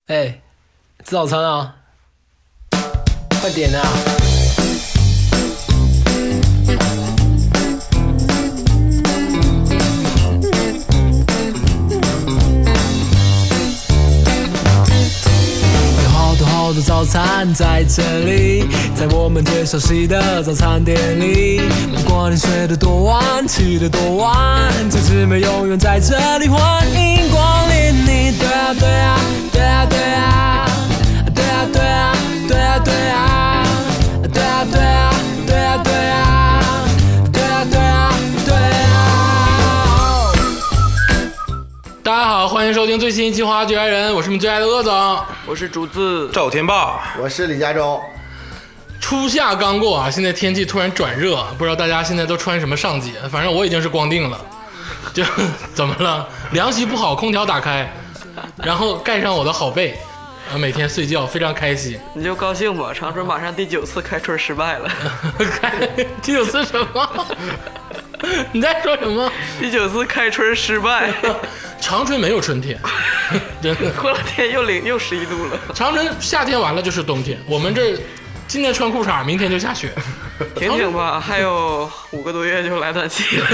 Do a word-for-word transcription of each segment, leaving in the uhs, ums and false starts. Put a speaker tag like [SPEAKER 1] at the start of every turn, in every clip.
[SPEAKER 1] 哎，吃早餐啊，快点啊！有好多好多早餐在这里，在我们最熟悉的早餐店里。不管你睡得多晚，起得多晚，这姊妹永远在这里，欢迎光临你。对啊对啊对啊对啊对啊对啊对啊对啊对啊对啊对啊对啊对啊对啊对啊。大家好，欢迎收听最新一期《花局爱人》，我是你们最爱的鄂总，
[SPEAKER 2] 我是竹子
[SPEAKER 3] 赵天霸，
[SPEAKER 4] 我是李嘉洲。
[SPEAKER 1] 初夏刚过啊，现在天气突然转热，不知道大家现在都穿什么上街？反正我已经是光腚了，就怎么了？凉席不好，空调打开，然后盖上我的好被，啊，每天睡觉非常开心。
[SPEAKER 2] 你就高兴吧，长春马上第九次开春失败了。
[SPEAKER 1] 开第九次什么？你在说什么？
[SPEAKER 2] 第九次开春失败。
[SPEAKER 1] 长春没有春天，真的。
[SPEAKER 2] 过了天又零又十一度了。
[SPEAKER 1] 长春夏天完了就是冬天，我们这今天穿裤衩，明天就下雪。
[SPEAKER 2] 挺挺吧，还有五个多月就来暖气了。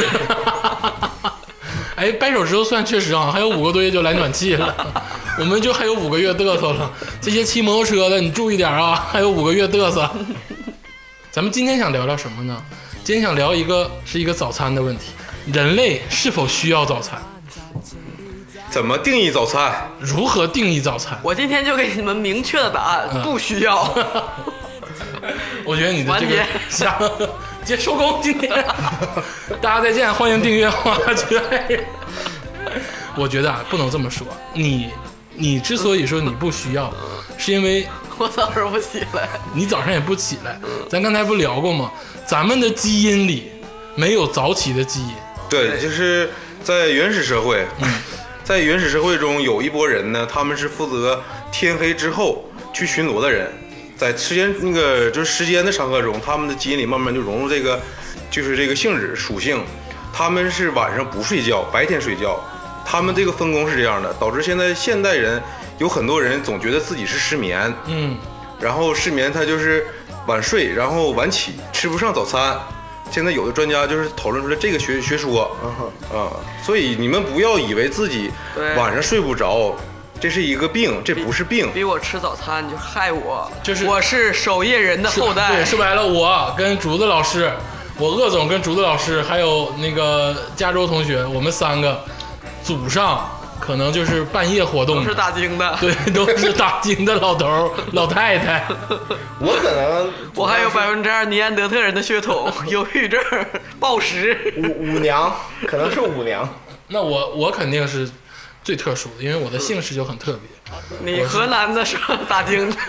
[SPEAKER 1] 哎，掰手指头算确实啊，还有五个多月就来暖气了，我们就还有五个月嘚瑟了。这些骑摩托车的，你注意点啊，还有五个月嘚瑟。咱们今天想聊聊什么呢？今天想聊一个是一个早餐的问题，人类是否需要早餐？
[SPEAKER 3] 怎么定义早餐？
[SPEAKER 1] 如何定义早餐？
[SPEAKER 2] 我今天就给你们明确的答案，
[SPEAKER 1] 嗯、
[SPEAKER 2] 不需要。
[SPEAKER 1] 我觉得你的这个下接收工，今天大家再见，欢迎订阅花局爱人。我觉得啊，不能这么说。你你之所以说你不需要，是因为
[SPEAKER 2] 我早上不起来，
[SPEAKER 1] 你早上也不起来。咱刚才不聊过吗？咱们的基因里没有早起的基因。
[SPEAKER 3] 对，就是在原始社会，嗯、在原始社会中有一拨人呢，他们是负责天黑之后去巡逻的人。在时间那个就是时间的长河中，他们的基因里慢慢就融入这个，就是这个性质属性。他们是晚上不睡觉，白天睡觉。他们这个分工是这样的，导致现在现代人有很多人总觉得自己是失眠，
[SPEAKER 1] 嗯，
[SPEAKER 3] 然后失眠他就是晚睡，然后晚起，吃不上早餐。现在有的专家就是讨论出来这个学学说，啊、嗯，所以你们不要以为自己晚上睡不着。这是一个病，这不是病。
[SPEAKER 2] 逼我吃早餐你就害我，
[SPEAKER 1] 就是
[SPEAKER 2] 我是守夜人的后代。
[SPEAKER 1] 对，说白了，我跟竹子老师，我鄂总跟竹子老师，还有那个加州同学，我们三个祖上可能就是半夜活动，
[SPEAKER 2] 都是打更的，
[SPEAKER 1] 对，都是打更的老头老太太。
[SPEAKER 4] 我可能
[SPEAKER 2] 我还有百分之二尼安德特人的血统，忧郁症、暴食。
[SPEAKER 4] 舞舞娘可能是舞娘。
[SPEAKER 1] 那我我肯定是最特殊的，因为我的姓氏就很特别。
[SPEAKER 2] 你河南的是打更的，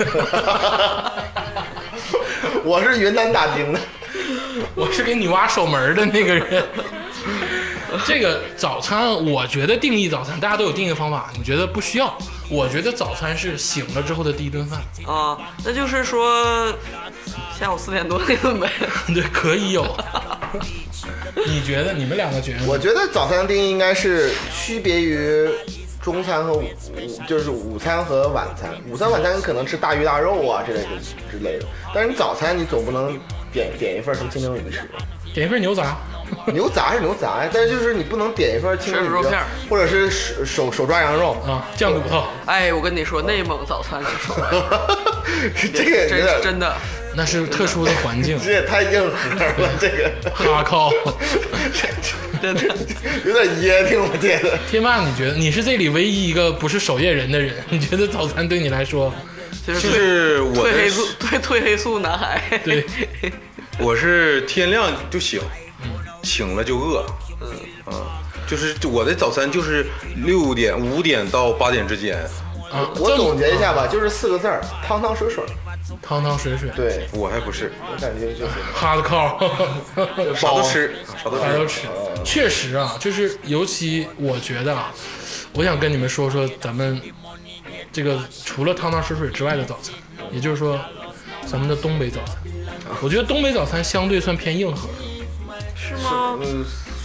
[SPEAKER 4] 我是云南打更的，
[SPEAKER 1] 我是给女娲守门的那个人。这个早餐，我觉得定义早餐，大家都有定义方法。你觉得不需要？我觉得早餐是醒了之后的第一顿饭
[SPEAKER 2] 啊，那就是说下午四点多那顿呗。
[SPEAKER 1] 对，可以有。你觉得？你们两个觉得？
[SPEAKER 4] 我觉得早餐的定义应该是区别于中餐和午，就是午餐和晚餐。午餐、晚餐可能吃大鱼大肉啊之类的之类的，但是你早餐你总不能点点一份什么清蒸鱼吃，
[SPEAKER 1] 点一份牛杂。
[SPEAKER 4] 牛杂是牛杂呀，但是就是你不能点一份清蒸鱼，或者是手手手抓羊肉
[SPEAKER 1] 啊，酱骨头。
[SPEAKER 2] 哎，我跟你说，内蒙早餐是
[SPEAKER 4] 这个
[SPEAKER 2] 真真的。
[SPEAKER 1] 那是特殊的环境，
[SPEAKER 4] 这也太硬核了，这个
[SPEAKER 1] 哈靠，
[SPEAKER 2] 真的
[SPEAKER 4] 有点噎挺，我觉得。
[SPEAKER 1] 天霸，你觉得你是这里唯一一个不是守夜人的人？你觉得早餐对你来说，
[SPEAKER 2] 就是我褪黑素褪褪黑素男孩？
[SPEAKER 1] 对，
[SPEAKER 3] 我是天亮就醒，醒了就饿，嗯啊，就是我的早餐就是六点五点到八点之间。
[SPEAKER 1] 啊，
[SPEAKER 4] 我总结一下吧，就是四个字儿：汤汤水水。
[SPEAKER 1] 汤汤水水，
[SPEAKER 4] 对
[SPEAKER 3] 我还不是，
[SPEAKER 4] 我感觉就是
[SPEAKER 1] 哈的靠，
[SPEAKER 3] 啥都吃，啥都
[SPEAKER 1] 啥都吃。确实啊，就是尤其我觉得啊，我想跟你们说说咱们这个除了汤汤水水之外的早餐，也就是说咱们的东北早餐。我觉得东北早餐相对算偏硬核，
[SPEAKER 2] 是吗？
[SPEAKER 4] 嗯，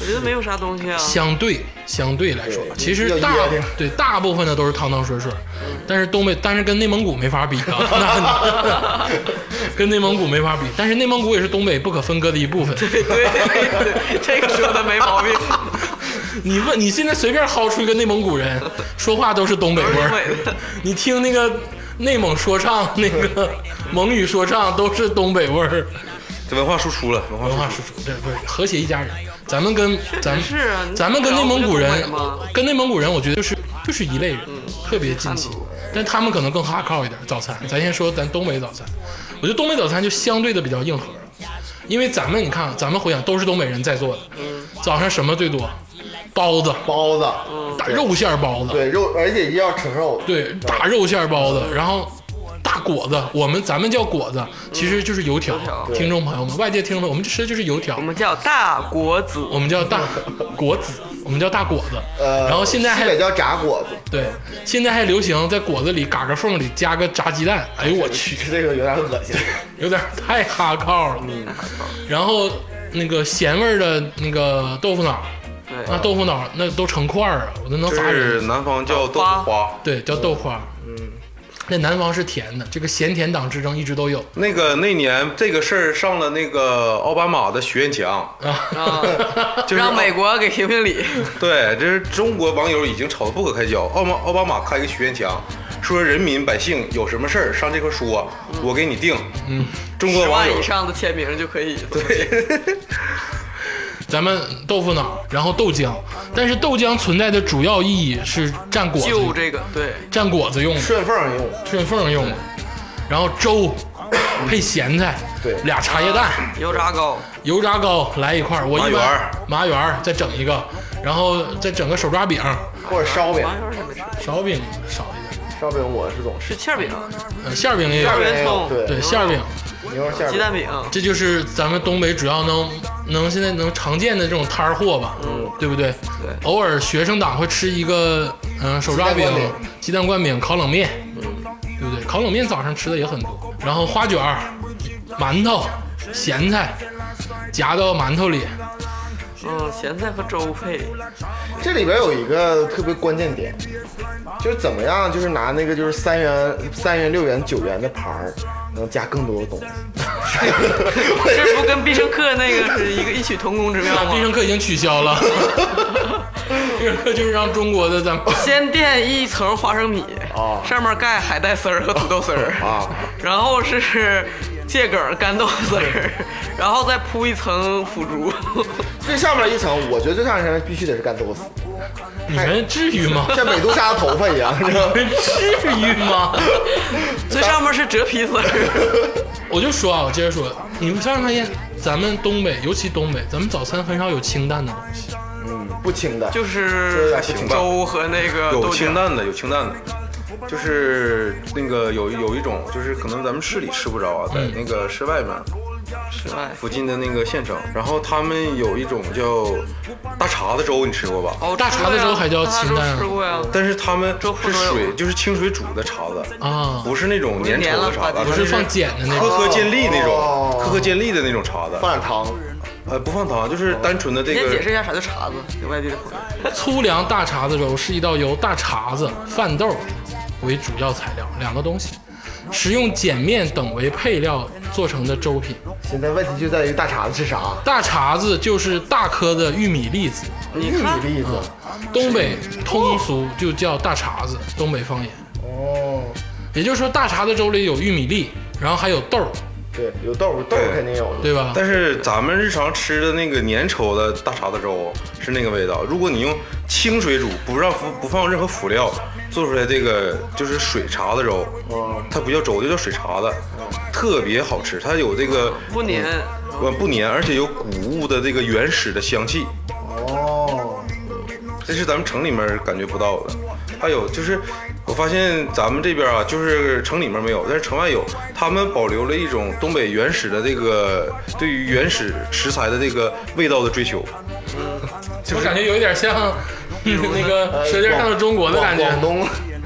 [SPEAKER 2] 我觉得没有啥东西啊。
[SPEAKER 5] 相对相对来说，
[SPEAKER 4] 对
[SPEAKER 5] 其实大
[SPEAKER 4] 要噎挺
[SPEAKER 5] 对大部分的都是汤汤水水，但是东北，但是跟内蒙古没法比啊，那跟内蒙古没法比。但是内蒙古也是东北不可分割的一部分。
[SPEAKER 2] 对对对，这个说的没毛病。
[SPEAKER 5] 你问你现在随便薅出一个内蒙古人，说话都是东北味
[SPEAKER 2] 都是东
[SPEAKER 5] 儿
[SPEAKER 2] 北的。
[SPEAKER 5] 你听那个内蒙说唱，那个蒙语说唱都是东北味儿。
[SPEAKER 3] 这文化输出了，文化
[SPEAKER 5] 文化
[SPEAKER 3] 输出。
[SPEAKER 5] 输出，这不是和谐一家人。咱们跟咱们
[SPEAKER 2] 是啊
[SPEAKER 5] 咱们跟内蒙古人
[SPEAKER 2] 你不知道不是东北吗，
[SPEAKER 5] 跟内蒙古人，我觉得就是就是一类人，特别近亲
[SPEAKER 2] 汉族。
[SPEAKER 5] 但他们可能更哈靠一点。早餐，咱先说咱东北早餐，我觉得东北早餐就相对的比较硬核，因为咱们你看，咱们回想都是东北人在做的。早上什么最多？包子，
[SPEAKER 4] 包子，
[SPEAKER 5] 大肉馅包子，
[SPEAKER 4] 对肉，而且一定要盛肉。
[SPEAKER 5] 对，大肉馅包子，然后大果子，我们咱们叫果子，其实就是油条。
[SPEAKER 2] 条
[SPEAKER 5] 听众朋友们，外界听众，我们吃的就是油条
[SPEAKER 2] 我，们叫大果子，
[SPEAKER 5] 我们叫大果子，我们叫大果子。
[SPEAKER 4] 呃，
[SPEAKER 5] 然后现在还
[SPEAKER 4] 西北叫炸果子，
[SPEAKER 5] 对，现在还流行在果子里嘎个缝里加个炸鸡蛋。哎呦我去，
[SPEAKER 4] 吃这个有点恶心。
[SPEAKER 5] 有点太哈靠了。然后那个咸味儿的那个豆腐脑，
[SPEAKER 2] 对，
[SPEAKER 5] 那豆腐脑那都成块儿啊，我都能
[SPEAKER 3] 这
[SPEAKER 5] 砸人。
[SPEAKER 3] 是南方叫豆腐花，
[SPEAKER 5] 对，叫豆花。嗯，那南方是甜的，这个咸甜党之争一直都有
[SPEAKER 3] 那个那年这个事儿上了那个奥巴马的许愿墙，
[SPEAKER 5] 啊。
[SPEAKER 2] 啊，
[SPEAKER 3] 就是
[SPEAKER 2] 让美国给评评理。
[SPEAKER 3] 对，这是中国网友已经吵得不可开交。奥巴奥巴马开个许愿墙，说人民百姓有什么事儿上这块说，我给你定。嗯，中国
[SPEAKER 2] 十
[SPEAKER 3] 网友
[SPEAKER 2] 万以上的签名就可以。
[SPEAKER 3] 对，
[SPEAKER 5] 咱们豆腐脑，然后豆浆，但是豆浆存在的主要意义是蘸果子用，
[SPEAKER 2] 就这个，对，
[SPEAKER 5] 蘸果子用的，
[SPEAKER 4] 顺缝用，
[SPEAKER 5] 顺缝用的。然后粥配咸菜，
[SPEAKER 4] 对
[SPEAKER 5] 俩茶叶蛋，
[SPEAKER 2] 油炸糕，
[SPEAKER 5] 油炸糕来一块儿，我一般
[SPEAKER 3] 麻圆儿
[SPEAKER 5] 麻圆儿再整一个，然后再整个手抓饼，
[SPEAKER 4] 或者烧饼，
[SPEAKER 2] 麻圆儿没吃，
[SPEAKER 5] 烧饼少一点，
[SPEAKER 4] 烧饼我是总吃。
[SPEAKER 2] 是馅儿饼，
[SPEAKER 5] 呃馅儿饼也有
[SPEAKER 2] 馅儿，
[SPEAKER 4] 饼
[SPEAKER 2] 饼葱，
[SPEAKER 4] 对
[SPEAKER 5] 对馅儿饼，
[SPEAKER 4] 牛肉馅饼，
[SPEAKER 2] 鸡蛋饼，
[SPEAKER 5] 这就是咱们东北主要能能现在能常见的这种摊儿货吧，嗯，对不对？
[SPEAKER 2] 对
[SPEAKER 5] 偶尔学生党会吃一个嗯、呃手抓饼
[SPEAKER 4] 鸡蛋灌饼、
[SPEAKER 5] 鸡蛋灌饼、烤冷面，嗯，对不对？烤冷面早上吃的也很多，然后花卷儿、馒头、咸菜夹到馒头里，
[SPEAKER 2] 嗯，咸菜和粥配，
[SPEAKER 4] 这里边有一个特别关键点，就是怎么样，就是拿那个就是三元、三元、六元、九元的盘儿，能加更多的东西。
[SPEAKER 2] 这不跟必胜客那个是一个异曲同工之妙
[SPEAKER 5] 那必胜
[SPEAKER 2] 吗？
[SPEAKER 5] 客已经取消了，必胜客就是让中国的咱们
[SPEAKER 2] 先垫一层花生米，
[SPEAKER 4] 啊
[SPEAKER 2] 上面盖海带丝儿和土豆丝儿，
[SPEAKER 4] 啊，
[SPEAKER 2] 然后是芥梗干豆丝儿，然后再铺一层腐竹。
[SPEAKER 4] 最上面一层，我觉得最上面必须得是干豆丝，
[SPEAKER 5] 你们至于吗？
[SPEAKER 4] 像美杜莎的头发一样，是吧？
[SPEAKER 5] 你们至于吗？
[SPEAKER 2] 最上面是折皮丝儿。
[SPEAKER 5] 我就说啊，我接着说，你们发没发现，咱们东北，尤其东北，咱们早餐很少有清淡的东西。
[SPEAKER 4] 嗯，不清的，
[SPEAKER 2] 就是
[SPEAKER 3] 行吧
[SPEAKER 2] 粥和那个豆
[SPEAKER 3] 有
[SPEAKER 2] 浆
[SPEAKER 3] 清淡的，有清淡的，就是那个有有一种，就是可能咱们市里吃不着啊，在那个市外面
[SPEAKER 2] 之外。
[SPEAKER 3] 附近的那个县城，然后他们有一种叫大碴子粥，你吃过吧？
[SPEAKER 2] 哦，
[SPEAKER 5] 大碴子粥还叫清淡啊
[SPEAKER 2] 吃过呀。
[SPEAKER 3] 但是他们
[SPEAKER 2] 粥
[SPEAKER 3] 是
[SPEAKER 2] 铺都有
[SPEAKER 3] 水，就是清水煮的碴子，
[SPEAKER 5] 啊，
[SPEAKER 3] 不是那种粘稠的碴子，
[SPEAKER 2] 不是粘了吧
[SPEAKER 3] 它
[SPEAKER 5] 不是放碱的那种。
[SPEAKER 3] 颗颗见粒那种，
[SPEAKER 4] 哦
[SPEAKER 3] 颗颗见粒的那种碴子。
[SPEAKER 4] 放点糖，
[SPEAKER 3] 呃，不放糖，就是单纯的这
[SPEAKER 2] 你先解
[SPEAKER 3] 个。
[SPEAKER 2] 释一下啥叫碴子，给外地的朋友。
[SPEAKER 5] 粗粮大碴子粥是一道由大碴子、饭豆为主要材料两个东西，食用碱面等为配料做成的粥品。
[SPEAKER 4] 现在问题就在于大碴子是啥？
[SPEAKER 5] 大碴子就是大颗的玉米粒子，
[SPEAKER 4] 玉米粒子。
[SPEAKER 5] 东北通俗就叫大碴子，东北方言。
[SPEAKER 4] 哦，
[SPEAKER 5] 也就是说，大碴子粥里有玉米粒，然后还有豆儿，
[SPEAKER 4] 对，有豆儿，豆儿肯定有的。
[SPEAKER 5] 对吧？
[SPEAKER 3] 但是咱们日常吃的那个粘稠的大碴子粥是那个味道。如果你用清水煮，不让不不放任何辅料，做出来这个就是水碴子粥，
[SPEAKER 4] 嗯
[SPEAKER 3] 它不叫粥，就叫水碴子，特别好吃。它有这个
[SPEAKER 2] 不粘，
[SPEAKER 3] 呃不粘，而且有谷物的这个原始的香气，
[SPEAKER 4] 哦，
[SPEAKER 3] 这是咱们城里面感觉不到的。还有就是，我发现咱们这边啊，就是城里面没有，但是城外有，他们保留了一种东北原始的这个对于原始食材的这个味道的追求。
[SPEAKER 5] 我感觉有一点像那个《舌尖上的中国》的感觉。
[SPEAKER 4] 广东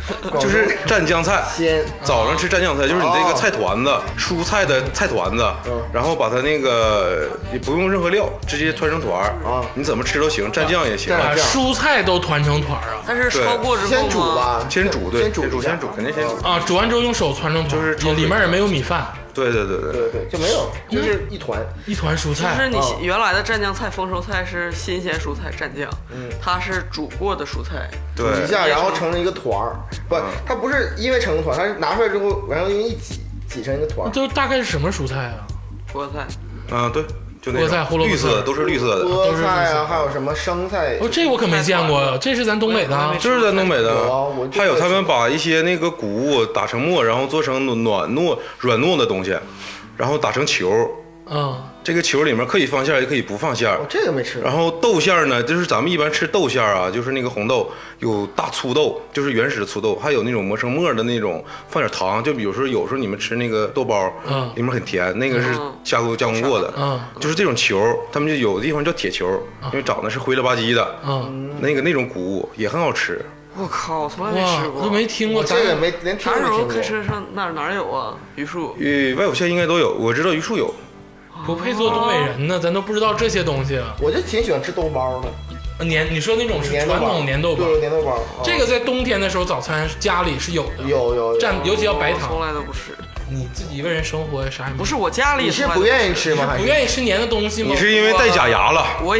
[SPEAKER 3] 就是蘸酱菜。
[SPEAKER 4] 鲜
[SPEAKER 3] 早上吃蘸酱菜，就是你这个菜团子，蔬菜的菜团子，然后把它那个也不用任何料，直接团成团儿
[SPEAKER 4] 啊，
[SPEAKER 3] 你怎么吃都行，蘸酱也行。
[SPEAKER 4] 蘸
[SPEAKER 5] 把蔬菜都团成团啊！
[SPEAKER 2] 但是焯过之后
[SPEAKER 4] 先煮
[SPEAKER 2] 吗？
[SPEAKER 4] 吧，
[SPEAKER 3] 先煮，对，
[SPEAKER 4] 先煮一下
[SPEAKER 3] 先煮先煮，肯定先煮。
[SPEAKER 5] 啊，煮完之后用手传成团，
[SPEAKER 3] 就是
[SPEAKER 5] 里里面也没有米饭，
[SPEAKER 3] 对对对对，
[SPEAKER 4] 对对，就没有，就是一团。
[SPEAKER 5] 一团蔬
[SPEAKER 2] 就
[SPEAKER 5] 菜。
[SPEAKER 2] 是你
[SPEAKER 4] 哦
[SPEAKER 2] 原来的蘸酱菜、丰收菜是新鲜蔬菜蘸酱，嗯，它是煮过的蔬菜，
[SPEAKER 4] 一
[SPEAKER 3] 对，
[SPEAKER 4] 下，然后成了一个团儿。不，它不是因为成个团，它是拿出来之后，然后用一挤，挤成一个团儿。
[SPEAKER 5] 都大概是什么蔬菜啊？
[SPEAKER 2] 菠菜。
[SPEAKER 3] 啊对，就那
[SPEAKER 5] 菠菜胡萝卜
[SPEAKER 3] 种绿色的，都是绿色的，
[SPEAKER 4] 菠菜啊，还有什么生菜？
[SPEAKER 5] 哦，这我可没见过呀，这是咱东北的啊。
[SPEAKER 3] 就是咱东北的
[SPEAKER 4] 有啊我。
[SPEAKER 3] 还有他们把一些那个谷物打成沫，然后做成暖糯软糯的东西，然后打成球。
[SPEAKER 5] 嗯，
[SPEAKER 3] 这个球里面可以放馅儿，也可以不放馅儿
[SPEAKER 4] 我。这个没吃过。
[SPEAKER 3] 然后豆馅儿呢，就是咱们一般吃豆馅儿啊，就是那个红豆，有大粗豆，就是原始的粗豆，还有那种磨成沫的那种，放点糖。就比如说有时候你们吃那个豆包，
[SPEAKER 5] 嗯
[SPEAKER 3] 里面很甜，那个是
[SPEAKER 2] 嗯
[SPEAKER 3] 加工加工过的，
[SPEAKER 5] 嗯
[SPEAKER 3] 就是这种球，他们就有的地方叫铁球，因为长得是灰了吧唧的，
[SPEAKER 5] 嗯，
[SPEAKER 3] 那个那种谷物也很好吃。
[SPEAKER 2] 我靠，我从来没
[SPEAKER 5] 哇
[SPEAKER 2] 吃，过。
[SPEAKER 5] 都没听过。
[SPEAKER 4] 我这个没连听
[SPEAKER 2] 啥时候
[SPEAKER 4] 都没听过。
[SPEAKER 2] 开车上哪儿哪儿有啊？榆树。
[SPEAKER 3] 呃，外五县应该都有，我知道榆树有。
[SPEAKER 5] 不配做东北人呢，咱都不知道这些东西啊。
[SPEAKER 4] 我就挺喜欢吃豆包的，
[SPEAKER 5] 粘，你说那种是传
[SPEAKER 4] 粘豆包，
[SPEAKER 5] 统粘豆包，
[SPEAKER 4] 对，粘豆包。啊
[SPEAKER 5] 这个在冬天的时候早餐家里是有的，
[SPEAKER 4] 有有有
[SPEAKER 5] 蘸，尤其要白
[SPEAKER 2] 我从
[SPEAKER 5] 糖。
[SPEAKER 2] 来都不吃。
[SPEAKER 5] 你自己一个人生活啥也没
[SPEAKER 2] 不是我家里
[SPEAKER 4] 你是不
[SPEAKER 2] 从来都
[SPEAKER 4] 愿意吃吗？还
[SPEAKER 5] 不
[SPEAKER 4] 是
[SPEAKER 5] 愿意吃粘的东西吗？
[SPEAKER 3] 你是因为戴假牙了？
[SPEAKER 2] 我也，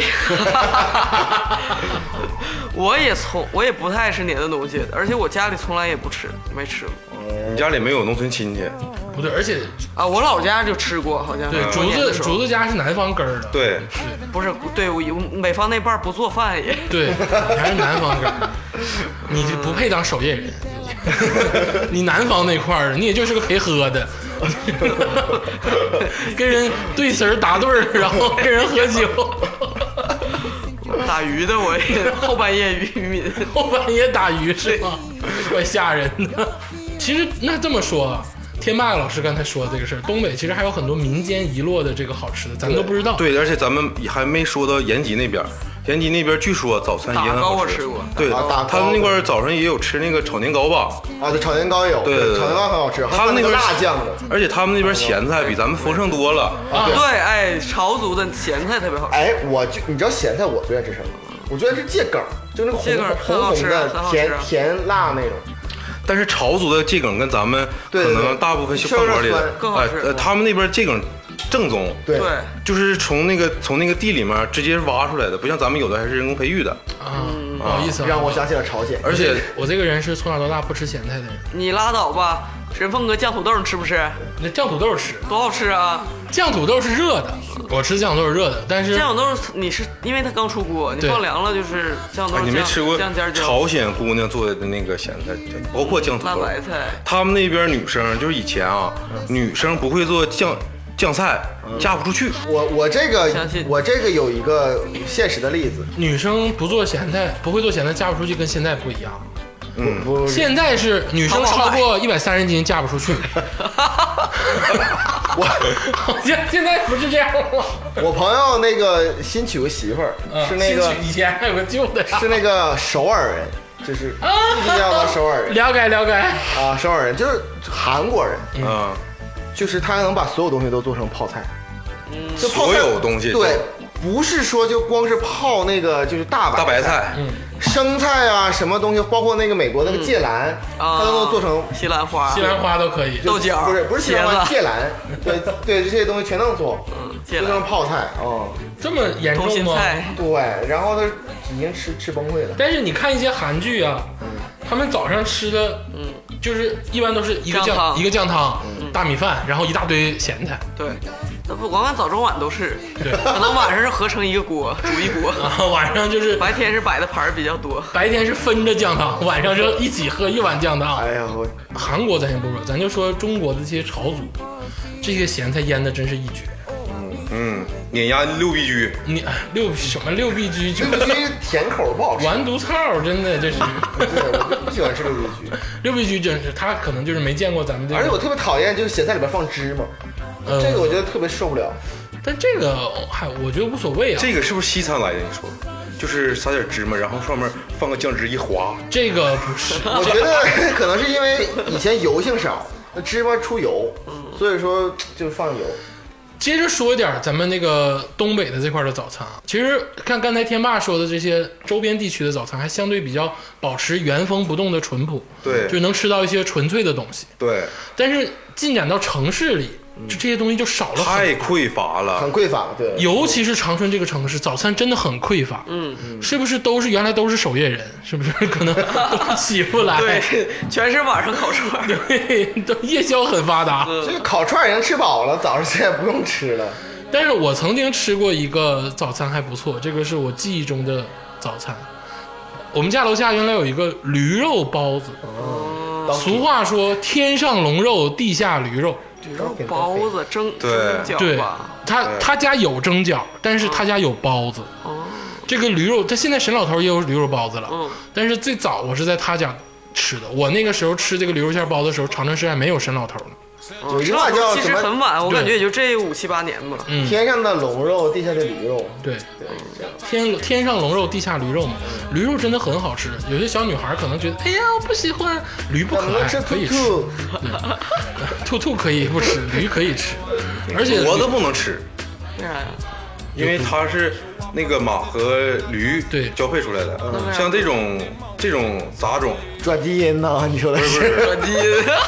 [SPEAKER 2] 我也从我也不太爱吃黏的东西，而且我家里从来也不吃，没吃过
[SPEAKER 3] 你家里没有农村亲戚？
[SPEAKER 5] 不对，而且
[SPEAKER 2] 啊。我老家就吃过，好像
[SPEAKER 5] 对
[SPEAKER 2] 过
[SPEAKER 5] 竹子
[SPEAKER 2] 年的时候
[SPEAKER 5] 竹子家是南方根儿的，
[SPEAKER 3] 对，
[SPEAKER 2] 不是对我北方那半儿不做饭也。
[SPEAKER 5] 对，你还是南方根儿，你就不配当守夜人。你南方那块儿的，你也就是个陪喝的，跟人对词儿答对儿，然后跟人喝酒，
[SPEAKER 2] 打鱼的我也后半夜渔民。
[SPEAKER 5] 后半夜打鱼是吗？怪吓人的。其实那这么说啊，天霸老师刚才说的这个事儿，东北其实还有很多民间遗落的这个好吃的，咱们都不知道。
[SPEAKER 3] 对，而且咱们还没说到延吉那边，延吉那边据说早餐也很
[SPEAKER 2] 打糕
[SPEAKER 3] 好吃。
[SPEAKER 2] 我吃过
[SPEAKER 3] 对
[SPEAKER 4] 啊打糕，
[SPEAKER 3] 他们那块儿早上也有吃那个炒年糕吧，
[SPEAKER 4] 啊，对，炒年糕有，
[SPEAKER 3] 对对对
[SPEAKER 4] 炒年糕很好吃，还有那个
[SPEAKER 3] 他们那边
[SPEAKER 4] 辣酱的。
[SPEAKER 3] 而且他们那边咸菜比咱们丰盛多了。
[SPEAKER 5] 啊，
[SPEAKER 2] 对，哎，潮族的咸菜特别好吃。
[SPEAKER 4] 哎，我就你知道咸菜我最爱吃什么？我最爱吃芥梗儿，就那个
[SPEAKER 2] 芥梗儿
[SPEAKER 4] 红红红
[SPEAKER 2] 很好吃
[SPEAKER 4] 的甜
[SPEAKER 2] 很好吃
[SPEAKER 4] 甜辣那种。
[SPEAKER 3] 但是潮族的芥梗跟咱们可
[SPEAKER 4] 对对对
[SPEAKER 3] 能大部分饭馆里的，哎
[SPEAKER 2] 更好吃
[SPEAKER 3] 呃，他们那边芥梗正宗，
[SPEAKER 4] 对
[SPEAKER 2] 对，
[SPEAKER 3] 就是从那个从那个地里面直接挖出来的，不像咱们有的还是人工培育的。
[SPEAKER 5] 啊，不好意思啊，
[SPEAKER 4] 让我想起了朝鲜。
[SPEAKER 3] 而且
[SPEAKER 5] 我这个人是从小到大不吃咸菜的人。
[SPEAKER 2] 你拉倒吧，神凤哥酱土豆你吃不吃？
[SPEAKER 5] 那酱土豆吃，
[SPEAKER 2] 多好吃啊！
[SPEAKER 5] 酱土豆是热的，我吃酱土豆是热的，但是
[SPEAKER 2] 酱土豆你是因为它刚出锅，你
[SPEAKER 5] 对
[SPEAKER 2] 放凉了就是酱土豆
[SPEAKER 3] 哎
[SPEAKER 2] 酱。
[SPEAKER 3] 你没吃过
[SPEAKER 2] 酱尖椒、
[SPEAKER 3] 朝鲜姑娘做的那个咸菜，包括酱土豆。
[SPEAKER 2] 辣白菜？
[SPEAKER 3] 他们那边女生就是以前啊，女生不会做酱酱菜，嫁不出去。
[SPEAKER 4] 我我这个
[SPEAKER 2] 相信
[SPEAKER 4] 我这个有一个现实的例子，
[SPEAKER 5] 女生不做咸菜，不会做咸菜嫁不出去，跟现在不一样。
[SPEAKER 3] 嗯，
[SPEAKER 4] 不
[SPEAKER 5] 现在是女生超过一百三十斤嫁不出去。
[SPEAKER 4] 我
[SPEAKER 5] 现现在不是这样吗？
[SPEAKER 4] 我朋友那个新娶个媳妇儿，
[SPEAKER 5] 嗯
[SPEAKER 4] 是那个
[SPEAKER 5] 新娶以前还有个旧的，
[SPEAKER 4] 是那个首尔人，就是一直叫他首尔人
[SPEAKER 5] 了解了解。
[SPEAKER 4] 啊，首尔人就是韩国人，
[SPEAKER 3] 啊，
[SPEAKER 4] 就是他能把所有东西都做成泡菜，就泡
[SPEAKER 3] 所
[SPEAKER 4] 菜
[SPEAKER 3] 有东西都
[SPEAKER 4] 对，不是说就光是泡那个就是大白
[SPEAKER 3] 大白菜，
[SPEAKER 4] 生菜啊，什么东西，包括那个美国那个芥兰，
[SPEAKER 2] 啊
[SPEAKER 4] 它都能做成
[SPEAKER 2] 西兰花、
[SPEAKER 5] 西兰花都可以。
[SPEAKER 2] 豆角，
[SPEAKER 4] 不是不是西兰花，
[SPEAKER 2] 茄子
[SPEAKER 4] 芥兰，对对，这些东西全能做，
[SPEAKER 2] 嗯，芥
[SPEAKER 4] 做成
[SPEAKER 2] 兰、
[SPEAKER 4] 泡菜哦，
[SPEAKER 5] 这么严
[SPEAKER 2] 通
[SPEAKER 5] 重吗？
[SPEAKER 2] 心菜，
[SPEAKER 4] 对，然后他已经吃吃崩溃了，
[SPEAKER 5] 但是你看一些韩剧啊，他们早上吃的，嗯，就是一般都是一个酱
[SPEAKER 2] 酱汤
[SPEAKER 5] 一个酱汤，大米饭，然后一大堆咸菜。
[SPEAKER 2] 对，那不光看早中晚都是，
[SPEAKER 5] 对
[SPEAKER 2] 可能晚上是合成一个锅，煮一锅，
[SPEAKER 5] 啊，晚上就是
[SPEAKER 2] 白天是摆的盘儿比较多。
[SPEAKER 5] 白天是分着酱汤，晚上就一起喝一碗酱汤。
[SPEAKER 4] 哎呀，我
[SPEAKER 5] 韩国咱先不说，咱就说中国的这些朝族，这些咸菜腌的真是一绝。
[SPEAKER 3] 嗯，碾压六必居。
[SPEAKER 5] 你哎六什么六必居，就
[SPEAKER 4] 六必居甜口不好吃，
[SPEAKER 5] 完犊操，真的这是
[SPEAKER 4] 对，我就不喜欢吃六必居，
[SPEAKER 5] 六必居，真是他可能就是没见过咱们这个。
[SPEAKER 4] 而且我特别讨厌就是咸菜里边放芝麻，
[SPEAKER 5] 嗯
[SPEAKER 4] 这个我觉得特别受不了。
[SPEAKER 5] 但这个还我觉得无所谓啊。
[SPEAKER 3] 这个是不是西餐来的？你说就是撒点芝麻，然后上面放个酱汁一划。
[SPEAKER 5] 这个不是，
[SPEAKER 4] 我觉得可能是因为以前油性少，那芝麻出油，所以说就放油。
[SPEAKER 5] 接着说一点咱们那个东北的这块的早餐啊，其实看刚才天霸说的这些周边地区的早餐，还相对比较保持原封不动的淳朴，
[SPEAKER 3] 对，
[SPEAKER 5] 就是能吃到一些纯粹的东西。
[SPEAKER 3] 对，
[SPEAKER 5] 但是进展到城市里，就这些东西就少了很
[SPEAKER 3] 太
[SPEAKER 5] 多，
[SPEAKER 3] 匮乏了，
[SPEAKER 4] 很匮乏，对，
[SPEAKER 5] 尤其是长春这个城市，早餐真的很匮乏。
[SPEAKER 2] 嗯，
[SPEAKER 5] 是不是都是原来都是守夜人？是不是可能都起不来？
[SPEAKER 2] 对，全是晚上烤串儿。
[SPEAKER 5] 对，都夜宵很发达。
[SPEAKER 4] 所以烤串已经吃饱了，早上现在不用吃了。
[SPEAKER 5] 但是我曾经吃过一个早餐还不错，这个是我记忆中的早餐。我们家楼下原来有一个驴肉包子，
[SPEAKER 4] 哦，
[SPEAKER 5] 俗话说天上龙肉，地下驴肉。
[SPEAKER 2] 驴肉包子蒸
[SPEAKER 3] 对
[SPEAKER 2] 蒸
[SPEAKER 5] 对
[SPEAKER 2] 饺吧？
[SPEAKER 5] 他他家有蒸饺，但是他家有包子。
[SPEAKER 2] 哦，
[SPEAKER 5] 这个驴肉，他现在沈老头也有驴肉包子了。
[SPEAKER 2] 嗯，
[SPEAKER 5] 但是最早我是在他家吃的。我那个时候吃这个驴肉馅包子的时候，长春市还没有沈老头呢。
[SPEAKER 4] 有一句话叫
[SPEAKER 2] 其实
[SPEAKER 4] 什么？
[SPEAKER 2] 很晚，我
[SPEAKER 5] 对
[SPEAKER 2] 感觉也就这五七八年吧。
[SPEAKER 5] 嗯，
[SPEAKER 4] 天上的龙肉，地下的驴肉。
[SPEAKER 5] 对，
[SPEAKER 4] 对，这样。
[SPEAKER 5] 天天上龙肉，地下驴肉嘛。驴肉真的很好吃，有些小女孩可能觉得，哎呀，我不喜欢驴不可爱，
[SPEAKER 4] 怎么吃
[SPEAKER 5] 可以吃。
[SPEAKER 4] 兔兔？
[SPEAKER 5] 兔兔可以不吃，驴可以吃，而且
[SPEAKER 3] 骡子不能吃，
[SPEAKER 2] 为啥呀？
[SPEAKER 3] 因为它是那个马和驴
[SPEAKER 5] 对
[SPEAKER 3] 交配出来的。
[SPEAKER 2] 嗯
[SPEAKER 3] 像这种这种杂种，
[SPEAKER 4] 转基因呐？你说的是？
[SPEAKER 2] 转基因，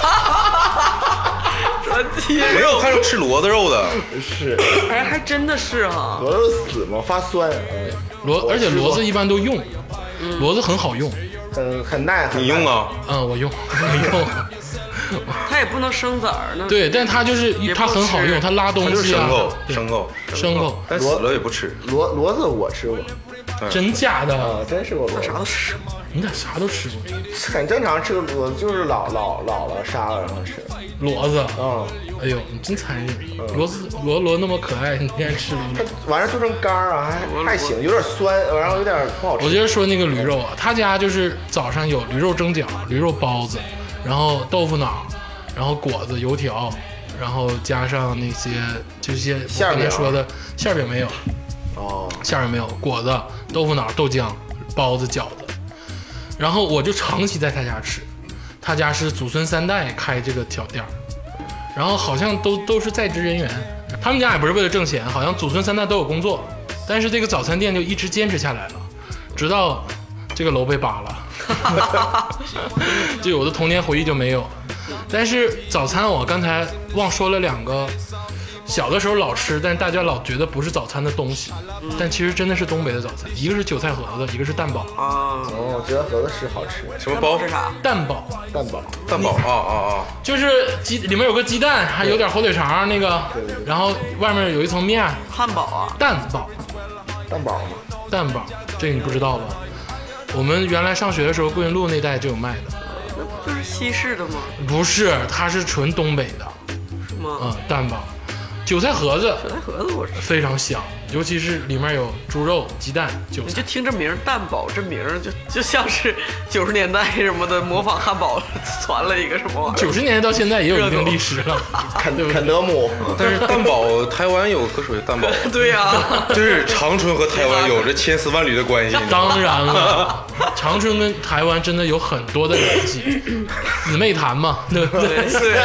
[SPEAKER 2] 转基因，
[SPEAKER 3] 没有看着吃骡子肉的。
[SPEAKER 4] 是，
[SPEAKER 2] 哎，还真的是哈。
[SPEAKER 4] 骡子死吗？发酸，
[SPEAKER 5] 骡，而且骡子一般都用，骡子很好用。
[SPEAKER 4] 很很耐。很耐
[SPEAKER 3] 你用？啊？
[SPEAKER 5] 嗯，我用，我用。
[SPEAKER 2] 它也不能生崽儿，那
[SPEAKER 5] 对，但它就是
[SPEAKER 2] 也不
[SPEAKER 5] 它很好
[SPEAKER 2] 吃
[SPEAKER 5] 用，它拉东
[SPEAKER 3] 它就是
[SPEAKER 5] 西啊
[SPEAKER 3] 牲口，，
[SPEAKER 5] 对
[SPEAKER 3] 牲口，
[SPEAKER 5] 牲口
[SPEAKER 3] 但死了也不吃。
[SPEAKER 4] 骡骡子我吃过
[SPEAKER 5] 真假的？
[SPEAKER 4] 啊，真是过骡子，
[SPEAKER 2] 啥都吃。
[SPEAKER 5] 你咋啥都吃过？
[SPEAKER 4] 很正常吃个骡子，就是老老老了杀了然后吃。
[SPEAKER 5] 骡子，
[SPEAKER 4] 啊，
[SPEAKER 5] 哎呦，你真残忍！骡子骡骡那么可爱，你竟然吃
[SPEAKER 4] 它
[SPEAKER 5] 骡子？
[SPEAKER 4] 完了做成干儿啊，还还行，有点酸，然后有点不好吃。
[SPEAKER 5] 我接着说那个驴肉啊，他家就是早上有驴肉蒸饺、驴肉包子，然后豆腐脑，然后果子、油条，然后加上那些这些我刚才说的馅饼没有，
[SPEAKER 4] 哦，
[SPEAKER 5] 馅饼没有，果子、豆腐脑、豆浆、包子、饺子，然后我就长期在他家吃，他家是祖孙三代开这个小店儿，然后好像都都是在职人员，他们家也不是为了挣钱，好像祖孙三代都有工作，但是这个早餐店就一直坚持下来了，直到这个楼被扒了，就我的童年回忆就没有。但是早餐我刚才忘说了两个，小的时候老吃，但是大家老觉得不是早餐的东西，但其实真的是东北的早餐，一个是韭菜盒子，一个是蛋堡。
[SPEAKER 2] 啊，
[SPEAKER 4] 哦，觉得盒子是好吃，
[SPEAKER 3] 什么包？
[SPEAKER 2] 是啥？
[SPEAKER 5] 蛋堡
[SPEAKER 4] 蛋堡。
[SPEAKER 3] 蛋堡啊啊啊！
[SPEAKER 5] 就是鸡里面有个鸡蛋，还有点火腿肠那个，然后外面有一层面，
[SPEAKER 2] 汉堡啊，
[SPEAKER 5] 蛋堡。
[SPEAKER 4] 蛋堡嘛，
[SPEAKER 5] 蛋堡，这个你不知道吧？我们原来上学的时候，桂林路那带就有卖的。
[SPEAKER 2] 那不就是西式的吗？
[SPEAKER 5] 不是，它是纯东北的，
[SPEAKER 2] 是吗？
[SPEAKER 5] 嗯，蛋堡，韭菜盒子
[SPEAKER 2] 韭菜盒子我吃。
[SPEAKER 5] 非常香，尤其是里面有猪肉、鸡蛋、韭菜
[SPEAKER 2] 你就。听这名儿蛋堡，这名儿就就像是九十年代什么的模仿汉堡传了一个什么玩意儿。
[SPEAKER 5] 九十年代到现在也有一定历史了，
[SPEAKER 4] 肯
[SPEAKER 5] 对不对
[SPEAKER 4] 肯德姆，
[SPEAKER 3] 但是蛋堡，台湾有可属于蛋堡，
[SPEAKER 2] 对呀、
[SPEAKER 3] 就是长春和台湾有着千丝万缕的关系。
[SPEAKER 5] 当然了，长春跟台湾真的有很多的联系，姊妹谈嘛，对不对？
[SPEAKER 2] 对对，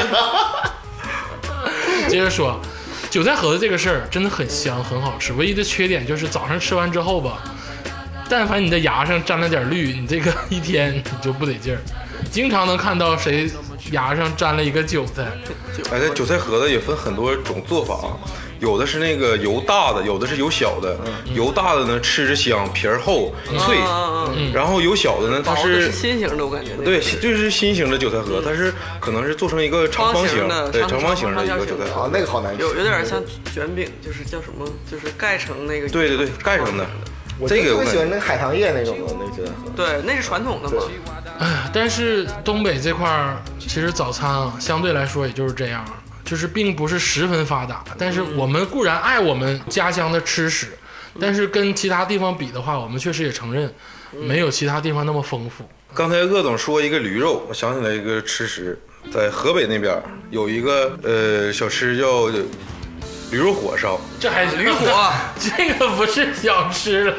[SPEAKER 5] 接着说，韭菜盒子这个事儿真的很香，很好吃。唯一的缺点就是早上吃完之后吧，但凡你的牙上沾了点绿，你这个一天你就不得劲儿。经常能看到谁牙上沾了一个韭菜，
[SPEAKER 3] 哎，这韭菜盒子也分很多种做法，有的是那个油大的，有的是油小的。油大的呢吃着香，皮儿厚脆，
[SPEAKER 2] 嗯嗯
[SPEAKER 3] 然后油小的呢它
[SPEAKER 2] 包子是
[SPEAKER 3] 是。
[SPEAKER 2] 心形的，我感觉、那个。
[SPEAKER 3] 对，就是新型的韭菜盒，它是可能是做成一个长方形
[SPEAKER 2] 方形的，
[SPEAKER 3] 对，
[SPEAKER 2] 长
[SPEAKER 3] 长方形的一
[SPEAKER 2] 长方形
[SPEAKER 3] 个韭菜盒。
[SPEAKER 4] 啊，那个好难吃。
[SPEAKER 2] 有有点像卷饼，就是叫什么，就是盖成那个。
[SPEAKER 3] 对对对，盖上的。
[SPEAKER 4] 我
[SPEAKER 3] 这个我感觉
[SPEAKER 4] 特别喜欢那个海棠叶那种的那个韭菜盒。
[SPEAKER 2] 对，那是传统的嘛。
[SPEAKER 5] 哎，但是东北这块儿其实早餐啊，相对来说也就是这样，就是并不是十分发达。但是我们固然爱我们家乡的吃食，但是跟其他地方比的话，我们确实也承认没有其他地方那么丰富。
[SPEAKER 3] 刚才鄂总说一个驴肉，我想起来一个吃食，在河北那边有一个呃小吃叫驴肉火烧。
[SPEAKER 5] 这还
[SPEAKER 2] 驴火，
[SPEAKER 5] 这个不是小吃了，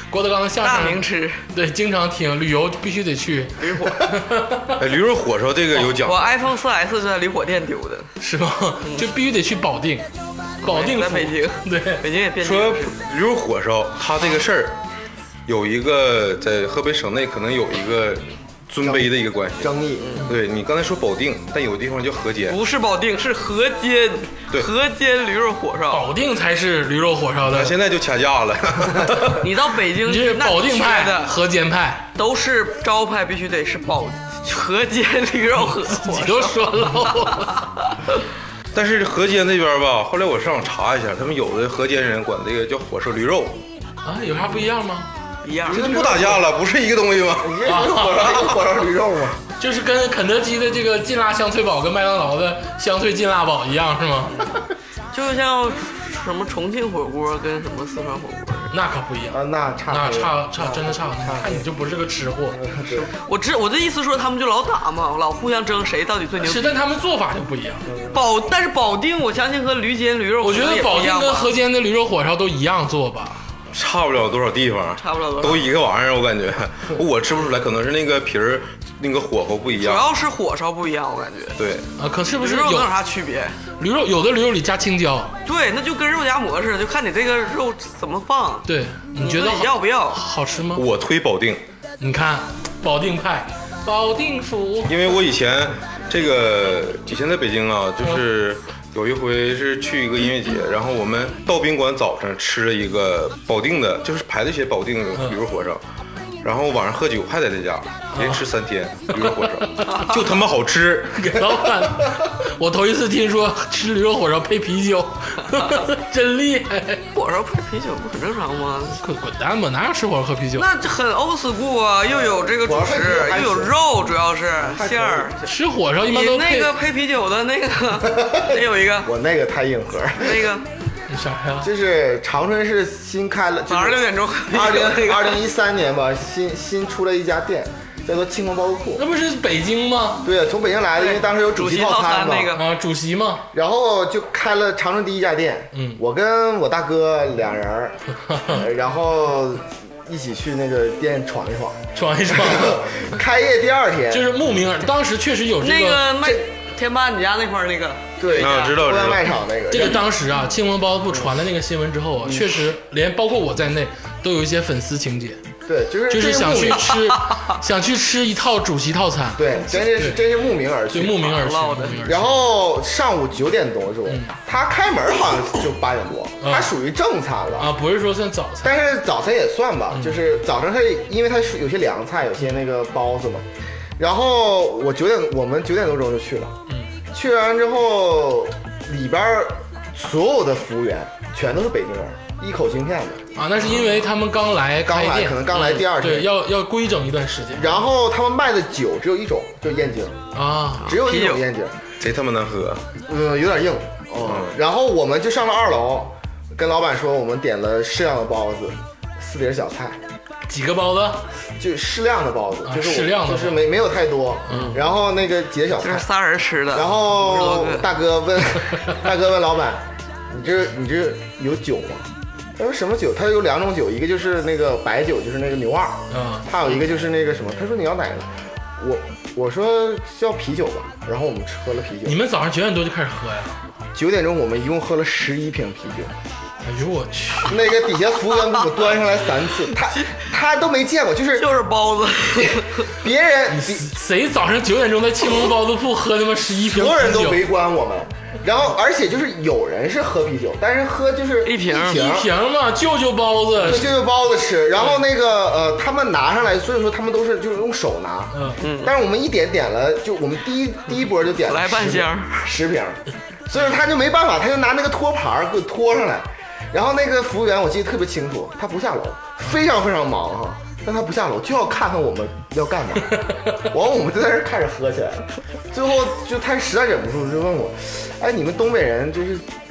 [SPEAKER 5] 郭德纲的相声
[SPEAKER 2] 大名吃
[SPEAKER 5] 对，经常听，旅游必须得去，
[SPEAKER 2] 驴火。
[SPEAKER 3] 哎，驴肉火烧这个有讲
[SPEAKER 2] 我 iPhone 四 S 是在驴火店丢的，
[SPEAKER 5] 是吗？就必须得去保定，保定府
[SPEAKER 2] 在北京，
[SPEAKER 5] 对，
[SPEAKER 2] 北京也变
[SPEAKER 3] 说驴肉火烧，它这个事儿有一个在河北省内可能有一个尊卑的一个关系。
[SPEAKER 4] 争议。
[SPEAKER 3] 对你刚才说保定，但有的地方叫河间。
[SPEAKER 2] 不是保定，是河间，
[SPEAKER 3] 对
[SPEAKER 2] 河间驴肉火烧。
[SPEAKER 5] 保定才是驴肉火烧的。
[SPEAKER 3] 现在就掐架了。
[SPEAKER 2] 你到北京
[SPEAKER 5] 你
[SPEAKER 2] 去，那
[SPEAKER 5] 这是保定
[SPEAKER 2] 缺
[SPEAKER 5] 派
[SPEAKER 2] 的
[SPEAKER 5] 河间派，
[SPEAKER 2] 都是招牌，必须得是保河间驴肉火
[SPEAKER 5] 自己都说漏了。
[SPEAKER 3] 但是河间那边吧，后来我上网查一下，他们有的河间人管这个叫火烧驴肉，
[SPEAKER 5] 啊，有啥不一样吗？
[SPEAKER 2] 一样。
[SPEAKER 3] 这不打架了，不是一个东西吗？
[SPEAKER 4] 一个是火烧，一个火烧驴肉嘛。
[SPEAKER 5] 就是跟肯德基的这个劲辣香脆堡跟麦当劳的香脆劲辣堡一样是吗？
[SPEAKER 2] 就像什么重庆火锅跟什么四川火锅，
[SPEAKER 5] 那可不一样，
[SPEAKER 4] 啊，那差
[SPEAKER 5] 那
[SPEAKER 4] 很
[SPEAKER 5] 差差真的差很多。看你就不是个吃货，
[SPEAKER 4] 对，
[SPEAKER 2] 我知我的意思说他们就老打嘛，老互相争谁到底最牛
[SPEAKER 5] 是，
[SPEAKER 2] 逼。
[SPEAKER 5] 但他们做法就不一样。
[SPEAKER 2] 保但是保定，我相信和驴街驴肉，
[SPEAKER 5] 我觉得保定跟河
[SPEAKER 2] 合
[SPEAKER 5] 间的驴肉火烧都一样做吧。
[SPEAKER 3] 差不了多少地方，
[SPEAKER 2] 差不了多少
[SPEAKER 3] 都一个玩意儿，我感觉我吃不出来，可能是那个皮儿那个火候不一样。
[SPEAKER 2] 主要是火烧不一样，我感觉。
[SPEAKER 3] 对，
[SPEAKER 5] 啊，可是不是有
[SPEAKER 2] 驴肉能有啥区别？
[SPEAKER 5] 驴肉有的驴肉里加青椒？
[SPEAKER 2] 对，那就跟肉夹馍似的，就看你这个肉怎么放。
[SPEAKER 5] 对，你觉得
[SPEAKER 2] 你要不要？
[SPEAKER 5] 好吃吗？
[SPEAKER 3] 我推保定，
[SPEAKER 5] 你看，保定派，保定府。
[SPEAKER 3] 因为我以前这个以前在北京啊，就是有一回是去一个音乐节，然后我们到宾馆早上吃了一个保定的，就是排队写保定驴肉火烧。然后晚上喝酒还在这家连吃三天驴肉火烧，就他妈好吃。
[SPEAKER 5] 老板，我头一次听说吃驴肉火烧配啤酒，真厉害！
[SPEAKER 2] 火烧配啤酒不很正常吗？
[SPEAKER 5] 滚滚蛋吧，哪有吃火烧喝啤酒？
[SPEAKER 2] 那这很 old school 啊，又有这个主食，又有肉，主要是馅儿。
[SPEAKER 5] 吃火烧一般
[SPEAKER 2] 你
[SPEAKER 5] 都配
[SPEAKER 2] 那个配啤酒的那个，也有一个
[SPEAKER 4] 我那个太硬核，
[SPEAKER 2] 那个
[SPEAKER 5] 啥呀？
[SPEAKER 4] 就是长春市新开了，
[SPEAKER 2] 早上六点钟，
[SPEAKER 4] 二零
[SPEAKER 2] 那个
[SPEAKER 4] 二零一三年吧，新新出了一家店，叫做庆丰包子铺。
[SPEAKER 5] 那不是北京吗？
[SPEAKER 4] 对，从北京来的，因为当时有席
[SPEAKER 2] 主套
[SPEAKER 4] 餐嘛。
[SPEAKER 2] 那个，
[SPEAKER 5] 啊，主席吗？
[SPEAKER 4] 然后就开了长春第一家店。
[SPEAKER 5] 嗯，
[SPEAKER 4] 我跟我大哥两人儿，呃然后一起去那个店闯一闯。
[SPEAKER 5] 闯一闯，
[SPEAKER 4] 开业第二天，
[SPEAKER 5] 就是慕名而，当时确实有这
[SPEAKER 2] 那
[SPEAKER 5] 个。
[SPEAKER 2] 个卖天霸你家那块儿那个，
[SPEAKER 4] 对，
[SPEAKER 3] 啊知道
[SPEAKER 4] 中央
[SPEAKER 3] 知道
[SPEAKER 4] 卖场那个。
[SPEAKER 5] 这个当时啊，庆丰包子铺传了那个新闻之后啊，确实连包括我在内都有一些粉丝情节，
[SPEAKER 4] 对，就是
[SPEAKER 5] 就是想去
[SPEAKER 4] 慕名
[SPEAKER 5] 吃，想去吃一套主席套餐，
[SPEAKER 4] 对，真是
[SPEAKER 5] 对
[SPEAKER 4] 真是慕名而
[SPEAKER 5] 对，
[SPEAKER 4] 去。
[SPEAKER 5] 慕名而去，
[SPEAKER 2] 唠的
[SPEAKER 5] 慕名而去。
[SPEAKER 4] 然后上午九点多钟，他开门好像就八点多，
[SPEAKER 5] 嗯
[SPEAKER 4] 他属于正餐了。
[SPEAKER 5] 啊，不是说算早餐，
[SPEAKER 4] 但是早餐也算
[SPEAKER 5] 嗯
[SPEAKER 4] 吧，就是早上它因为它是有些凉菜，有些那个包子嘛。然后我九点，我们九点多钟就去了。
[SPEAKER 5] 嗯，
[SPEAKER 4] 去完之后，里边所有的服务员全都是北京人，一口京片的。
[SPEAKER 5] 啊，那是因为他们刚来
[SPEAKER 4] 刚来
[SPEAKER 5] 开店，
[SPEAKER 4] 可能刚来第二天
[SPEAKER 5] 对，要要规整一段时间
[SPEAKER 4] 然后他们卖的酒只有一种，就燕京，
[SPEAKER 5] 啊。
[SPEAKER 4] 只有一
[SPEAKER 2] 啤酒
[SPEAKER 4] 种燕京，
[SPEAKER 3] 贼他妈难喝。
[SPEAKER 4] 嗯，有点硬。嗯，然后我们就上了二楼，跟老板说我们点了适量的包子，四碟小菜。
[SPEAKER 5] 几个包子？
[SPEAKER 4] 就适量的包子，
[SPEAKER 5] 啊
[SPEAKER 4] 就是我
[SPEAKER 5] 适量的
[SPEAKER 4] 就是没没有太多。
[SPEAKER 5] 嗯
[SPEAKER 4] 然后那个几个小菜，
[SPEAKER 2] 这是仨人吃的，
[SPEAKER 4] 然
[SPEAKER 2] 五十多个
[SPEAKER 4] 后大哥问大哥问老板，你这你这有酒吗？他说什么酒？他有两种酒，一个就是那个白酒，就是那个牛二，
[SPEAKER 5] 啊，
[SPEAKER 4] 还有一个就是那个什么。他说你要哪个？我我说要啤酒吧。然后我们吃喝了啤酒。
[SPEAKER 5] 你们早上九点多就开始喝呀？
[SPEAKER 4] 九点钟我们一共喝了十一瓶啤酒。
[SPEAKER 5] 哎呦我去！
[SPEAKER 4] 那个底下服务员给我端上来三次，他他都没见过，就是
[SPEAKER 2] 就是包子，
[SPEAKER 4] 别人比
[SPEAKER 5] 谁早上九点钟在庆丰包子铺喝他妈十一瓶
[SPEAKER 4] 所有人
[SPEAKER 5] 啤酒？
[SPEAKER 4] 都围观我们，然后而且就是有人是喝啤酒，但是喝就是
[SPEAKER 2] 一瓶
[SPEAKER 4] 一瓶
[SPEAKER 5] 一瓶嘛，舅舅包
[SPEAKER 4] 对，
[SPEAKER 5] 子，
[SPEAKER 4] 就有包子吃。然后那个呃，他们拿上来，所以说他们都是就是用手拿。
[SPEAKER 5] 嗯
[SPEAKER 2] 嗯
[SPEAKER 4] 但是我们一点点了，就我们第一第一波就点了
[SPEAKER 2] 来半箱
[SPEAKER 4] 十瓶，所以说他就没办法，他就拿那个托盘给我托上来。然后那个服务员我记得特别清楚，他不下楼，非常非常忙哈，但他不下楼，就要看看我们要干嘛。完我们就在这开始喝起来了，最后就他实在忍不住就问我，哎，你们东北人就是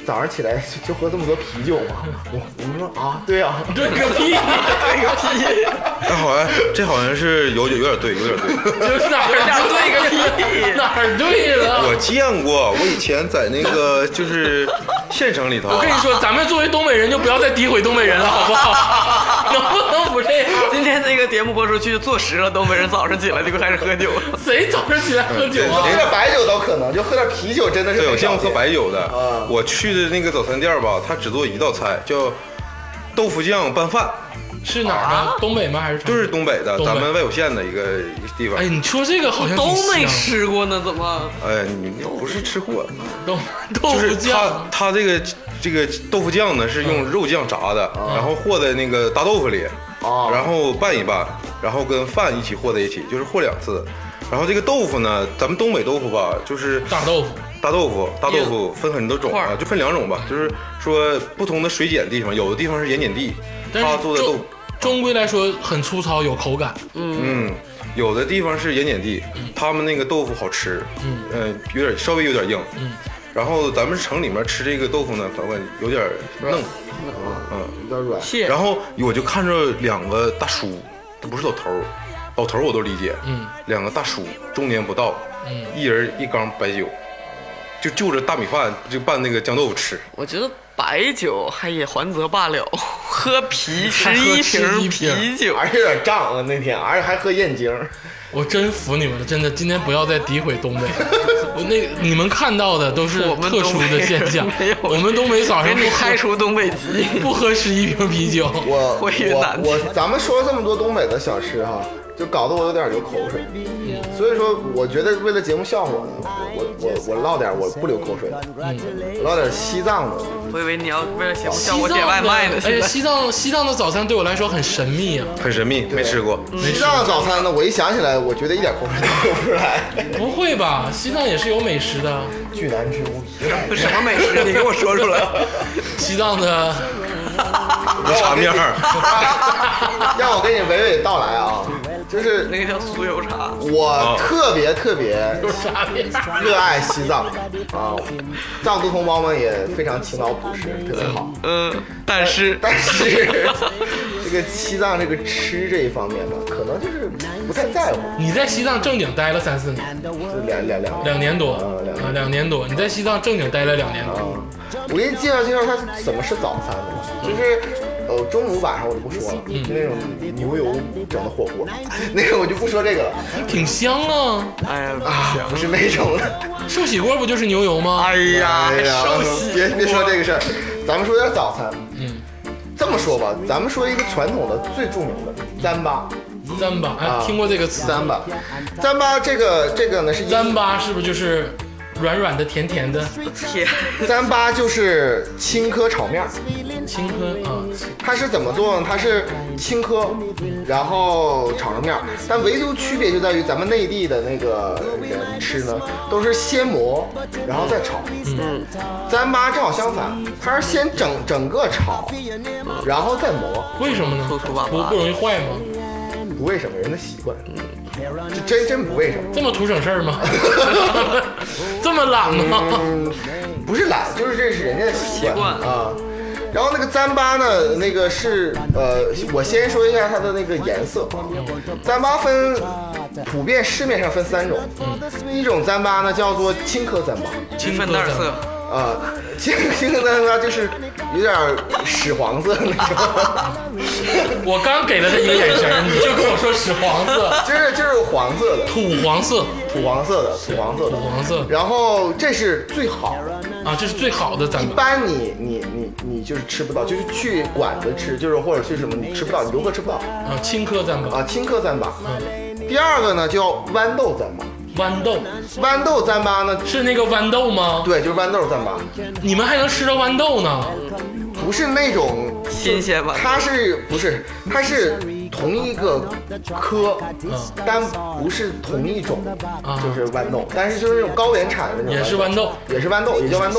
[SPEAKER 4] 早上起来就就喝这么多啤酒吗？我我们说啊，对啊，
[SPEAKER 5] 对个屁，对个屁，
[SPEAKER 3] 那好像这好像是有有点对，有点对。
[SPEAKER 5] 就是哪儿对个屁，哪儿对了？
[SPEAKER 3] 我见过，我以前在那个就是县城里头。
[SPEAKER 5] 我跟你说，咱们作为东北人，就不要再诋毁东北人了，好不好？能不能不这样？
[SPEAKER 2] 今天这个节目播出去就坐实了，东北人早上起来就开始喝酒了。
[SPEAKER 5] 谁早上起来喝酒啊？
[SPEAKER 4] 喝点白酒都可能，就喝点啤酒真的是。
[SPEAKER 3] 对，我见过喝白酒的。
[SPEAKER 4] 啊
[SPEAKER 3] 我去的那个早餐店吧，他只做一道菜，叫豆腐酱拌饭，
[SPEAKER 5] 是哪儿的？东北吗？还是
[SPEAKER 3] 就是东北的，
[SPEAKER 5] 东北
[SPEAKER 3] 咱们外有县的一个一个地方。
[SPEAKER 5] 哎，你说这个好像
[SPEAKER 2] 都没
[SPEAKER 5] 挺像
[SPEAKER 2] 吃过呢，怎么？
[SPEAKER 3] 哎，你不是吃货，
[SPEAKER 5] 豆豆
[SPEAKER 3] 就是
[SPEAKER 5] 腐酱
[SPEAKER 3] 它它这个这个豆腐酱呢是用肉酱炸的，然后和在那个大豆腐里，
[SPEAKER 4] 啊
[SPEAKER 3] 然后拌一拌，然后跟饭一起和在一起，就是和两次。然后这个豆腐呢，咱们东北豆腐吧，就是
[SPEAKER 5] 大豆腐。
[SPEAKER 3] 大豆腐，大豆腐分很多种啊，就分两种吧，就是说不同的水碱地方，有的地方是盐碱地，
[SPEAKER 5] 但是
[SPEAKER 3] 它做的豆
[SPEAKER 5] 终终归来说很粗糙，有口感。
[SPEAKER 3] 嗯，有的地方是盐碱地，他们那个豆腐好吃，
[SPEAKER 5] 嗯，
[SPEAKER 3] 呃，有点稍微有点硬，
[SPEAKER 5] 嗯，
[SPEAKER 3] 然后咱们城里面吃这个豆腐呢，反正有点嫩，嗯，
[SPEAKER 4] 有点软。
[SPEAKER 2] 蟹
[SPEAKER 3] 然后我就看着两个大叔，不是老头儿，老头儿我都理解，
[SPEAKER 5] 嗯，
[SPEAKER 3] 两个大叔中年不到，
[SPEAKER 5] 嗯，
[SPEAKER 3] 一人一缸白酒，就就着大米饭就拌那个酱豆腐吃。
[SPEAKER 2] 我觉得白酒还也还则罢了，喝啤
[SPEAKER 5] 还
[SPEAKER 2] 十一
[SPEAKER 5] 喝十一
[SPEAKER 2] 瓶
[SPEAKER 5] 瓶
[SPEAKER 2] 啤酒，
[SPEAKER 4] 而且有点胀啊，那天，而且还喝燕京。
[SPEAKER 5] 我真服你们了，真的，今天不要再诋毁东北。我那你们看到的都是
[SPEAKER 2] 我们
[SPEAKER 5] 特殊的现象
[SPEAKER 2] 东北人没有，
[SPEAKER 5] 我们东北早
[SPEAKER 2] 给你
[SPEAKER 5] 上不喝
[SPEAKER 2] 开除东北籍。
[SPEAKER 5] 不喝十一瓶啤酒。
[SPEAKER 4] 我
[SPEAKER 2] 回云南
[SPEAKER 4] 我我咱们说了这么多东北的小吃哈，就搞得我有点流口水。所以说，我觉得为了节目效果呢，我我我我唠点我不流口水的，我唠点西藏的。
[SPEAKER 2] 我以为你要为了节目效
[SPEAKER 5] 西藏
[SPEAKER 2] 果点外卖呢。
[SPEAKER 5] 的，哎，西藏西藏的早餐对我来说很神秘啊。
[SPEAKER 3] 很神秘，没吃过。
[SPEAKER 4] 西藏的早餐呢，我一想起来，我觉得一点口水都流不出来，
[SPEAKER 5] 不会吧？西藏也是有美食的。
[SPEAKER 4] 巨难吃无比。
[SPEAKER 2] 什么美食？你给我说出来。
[SPEAKER 5] 西藏的
[SPEAKER 3] 茶面儿，
[SPEAKER 4] 让我给你娓娓道来啊，就是
[SPEAKER 2] 那个叫酥油茶。
[SPEAKER 4] 我特别特别
[SPEAKER 5] 啥面？
[SPEAKER 4] 热爱西藏啊，藏族同胞们也非常勤劳朴实，特别好。
[SPEAKER 2] 嗯，但是
[SPEAKER 4] 但是这个西藏这个吃这一方面呢，可能就是不太在乎，
[SPEAKER 5] 你在西藏正经待了三四年，
[SPEAKER 4] 是两两两
[SPEAKER 5] 两年多
[SPEAKER 4] 啊两年
[SPEAKER 5] 啊，两年多。你在西藏正经待了两年多。
[SPEAKER 4] 啊。我给你介绍介绍它怎么吃早餐的，就是呃中午晚上我就不说了，就那种牛油整的火锅，那个我就不说这个了
[SPEAKER 5] 挺香啊！
[SPEAKER 2] 哎呀，
[SPEAKER 4] 啊，不是那种的。
[SPEAKER 5] 寿喜锅不就是牛油吗？
[SPEAKER 2] 哎呀，
[SPEAKER 4] 哎呀
[SPEAKER 2] 寿喜，
[SPEAKER 4] 别别说这个事儿，咱们说点早餐。
[SPEAKER 5] 嗯，
[SPEAKER 4] 这么说吧，咱们说一个传统的最著名的糌粑。
[SPEAKER 5] 糌粑，哎，听过这个词？
[SPEAKER 4] 糌粑，糌粑这个这个呢是
[SPEAKER 5] 糌粑是不是就是软软的、甜甜的？
[SPEAKER 2] 天，
[SPEAKER 4] 糌粑就是青稞炒面儿，
[SPEAKER 5] 青稞啊，
[SPEAKER 4] 它是怎么做呢？它是青稞，然后炒成面儿，但唯独区别就在于咱们内地的那个人吃呢，都是先磨，然后再炒。
[SPEAKER 2] 嗯，
[SPEAKER 4] 糌粑正好相反，它是先整整个炒，然后再磨。
[SPEAKER 5] 为什么呢？
[SPEAKER 2] 粗粗巴巴
[SPEAKER 5] 不不容易坏吗？
[SPEAKER 4] 不为什么人的习惯，这真真不为什么。
[SPEAKER 5] 这么图省事儿吗？这么懒吗？
[SPEAKER 4] 嗯，不是懒，就是这是人家的习惯
[SPEAKER 2] 习惯
[SPEAKER 4] 啊。然后那个糌粑呢，那个是呃，我先说一下它的那个颜色。糌粑分普遍市面上分三种，一种糌粑呢叫做青稞糌粑，
[SPEAKER 2] 七分淡色。
[SPEAKER 4] 啊，青青稞糌粑就是有点屎黄色那种，
[SPEAKER 5] 我刚给了他一个眼神，你就跟我说屎黄色、
[SPEAKER 4] 就是就是黄色的，
[SPEAKER 5] 土黄色、
[SPEAKER 4] 土黄色的，土黄色的
[SPEAKER 5] 土。黄色
[SPEAKER 4] 然后这是最好的，
[SPEAKER 5] 啊，这是最好的糌粑。
[SPEAKER 4] 一般你你你你就是吃不到，就是去馆子吃，就是或者去什么你吃不到，你游客吃不到
[SPEAKER 5] 啊，青稞糌粑，
[SPEAKER 4] 啊。青稞糌粑。第二个呢叫豌豆糌粑，
[SPEAKER 5] 豌豆
[SPEAKER 4] 豌豆糌粑呢，
[SPEAKER 5] 是那个豌豆吗？
[SPEAKER 4] 对，就是豌豆糌粑，
[SPEAKER 5] 你们还能吃到豌豆呢？
[SPEAKER 4] 不是那种
[SPEAKER 2] 新鲜吧？
[SPEAKER 4] 它是不是它是同一个科，
[SPEAKER 5] 嗯
[SPEAKER 4] 但不是同一种，
[SPEAKER 5] 啊
[SPEAKER 4] 就是豌豆，但是就是那种高原产的那种，
[SPEAKER 5] 也是豌豆，
[SPEAKER 4] 也是豌豆，也叫豌豆。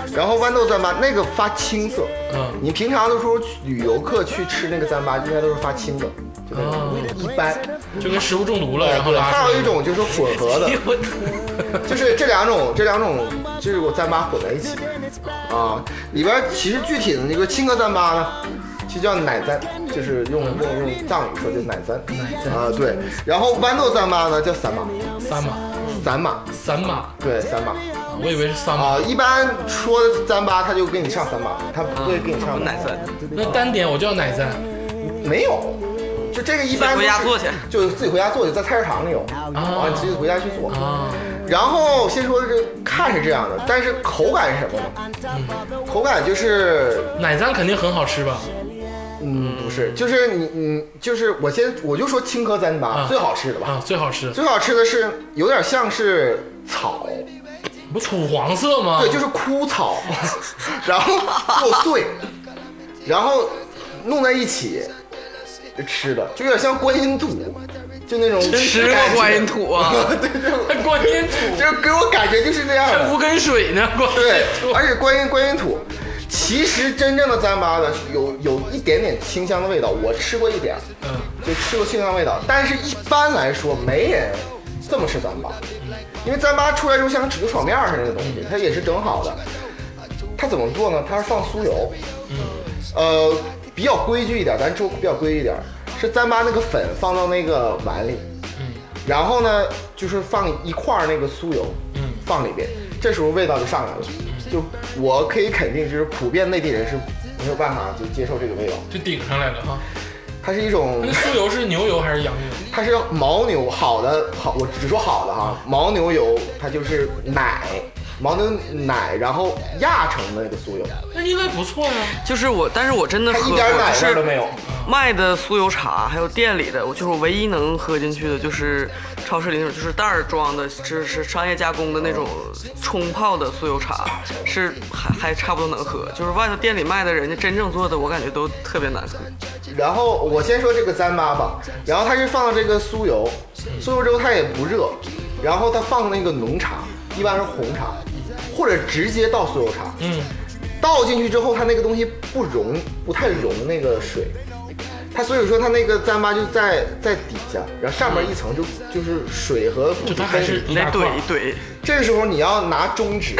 [SPEAKER 4] 然后豌豆糌粑那个发青色，
[SPEAKER 5] 嗯
[SPEAKER 4] 你平常的时候旅游客去吃那个糌粑，应该都是发青的，就那种一般。
[SPEAKER 5] 就跟食物中毒了，然后拉出来。
[SPEAKER 4] 还有一种就是混合的，就是这两种这两种就是我糌粑混在一起啊，里边其实具体的那个青稞糌粑呢，其实叫奶糌，就是用用用藏语说就奶糌，
[SPEAKER 5] 奶糌
[SPEAKER 4] 啊对，然后豌豆糌粑呢叫散马，
[SPEAKER 5] 三马，
[SPEAKER 4] 散马，
[SPEAKER 5] 散马，
[SPEAKER 4] 对散马。
[SPEAKER 5] 我以为是三马。
[SPEAKER 4] 啊，一般说糌粑他就给你唱散马，他不会给你唱
[SPEAKER 2] 奶糌。
[SPEAKER 5] 那单点我叫奶糌。
[SPEAKER 4] 没有，就这个一般
[SPEAKER 2] 自己回家做去，
[SPEAKER 4] 就自己回家做去，在菜市场里有，啊，你自己回家去做。
[SPEAKER 5] 啊，
[SPEAKER 4] 然后先说这看是这样的，但是口感是什么呢？口感就是
[SPEAKER 5] 奶糌肯定很好吃吧？
[SPEAKER 4] 嗯，不是，就是你你就是我先我就说青稞糌粑、
[SPEAKER 5] 啊
[SPEAKER 4] 最好吃的吧，
[SPEAKER 5] 啊，最好吃。
[SPEAKER 4] 最好吃的是有点像是草，
[SPEAKER 5] 不土黄色吗？
[SPEAKER 4] 对，就是枯草，然后剁碎，然后弄在一起吃的，就有点像观音土，就那种
[SPEAKER 2] 吃过观音土啊，
[SPEAKER 4] 对对，
[SPEAKER 5] 观音土，
[SPEAKER 4] 就给我感觉就是那样的。
[SPEAKER 5] 还无根水呢，观音
[SPEAKER 4] 对，
[SPEAKER 5] 土。
[SPEAKER 4] 而且观音观音土，其实真正的糌粑呢，有有一点点清香的味道，我吃过一点，
[SPEAKER 5] 嗯，
[SPEAKER 4] 就吃过清香味道，但是一般来说没人这么吃糌粑，因为糌粑出来之后像纸炒面似的那个东西，它也是整好的。它怎么做呢？它是放酥油，
[SPEAKER 5] 嗯，
[SPEAKER 4] 呃，比较规矩一点，咱中比较规矩一点，是糌粑那个粉放到那个碗里，
[SPEAKER 5] 嗯，
[SPEAKER 4] 然后呢就是放一块那个酥油，
[SPEAKER 5] 嗯，
[SPEAKER 4] 放里边，这时候味道就上来了。就我可以肯定，就是普遍内地人是没有办法就接受这个味道，
[SPEAKER 5] 就顶上来了哈。
[SPEAKER 4] 它是一种
[SPEAKER 5] 那酥油是牛油还是羊油？
[SPEAKER 4] 它是牦牛好的好，我只说好的哈，牦牛油它就是奶，牦牛奶，然后压成的那个酥油，
[SPEAKER 5] 那应该不错呀。
[SPEAKER 2] 就是我，但是我真的
[SPEAKER 4] 它
[SPEAKER 2] 喝过，
[SPEAKER 4] 一点奶
[SPEAKER 2] 就是
[SPEAKER 4] 味都没有。
[SPEAKER 2] 卖的酥油茶，还有店里的，我就是我唯一能喝进去的，就是超市里那种就是袋儿装的，就是商业加工的那种冲泡的酥油茶，是还还差不多能喝。就是外头店里卖的，人家真正做的，我感觉都特别难喝。
[SPEAKER 4] 然后我先说这个糌粑吧，然后它是放了这个酥油，酥油之后它也不热，然后它放那个浓茶，一般是红茶，或者直接倒酥油茶，
[SPEAKER 5] 嗯，
[SPEAKER 4] 倒进去之后它那个东西不溶，不太溶那个水，它所以说它那个糌粑就在在底下，然后上面一层就就是水和固
[SPEAKER 5] 就
[SPEAKER 4] 体
[SPEAKER 5] 它还是
[SPEAKER 4] 分离。
[SPEAKER 2] 得怼
[SPEAKER 5] 一大块。
[SPEAKER 2] 一怼，
[SPEAKER 4] 这个时候你要拿中指，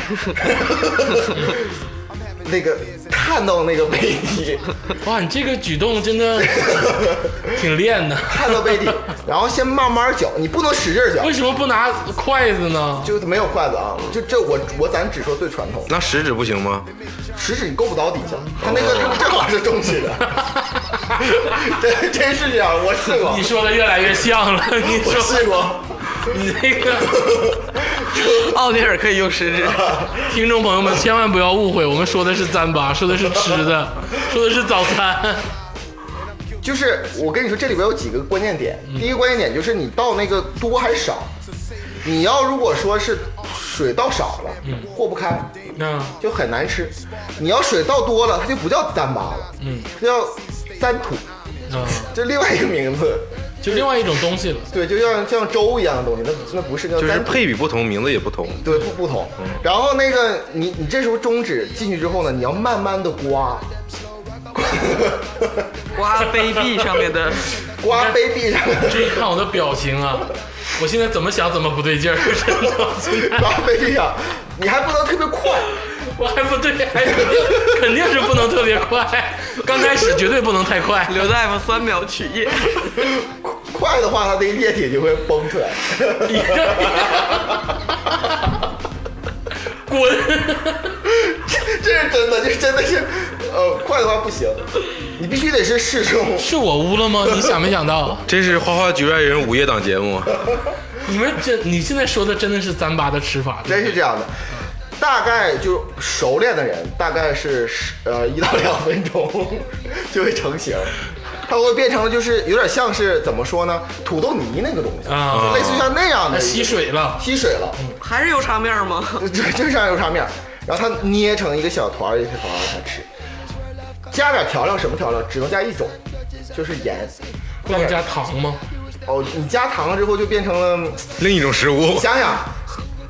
[SPEAKER 4] 那个看到那个杯底，
[SPEAKER 5] 哇，你这个举动真的挺练的。
[SPEAKER 4] 看到杯底，然后先慢慢搅，你不能使劲搅
[SPEAKER 5] 为，什么不拿筷子呢？
[SPEAKER 4] 就没有筷子啊，就这我我咱只说最传统，
[SPEAKER 3] 那食指不行吗？
[SPEAKER 4] 食指你够不到底下，它那个它正好是中指的，真真是这样，我试过
[SPEAKER 5] 你，说的越来越像了。你
[SPEAKER 4] 我
[SPEAKER 5] 说
[SPEAKER 4] 试过，
[SPEAKER 5] 你那个
[SPEAKER 2] 奥尼尔可以用食指。
[SPEAKER 5] 听众朋友们千万不要误会，我们说的是糌粑，说的是吃的，说的是早餐。
[SPEAKER 4] 就是我跟你说，这里边有几个关键点。第一个关键点就是你倒那个多还是少。你要如果说是水倒少了，和不开，
[SPEAKER 5] 嗯
[SPEAKER 4] 就很难吃。你要水倒多了，它就不叫糌粑了，
[SPEAKER 5] 嗯
[SPEAKER 4] 它叫糌土，
[SPEAKER 5] 嗯，
[SPEAKER 4] 这另外一个名字。
[SPEAKER 5] 就另外一种东西了。
[SPEAKER 4] 对，就像像粥一样的东西，那那不是叫
[SPEAKER 3] 就是
[SPEAKER 4] 糌土。
[SPEAKER 3] 配比不同，名字也不同。
[SPEAKER 4] 对，不不同。然后那个你你这时候中指进去之后呢，你要慢慢的刮，
[SPEAKER 2] 刮杯壁上面的，
[SPEAKER 4] 刮杯壁上，
[SPEAKER 5] 注意看我的表情啊，我现在怎么想怎么不对劲儿，真的。
[SPEAKER 4] 刮杯壁上，你还不能特别快。
[SPEAKER 5] 我还不对，还肯定肯定是不能特别快，刚开始绝对不能太快。
[SPEAKER 2] 刘大夫三秒取液。
[SPEAKER 4] 快的话，它那个液体就会崩出来。
[SPEAKER 5] 滚！
[SPEAKER 4] 这是真的，这真的是，呃，快的话不行，你必须得是适中。
[SPEAKER 5] 是我污了吗？你想没想到？
[SPEAKER 3] 这是花花局外人午夜档节目，
[SPEAKER 5] 你们这你现在说的真的是糌粑的吃法，
[SPEAKER 4] 真是这样的。大概就熟练的人，大概是十呃一到两分钟就会成型，它会变成就是有点像是怎么说呢，土豆泥那个东西
[SPEAKER 5] 啊
[SPEAKER 4] 类似于像那样的
[SPEAKER 5] 它吸水了。
[SPEAKER 4] 吸水了，
[SPEAKER 2] 还是油茶面吗？
[SPEAKER 4] 这就是像油茶面，然后它捏成一个小团儿一个小团儿让它吃，加点调料，什么调料？只能加一种，就是盐。
[SPEAKER 5] 不能加糖吗？
[SPEAKER 4] 哦，你加糖了之后就变成了，
[SPEAKER 3] 另一种食物
[SPEAKER 4] 你。想想，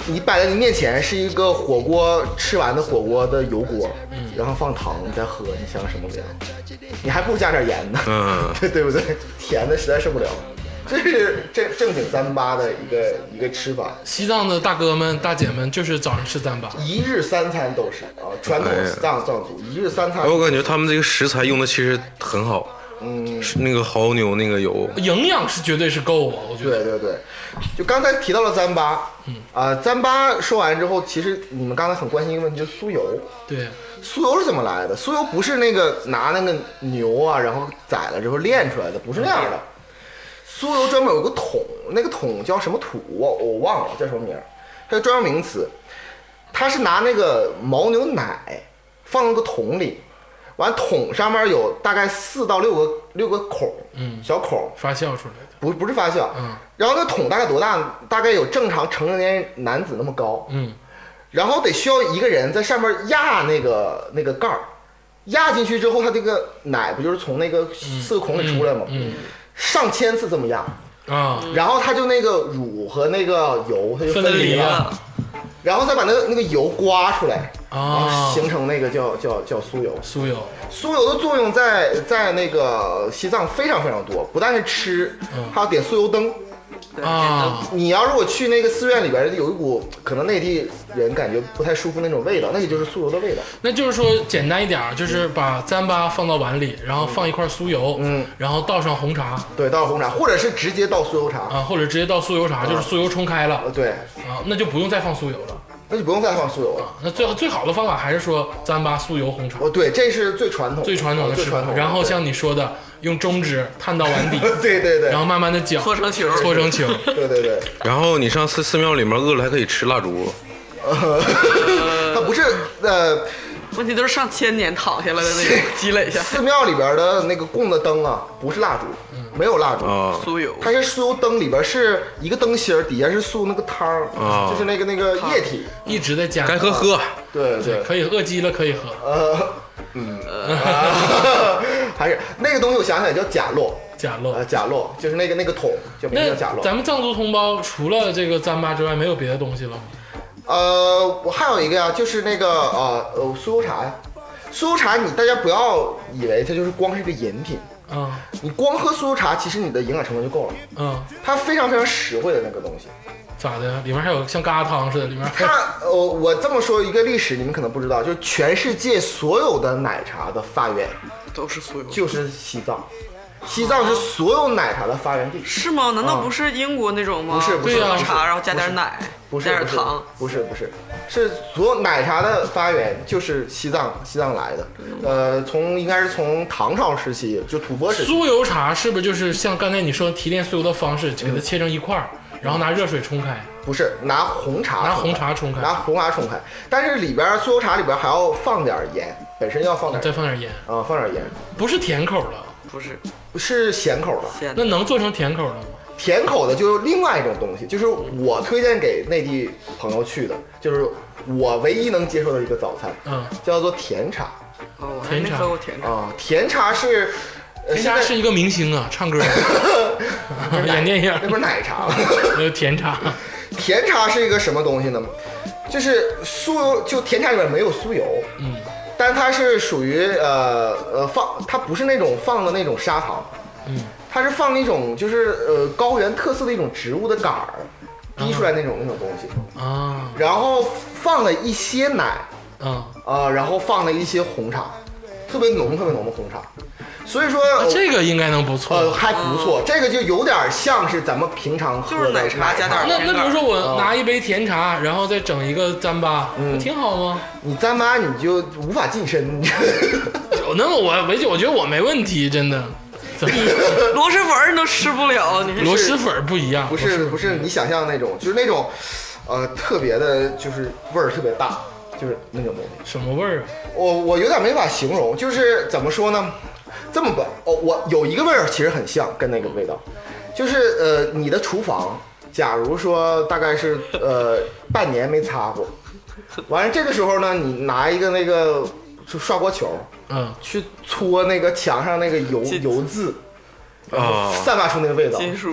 [SPEAKER 4] 你摆在你面前是一个火锅吃完的火锅的油锅，嗯，然后放糖你再喝，你想什么味道？你还不如加点盐呢，
[SPEAKER 3] 嗯，
[SPEAKER 4] 对对不对？甜的实在受不了。这是正正经糌粑的一个一个吃法。
[SPEAKER 5] 西藏的大哥们大姐们就是早上吃糌粑，
[SPEAKER 4] 一日三餐都是啊，传统藏藏族一日三餐。
[SPEAKER 3] 哎，我感觉他们这个食材用的其实很好，
[SPEAKER 4] 嗯，
[SPEAKER 3] 是那个牦牛那个油，
[SPEAKER 5] 营养是绝对是够啊，我觉得。
[SPEAKER 4] 对对对，就刚才提到了糌粑，嗯啊，糌粑说完之后，其实你们刚才很关心一个问题，就是酥油。
[SPEAKER 5] 对，
[SPEAKER 4] 酥油是怎么来的？酥油不是那个拿那个牛啊，然后宰了之后炼出来的，不是那样的。酥油专门有个桶，那个桶叫什么土，我我忘了叫什么名儿，它是专有名词。它是拿那个牦牛奶放那个桶里，完桶上面有大概四到六个六个孔，
[SPEAKER 5] 嗯，
[SPEAKER 4] 小孔
[SPEAKER 5] 发酵出来的，
[SPEAKER 4] 不不是发酵，
[SPEAKER 5] 嗯，
[SPEAKER 4] 然后那桶大概多大？大概有正常成年男子那么高，
[SPEAKER 5] 嗯，
[SPEAKER 4] 然后得需要一个人在上面压那个那个盖儿，压进去之后，它这个奶不就是从那个四个孔里出来吗？
[SPEAKER 5] 嗯，嗯
[SPEAKER 4] 上千次这么压
[SPEAKER 5] 啊，
[SPEAKER 4] 然后它就那个乳和那个油它就分离了，
[SPEAKER 5] 了
[SPEAKER 4] 然后再把那个那个油刮出来，然后
[SPEAKER 5] 啊，
[SPEAKER 4] 形成那个叫叫叫酥油。
[SPEAKER 5] 酥油，
[SPEAKER 4] 酥油的作用在在那个西藏非常非常多，不但是吃，还要点酥油灯。
[SPEAKER 2] 对
[SPEAKER 5] 啊，
[SPEAKER 4] 你要如果去那个寺院里边，有一股可能内地人感觉不太舒服那种味道，那个就是酥油的味道。
[SPEAKER 5] 那就是说简单一点儿，就是把糌粑放到碗里，然后放一块酥油，
[SPEAKER 4] 嗯，
[SPEAKER 5] 然后倒上红茶
[SPEAKER 4] 对，倒红茶，或者是直接倒酥油茶。
[SPEAKER 5] 啊，或者直接倒酥油茶，就是酥油冲开了
[SPEAKER 4] 呃，对，
[SPEAKER 5] 啊，那就不用再放酥油了。
[SPEAKER 4] 那就不用再放酥油了。
[SPEAKER 5] 那最最好的方法还是说糌粑酥油红茶，
[SPEAKER 4] 哦，对，这是最传统、
[SPEAKER 5] 最传统的吃法。
[SPEAKER 4] 最传统的。
[SPEAKER 5] 然后像你说的，用中指探到碗底，
[SPEAKER 4] 对对对，
[SPEAKER 5] 然后慢慢的搅，
[SPEAKER 2] 搓成球，
[SPEAKER 5] 搓成球。
[SPEAKER 4] 对对对，
[SPEAKER 3] 然后你上寺寺庙里面饿了还可以吃蜡烛，
[SPEAKER 4] 它不是呃，
[SPEAKER 2] 问题都是上千年躺下来的那种积累下，
[SPEAKER 4] 寺庙里边的那个供的灯啊，不是蜡烛，没有蜡烛。
[SPEAKER 3] 啊，
[SPEAKER 2] 酥油，
[SPEAKER 4] 它是酥油灯，里边是一个灯芯儿，底下是酥那个汤儿，
[SPEAKER 3] 啊
[SPEAKER 4] 就是那个那个液体。
[SPEAKER 5] 一直在加，
[SPEAKER 3] 该喝喝。
[SPEAKER 4] 对对，
[SPEAKER 5] 可以饿鸡了可以喝。
[SPEAKER 4] 呃，嗯，啊还是那个东西，我想起来叫甲洛，
[SPEAKER 5] 假露
[SPEAKER 4] 呃，甲洛就是那个那个桶，叫名
[SPEAKER 5] 那
[SPEAKER 4] 叫甲洛。
[SPEAKER 5] 咱们藏族同胞除了这个糌粑之外，没有别的东西了吗？
[SPEAKER 4] 呃，我还有一个呀，就是那个呃呃酥油茶呀。酥油茶你大家不要以为它就是光是个饮品，
[SPEAKER 5] 啊
[SPEAKER 4] 你光喝酥油茶，其实你的营养成分就够了。
[SPEAKER 5] 嗯，
[SPEAKER 4] 它非常非常实惠的那个东西。
[SPEAKER 5] 咋的呀？里面还有像疙瘩汤似的，里面还有
[SPEAKER 4] 它呃，我这么说一个历史，你们可能不知道，就是全世界所有的奶茶的发源
[SPEAKER 2] 都是酥油，
[SPEAKER 4] 就是西藏，西藏是所有奶茶的发源地。
[SPEAKER 2] 是吗？难道不是英国那种吗？
[SPEAKER 4] 不是不是
[SPEAKER 2] 喝
[SPEAKER 5] 对呀
[SPEAKER 2] 茶然后加点奶，
[SPEAKER 4] 不是
[SPEAKER 2] 加点糖，
[SPEAKER 4] 不是不是，是所有奶茶的发源就是西藏西藏来的。呃，从应该是从唐朝时期，就吐蕃时期。
[SPEAKER 5] 酥油茶是不是就是像刚才你说提炼酥油的方式，给它切成一块儿，然后拿热水冲开，
[SPEAKER 4] 不是拿红茶冲开，
[SPEAKER 5] 拿红茶冲开
[SPEAKER 4] 拿红茶冲开，但是里边酥油茶里边还要放点盐，本身要放点
[SPEAKER 5] 再放点盐，
[SPEAKER 4] 啊、放点盐，
[SPEAKER 5] 不是甜口的，
[SPEAKER 2] 不是
[SPEAKER 4] 是咸口的。
[SPEAKER 2] 咸的。
[SPEAKER 5] 那能做成甜口的吗？
[SPEAKER 4] 甜口的就另外一种东西，就是我推荐给内地朋友去的，就是我唯一能接受的一个早餐，
[SPEAKER 5] 嗯，
[SPEAKER 4] 叫做甜茶
[SPEAKER 2] 哦，我还没喝过甜茶。
[SPEAKER 4] 啊。甜茶是，呃，
[SPEAKER 5] 人
[SPEAKER 4] 现在
[SPEAKER 5] 家是一个明星啊，唱歌的，演电影
[SPEAKER 4] 那，不是奶茶吗？
[SPEAKER 5] 那个甜茶，
[SPEAKER 4] 甜茶是一个什么东西呢？就是酥油，就甜茶里面没有酥油，
[SPEAKER 5] 嗯，
[SPEAKER 4] 但它是属于呃呃放，它不是那种放的那种砂糖，
[SPEAKER 5] 嗯，
[SPEAKER 4] 它是放那种就是呃高原特色的一种植物的杆儿滴出来那种、那种东西，
[SPEAKER 5] 啊
[SPEAKER 4] 然后放了一些奶
[SPEAKER 5] 啊，
[SPEAKER 4] 啊、然后放了一些红茶，特别浓特别浓的红茶，所以说、
[SPEAKER 5] 啊这个应该能不错。
[SPEAKER 4] 呃还不错，这个就有点像是咱们平常喝的
[SPEAKER 2] 就是奶茶加点
[SPEAKER 5] 那那比如说我
[SPEAKER 4] 啊
[SPEAKER 5] 拿一杯甜茶，然后再整一个糌粑，
[SPEAKER 4] 嗯
[SPEAKER 5] 不挺好吗？
[SPEAKER 4] 你糌粑你就无法近身。
[SPEAKER 5] 有那么我我我觉得我没问题，真的。怎么
[SPEAKER 2] 螺蛳粉儿你都吃不了，你
[SPEAKER 5] 螺蛳粉儿不一样？
[SPEAKER 4] 不是不是你想象那种，就是那种，呃，特别的，就是味儿特别大，就是那种东西。
[SPEAKER 5] 什么味儿啊？
[SPEAKER 4] 我我有点没法形容，就是怎么说呢？这么吧，哦，我有一个味儿其实很像，跟那个味道，就是呃，你的厨房，假如说大概是呃半年没擦过，完了这个时候呢，你拿一个那个就刷锅球，
[SPEAKER 5] 嗯，
[SPEAKER 4] 去搓那个墙上那个油
[SPEAKER 2] 金
[SPEAKER 4] 油渍，然后
[SPEAKER 3] 啊
[SPEAKER 4] 散发出那个味道。
[SPEAKER 2] 金属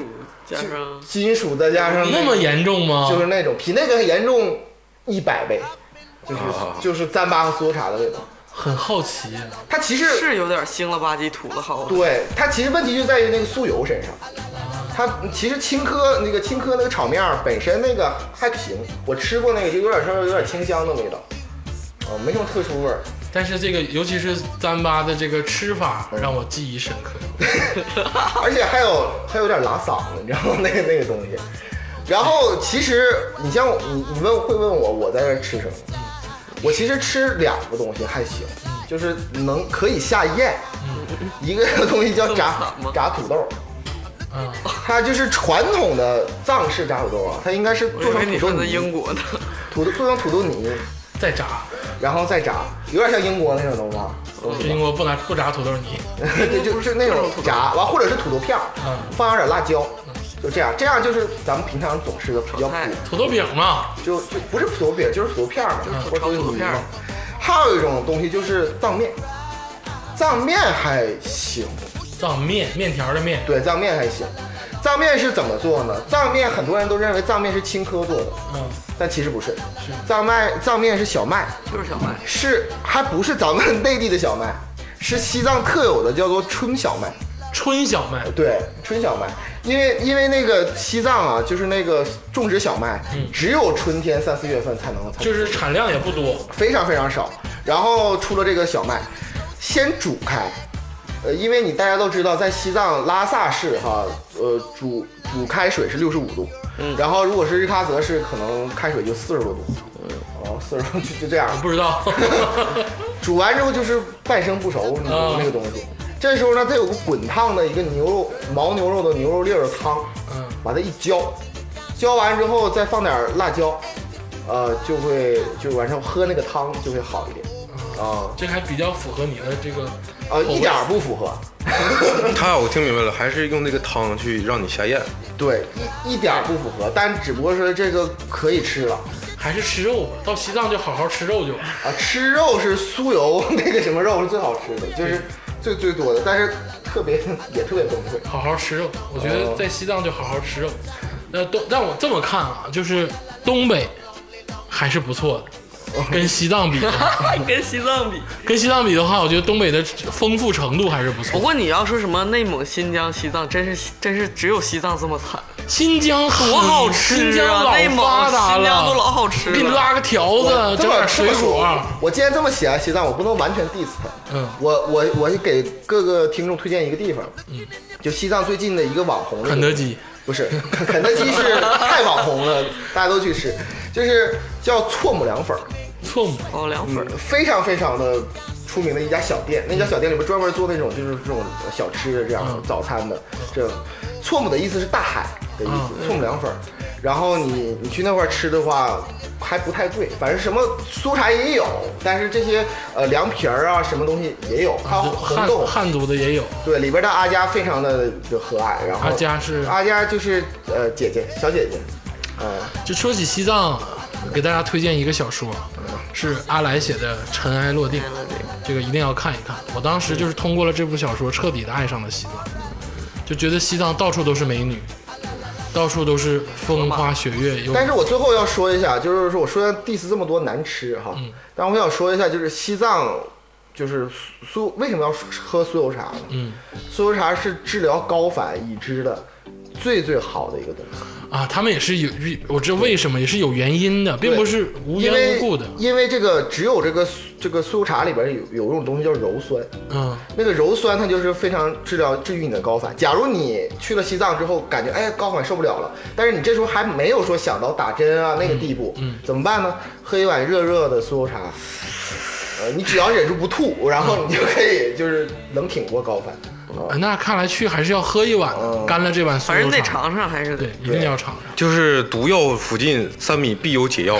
[SPEAKER 2] 加上
[SPEAKER 4] 金属的加上
[SPEAKER 5] 那么严重吗？
[SPEAKER 4] 就是那种比那个严重一百倍，就是、
[SPEAKER 3] 啊、
[SPEAKER 4] 就是糌粑和酥油茶的味道。
[SPEAKER 5] 很好奇，
[SPEAKER 4] 它其实
[SPEAKER 2] 是有点腥了吧唧土了好。
[SPEAKER 4] 对，它其实问题就在于那个酥油身上。它其实青稞那个青稞那个炒面本身那个还行，我吃过那个就有点稍微有点清香的味道，哦，没什么特殊味儿。
[SPEAKER 5] 但是这个尤其是糌粑的这个吃法让我记忆深刻，
[SPEAKER 4] 而且还有还有点拉嗓子，你知道吗？那个那个东西。然后其实你像你你问会问我我在这吃什么？我其实吃两个东西还行，就是能可以下咽。一个东西叫炸炸土豆。
[SPEAKER 5] 嗯，
[SPEAKER 4] 它就是传统的藏式炸土豆啊，它应该是做成土豆泥，
[SPEAKER 2] 英国的
[SPEAKER 4] 土豆做成土豆泥，
[SPEAKER 5] 再炸，
[SPEAKER 4] 然后再炸，有点像英国那种东西吧？
[SPEAKER 5] 英国不拿不炸土豆泥，
[SPEAKER 4] 对，就是那种炸完，或者是土豆片儿，
[SPEAKER 5] 嗯，
[SPEAKER 4] 放上点辣椒，就这样，这样就是咱们平常总吃的比较苦，
[SPEAKER 5] 土豆饼嘛，
[SPEAKER 4] 就就不是土豆饼，就是土豆片儿嘛，
[SPEAKER 2] 就是炒土豆片儿。
[SPEAKER 4] 还有一种东西就是藏面，藏面还行。
[SPEAKER 5] 藏面面条的面，
[SPEAKER 4] 对，藏面还行。藏面是怎么做呢？藏面很多人都认为藏面是青稞做的，
[SPEAKER 5] 嗯，
[SPEAKER 4] 但其实不是，
[SPEAKER 5] 是
[SPEAKER 4] 藏麦藏面是小麦，
[SPEAKER 2] 就是小麦，
[SPEAKER 4] 是还不是咱们内地的小麦，是西藏特有的叫做春小麦。
[SPEAKER 5] 春小麦，
[SPEAKER 4] 对，春小麦，因为因为那个西藏啊，就是那个种植小麦，
[SPEAKER 5] 嗯，
[SPEAKER 4] 只有春天三四月份才能，才能
[SPEAKER 5] 就是产量也不多，
[SPEAKER 4] 非常非常少。然后出了这个小麦，先煮开。呃，因为你大家都知道，在西藏拉萨市哈，呃，煮煮开水是六十五度，嗯，然后如果是日喀则市，可能开水就四十多度，嗯，哦，四十多就就这样，
[SPEAKER 5] 不知道，
[SPEAKER 4] 煮完之后就是半生不熟，你那个东西，这时候呢，它有个滚烫的一个牛肉牦牛肉的牛肉粒儿汤，
[SPEAKER 5] 嗯，
[SPEAKER 4] 把它一浇，浇完之后再放点辣椒，呃，就会就晚上喝那个汤就会好一点。啊，
[SPEAKER 5] 这还比较符合你的这个，
[SPEAKER 4] 呃，一点不符合。
[SPEAKER 3] 他我听明白了，还是用那个汤去让你下咽。
[SPEAKER 4] 对，一一点不符合，但只不过是这个可以吃了。
[SPEAKER 5] 还是吃肉吧，到西藏就好好吃肉就完。
[SPEAKER 4] 啊，吃肉是酥油那个什么肉是最好吃的，就是最最多的，但是特别也特别崩溃。
[SPEAKER 5] 好好吃肉，我觉得在西藏就好好吃肉。那东让我这么看啊，就是东北还是不错的。跟西藏比，
[SPEAKER 2] 跟西藏比，
[SPEAKER 5] 跟西藏比的话，我觉得东北的丰富程度还是不错。
[SPEAKER 2] 不过你要说什么内蒙、新疆、西藏，真是真是只有西藏这么惨。
[SPEAKER 5] 新疆
[SPEAKER 2] 多好吃啊！
[SPEAKER 5] 新疆老
[SPEAKER 2] 内蒙、
[SPEAKER 5] 发达了，
[SPEAKER 2] 新疆都老好吃了。
[SPEAKER 5] 给你拉个条子，整点水果。
[SPEAKER 4] 我既然这么喜爱西藏，我不能完全 diss 它。
[SPEAKER 5] 嗯，
[SPEAKER 4] 我我我给各个听众推荐一个地方，
[SPEAKER 5] 嗯，
[SPEAKER 4] 就西藏最近的一个网红，
[SPEAKER 5] 肯德基。
[SPEAKER 4] 不是，肯德基是太网红了，大家都去吃，就是叫错母凉粉儿。
[SPEAKER 5] 错母
[SPEAKER 2] 哦，凉粉、
[SPEAKER 4] 嗯，非常非常的出名的一家小店，那家小店里面专门做那种就是这种小吃的这样的、嗯、早餐的。这错母的意思是大海的意思，嗯、错母凉粉。然后你你去那块吃的话还不太贵，反正什么酥茶也有，但是这些呃凉皮儿啊什么东西也有，还有红豆
[SPEAKER 5] 汉族的也有。
[SPEAKER 4] 对，里边的阿佳非常的就和蔼，然后
[SPEAKER 5] 阿佳是
[SPEAKER 4] 阿佳就是呃姐姐小姐姐，嗯、呃，
[SPEAKER 5] 就说起西藏。给大家推荐一个小说，是阿来写的《尘埃落定》，这个一定要看一看。我当时就是通过了这部小说，彻底的爱上了西藏，就觉得西藏到处都是美女，到处都是风花雪月。
[SPEAKER 4] 但是我最后要说一下，就是说我说 diss 这么多难吃哈，嗯、但我想说一下，就是西藏就是酥为什么要喝酥油茶呢？嗯，酥油茶是治疗高反已知的最最好的一个东西。
[SPEAKER 5] 啊，他们也是有，我知道为什么，也是有原因的，并不是无缘无故的。
[SPEAKER 4] 因为这个只有这个这个酥油茶里边有有一种东西叫鞣酸，嗯，那个鞣酸它就是非常治疗治愈你的高反。假如你去了西藏之后，感觉哎高反受不了了，但是你这时候还没有说想到打针啊那个地步，嗯，嗯怎么办呢？喝一碗热热的酥油茶，呃，你只要忍住不吐，然后你就可以就是能挺过高反。
[SPEAKER 5] 哦、那看来去还是要喝一碗的，嗯、干了这碗酥油茶，
[SPEAKER 2] 反正得尝尝，还是
[SPEAKER 5] 对，一定要尝尝。
[SPEAKER 3] 就是毒药附近三米必有解药。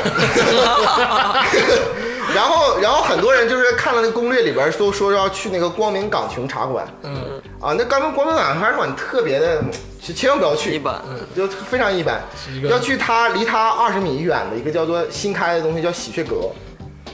[SPEAKER 4] 然后，然后很多人就是看了那攻略里边都说要去那个光明岗琼茶馆，嗯啊，那光明光明岗茶馆特别的，千万不要去，
[SPEAKER 2] 一般，
[SPEAKER 4] 嗯，就非常一般。要去它离它二十米远的一个叫做新开的东西，叫喜鹊阁。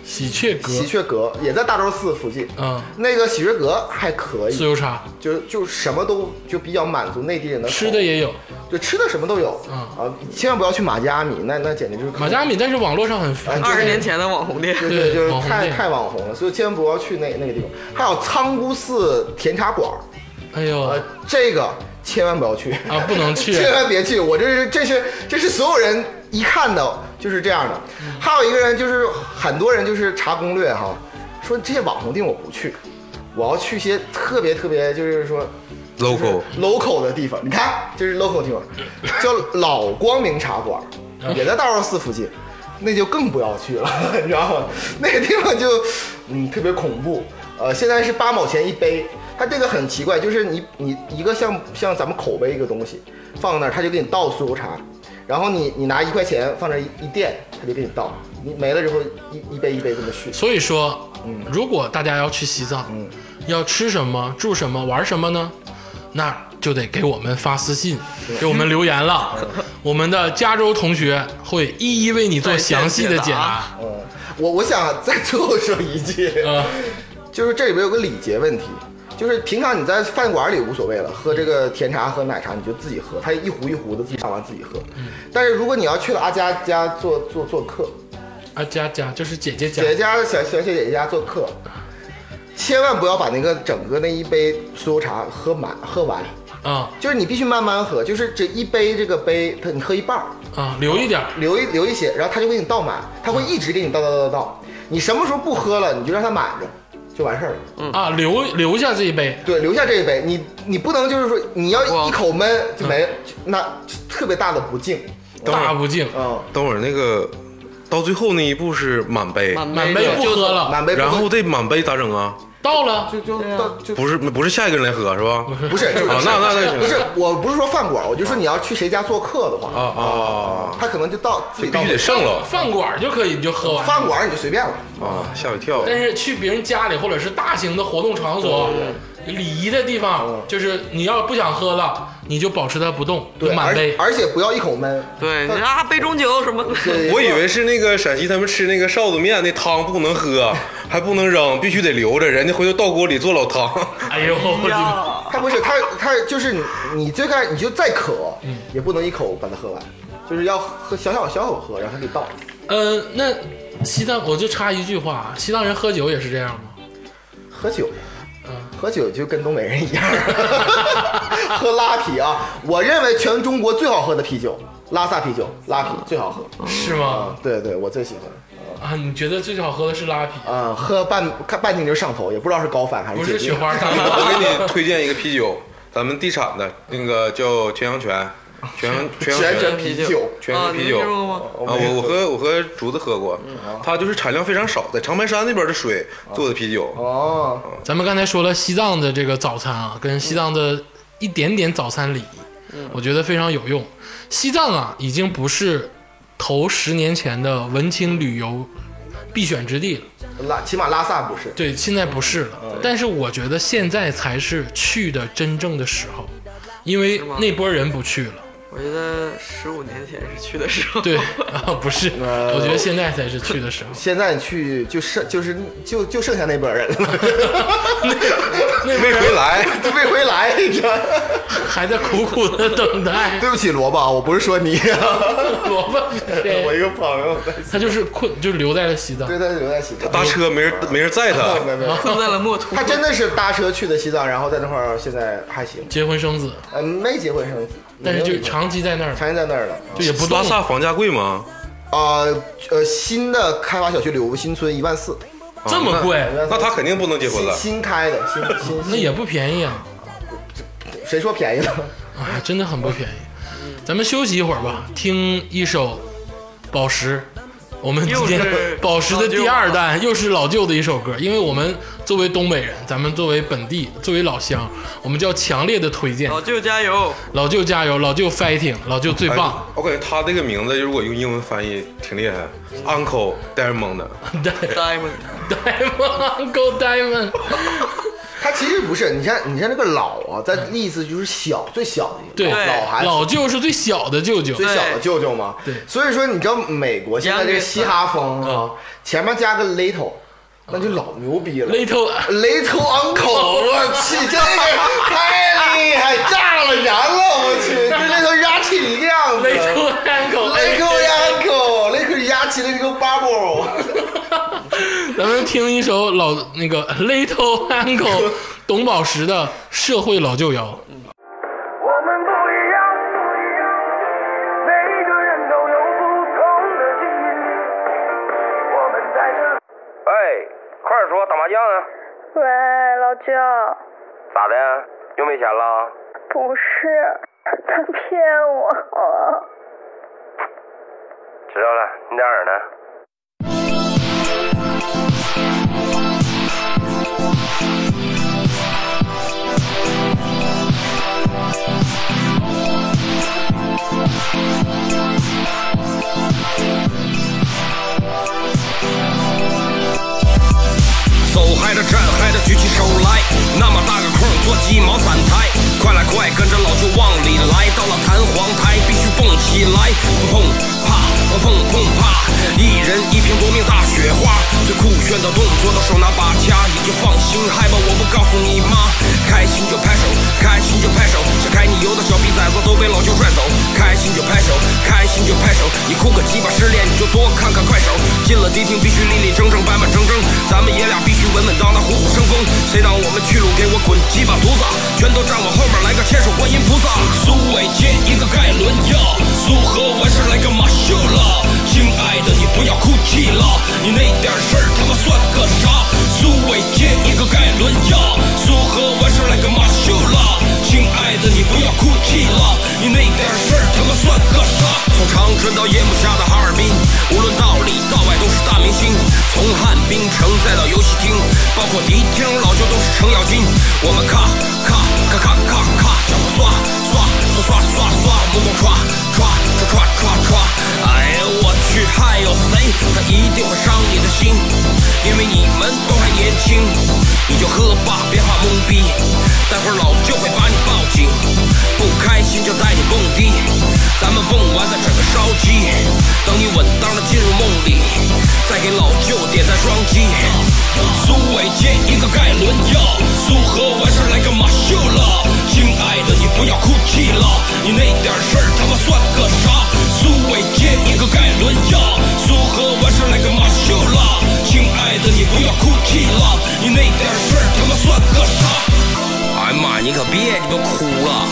[SPEAKER 5] 喜鹊阁，
[SPEAKER 4] 喜鹊阁也在大周寺附近。
[SPEAKER 5] 嗯，
[SPEAKER 4] 那个喜鹊阁还可以，
[SPEAKER 5] 酥油茶，
[SPEAKER 4] 就就什么都就比较满足内地人的口
[SPEAKER 5] 吃的也有。
[SPEAKER 4] 就吃的什么都有。
[SPEAKER 5] 嗯
[SPEAKER 4] 啊，千万不要去马家米，那那简直就是
[SPEAKER 5] 马家米，但是网络上很很
[SPEAKER 2] 二十年前的网红店，
[SPEAKER 4] 对对，就是太
[SPEAKER 5] 网红店
[SPEAKER 4] 太网红了，所以千万不要去那那个地方。还有仓姑寺甜茶馆，
[SPEAKER 5] 哎呦
[SPEAKER 4] 呃，这个千万不要去
[SPEAKER 5] 啊，不能去，
[SPEAKER 4] 千万别去。我这是这是这是所有人一看到就是这样的。还有一个人就是很多人就是查攻略哈，说这些网红店我不去，我要去一些特别特别就是说。
[SPEAKER 3] local
[SPEAKER 4] local 的地方，你看，这是 local 地方，叫老光明茶馆，也在大昭寺附近，那就更不要去了，你知道吗？那个地方就嗯特别恐怖。呃，现在是八毛钱一杯，它这个很奇怪，就是你你一个像像咱们口杯一个东西放那儿，它就给你倒酥油茶，然后你你拿一块钱放那一一垫，它就给你倒，你没了之后一一杯一杯这么续。
[SPEAKER 5] 所以说，嗯，如果大家要去西藏，嗯，要吃什么、住什么、玩什么呢？那就得给我们发私信，给我们留言了。我们的加州同学会一一为你做详细的解答。
[SPEAKER 4] 嗯，我我想在最后说一句，
[SPEAKER 5] 嗯，
[SPEAKER 4] 就是这里边有个礼节问题，就是平常你在饭馆里无所谓了，喝这个甜茶喝奶茶你就自己喝，他一壶一壶的自己上完自己喝。但是如果你要去了阿佳家做做做客，
[SPEAKER 5] 阿佳家就是姐姐家，
[SPEAKER 4] 姐姐家小小姐姐家做客。千万不要把那个整个那一杯酥油茶喝满喝完
[SPEAKER 5] 啊、嗯，
[SPEAKER 4] 就是你必须慢慢喝，就是这一杯这个杯，它你喝一半啊、
[SPEAKER 5] 嗯，留一点，
[SPEAKER 4] 留一留一些，然后他就给你倒满，他会一直给你倒倒倒倒倒，你什么时候不喝了，你就让它满着，就完事儿了。
[SPEAKER 5] 嗯啊，留留下这一杯，
[SPEAKER 4] 对，留下这一杯，你你不能就是说你要一口闷就没，那特别大的不敬，
[SPEAKER 5] 大不敬。
[SPEAKER 4] 嗯，
[SPEAKER 3] 等会儿那个到最后那一步是满杯，
[SPEAKER 2] 满
[SPEAKER 5] 满杯不喝了，
[SPEAKER 4] 满杯不喝，
[SPEAKER 3] 然后这满杯咋整啊？
[SPEAKER 5] 到了
[SPEAKER 4] 就就到就
[SPEAKER 3] 不是不是下一个人来喝是吧？
[SPEAKER 4] 不是，就是
[SPEAKER 3] 啊，那那那行
[SPEAKER 4] 不是，我不是说饭馆，我就说你要去谁家做客的话，
[SPEAKER 3] 啊啊，
[SPEAKER 4] 他可能就到自己
[SPEAKER 3] 必须得剩了
[SPEAKER 5] 饭馆就可以，你就喝完。
[SPEAKER 4] 饭馆你就随便了。
[SPEAKER 3] 啊，吓我一跳。
[SPEAKER 5] 但是去别人家里或者是大型的活动场所、礼仪的地方，就是你要不想喝了，你就保持它不动，就
[SPEAKER 4] 对，
[SPEAKER 5] 满杯。
[SPEAKER 4] 而而且不要一口闷。
[SPEAKER 2] 对，你啊，杯中酒什么的。
[SPEAKER 3] 我以为是那个陕西他们吃那个臊子面，那汤不能喝，还不能扔，必须得留着，人家回头倒锅里做老汤。
[SPEAKER 5] 哎呦，我的
[SPEAKER 2] 呀，
[SPEAKER 4] 他不是他他就是你你最开始你就再渴，也不能一口把它喝完，就是要喝小小小口喝，然后他给倒。
[SPEAKER 5] 呃，那西藏我就插一句话，西藏人喝酒也是这样吗？
[SPEAKER 4] 喝酒，喝酒就跟东北人一样，喝拉啤啊！我认为全中国最好喝的啤酒，拉萨啤酒，拉啤最好喝。
[SPEAKER 5] 是吗？
[SPEAKER 4] 对对，我最喜欢。
[SPEAKER 5] 啊，你觉得最好喝的是拉啤？
[SPEAKER 4] 啊、喝半看半斤就上头，也不知道是高反还是
[SPEAKER 5] 不是
[SPEAKER 4] 解腻
[SPEAKER 5] 雪花大
[SPEAKER 3] 我给你推荐一个啤酒，咱们地产的那个叫全阳泉，全阳全阳
[SPEAKER 4] 全
[SPEAKER 3] 泉
[SPEAKER 4] 全啤酒。
[SPEAKER 3] 全
[SPEAKER 2] 啊，你
[SPEAKER 3] 是啤酒
[SPEAKER 2] 听说过吗？
[SPEAKER 3] 啊，我我和我和竹子喝过，它就是产量非常少，在长白山那边的水做的啤酒。
[SPEAKER 4] 哦，
[SPEAKER 5] 咱们刚才说了西藏的这个早餐啊，跟西藏的一点点早餐礼仪，我觉得非常有用。西藏啊，已经不是头十年前的文青旅游必选之地了。
[SPEAKER 4] 拉起码拉萨不是。
[SPEAKER 5] 对，现在不是了。但是我觉得现在才是去的真正的时候，因为那波人不去了。
[SPEAKER 2] 我觉得十五年前是去的时候。
[SPEAKER 5] 对啊，不是，我觉得现在才是去的时候。
[SPEAKER 4] 现在你去就剩就是就就剩下那波人了，
[SPEAKER 5] 那
[SPEAKER 3] 没回来，
[SPEAKER 4] 就没回来，你知道？
[SPEAKER 5] 还在苦苦的等待。
[SPEAKER 4] 对不起，萝卜，我不是说你，
[SPEAKER 5] 萝卜是谁？
[SPEAKER 4] 我一个朋友在，
[SPEAKER 5] 他就是困，就留在了西藏。
[SPEAKER 4] 对，他留在西藏，
[SPEAKER 3] 搭车没人没人载他，
[SPEAKER 4] 没没没，
[SPEAKER 2] 困在了墨脱。
[SPEAKER 4] 他真的是搭车去的西藏，然后在那块儿现在还行，
[SPEAKER 5] 结婚生子，
[SPEAKER 4] 呃，没结婚生子，
[SPEAKER 5] 但是就长期在那儿，
[SPEAKER 4] 长期在那儿了。
[SPEAKER 5] 就也不动
[SPEAKER 3] 拉。萨房价贵吗？
[SPEAKER 4] 啊呃，新的开发小区柳屋新村一万四，
[SPEAKER 5] 这么贵，
[SPEAKER 3] 那那他肯定不能结婚
[SPEAKER 4] 新
[SPEAKER 3] 了。
[SPEAKER 4] 新开的，新新
[SPEAKER 5] 那也不便宜啊！
[SPEAKER 4] 谁说便宜了？
[SPEAKER 5] 哎，真的很不便宜。咱们休息一会儿吧，听一首宝石。我们今天
[SPEAKER 2] 又是
[SPEAKER 5] 宝石的第二弹又是老旧的一首歌，因为我们作为东北人，咱们作为本地，作为老乡，我们就要强烈的推荐
[SPEAKER 2] 老舅加油！
[SPEAKER 5] 老舅加油，老舅 fighting，老舅最棒。
[SPEAKER 3] 哎我感觉他这个名字如果用英文翻译挺厉害 ，Uncle Diamond 的。
[SPEAKER 5] 对
[SPEAKER 2] Diamond，
[SPEAKER 5] ，Diamond Uncle Diamond，
[SPEAKER 4] 他其实不是，你像你像那个老啊，在意思就是小，最小的
[SPEAKER 5] 对，
[SPEAKER 4] 老孩子，
[SPEAKER 5] 老舅是最小的舅舅，
[SPEAKER 4] 最小的舅舅嘛。
[SPEAKER 5] 对，
[SPEAKER 4] 所以说你知道美国现在这个嘻哈风啊，前面加个 little， 那就老牛逼了。
[SPEAKER 5] little
[SPEAKER 4] little uncle， 我去，这个太厉害，炸了燃了，我去，就那头压起一个样子。
[SPEAKER 5] little
[SPEAKER 4] uncle，little uncle，little 压起了一个 bubble。
[SPEAKER 5] 咱们听一首老那个 Little Uncle 董宝石的社会老旧谣。
[SPEAKER 6] 我们不一样，每个人都有不同的境遇。我们在这。
[SPEAKER 7] 哎，快点说，打麻将呢？
[SPEAKER 8] 喂，老舅。
[SPEAKER 7] 咋的？又没钱了？
[SPEAKER 8] 不是，他骗我。
[SPEAKER 7] 知道了，你在哪儿呢？
[SPEAKER 9] 走嗨的站嗨的举起手来，那么大个空做鸡毛散台，快来快跟着老舅往里来，到了弹簧台必须蹦起来，砰啪砰砰啪，一人一瓶夺命大雪花，最酷炫的动作都手拿把掐，你就放心嗨吧，我不告诉你妈，开心就拍手，开心就拍手，想开你油的小逼崽子都被老舅拽走，开心就拍手，开心就拍手，你哭个鸡巴失恋你就多看看快手，进了迪厅必须立立正正板板正正，咱们爷俩必须稳稳当当虎虎生风，谁挡我们去路给我滚鸡巴犊子，全都站我后面来个牵手观音菩萨，苏伟接一个盖伦呀，苏和完事来个马秀了，亲爱的你不要哭泣了，你那点事儿他妈算个啥，苏伟接一个盖伦呀，苏和完事来个马秀了，亲爱的你不要哭泣了，你那点事儿他妈算个啥，从长春到夜幕下的哈尔滨，无论道里道外都是大明星，从汉滨城再到游戏厅，包括迪厅老舅都是程咬金，我们咔咔咔咔咔咔，脚步刷刷刷刷刷刷，目光唰唰唰唰唰唰，哎呀我去，还有谁？他一定会伤你的心，因为你们都还年轻，你就喝吧，别怕懵逼，待会儿老舅会把你报警，不开心就带你蹦迪，咱们蹦完再整个烧鸡，等你稳当的进入梦里，再给老舅点赞双击。苏伟接一个盖伦呀，苏和完事来个马秀了，亲爱的你不要哭泣了，你那点事儿他妈算个啥？苏伟接一个盖伦呀，苏和完事来个马秀了，亲爱的你不要哭泣了，你那点事儿他妈算个啥？哎妈，你可别你都哭了，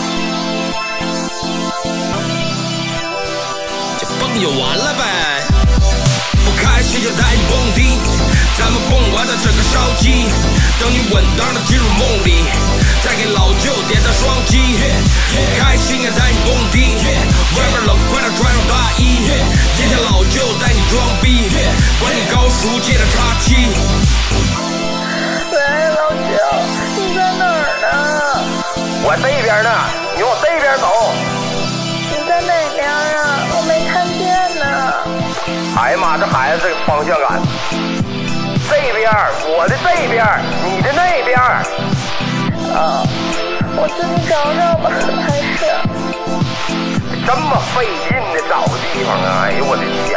[SPEAKER 9] 就蹦就完了呗。不开心就带你蹦迪，咱们蹦完再整个烧鸡，等你稳当的进入梦里，再给老舅点赞双击。不开心也带你蹦迪，外面冷快点穿上大衣，今天老舅带你装逼，管你高叔借的叉七。
[SPEAKER 8] 喂，老舅，你在哪儿呢？
[SPEAKER 7] 我这边呢，你往这边走。
[SPEAKER 8] 你在哪边啊？我没看见呢。
[SPEAKER 7] 哎呀妈，这孩子这个方向感，这边我的这边，你的那边。
[SPEAKER 8] 啊，我自己找找吧，还是
[SPEAKER 7] 这么费劲的找个地方啊！哎呦我的天！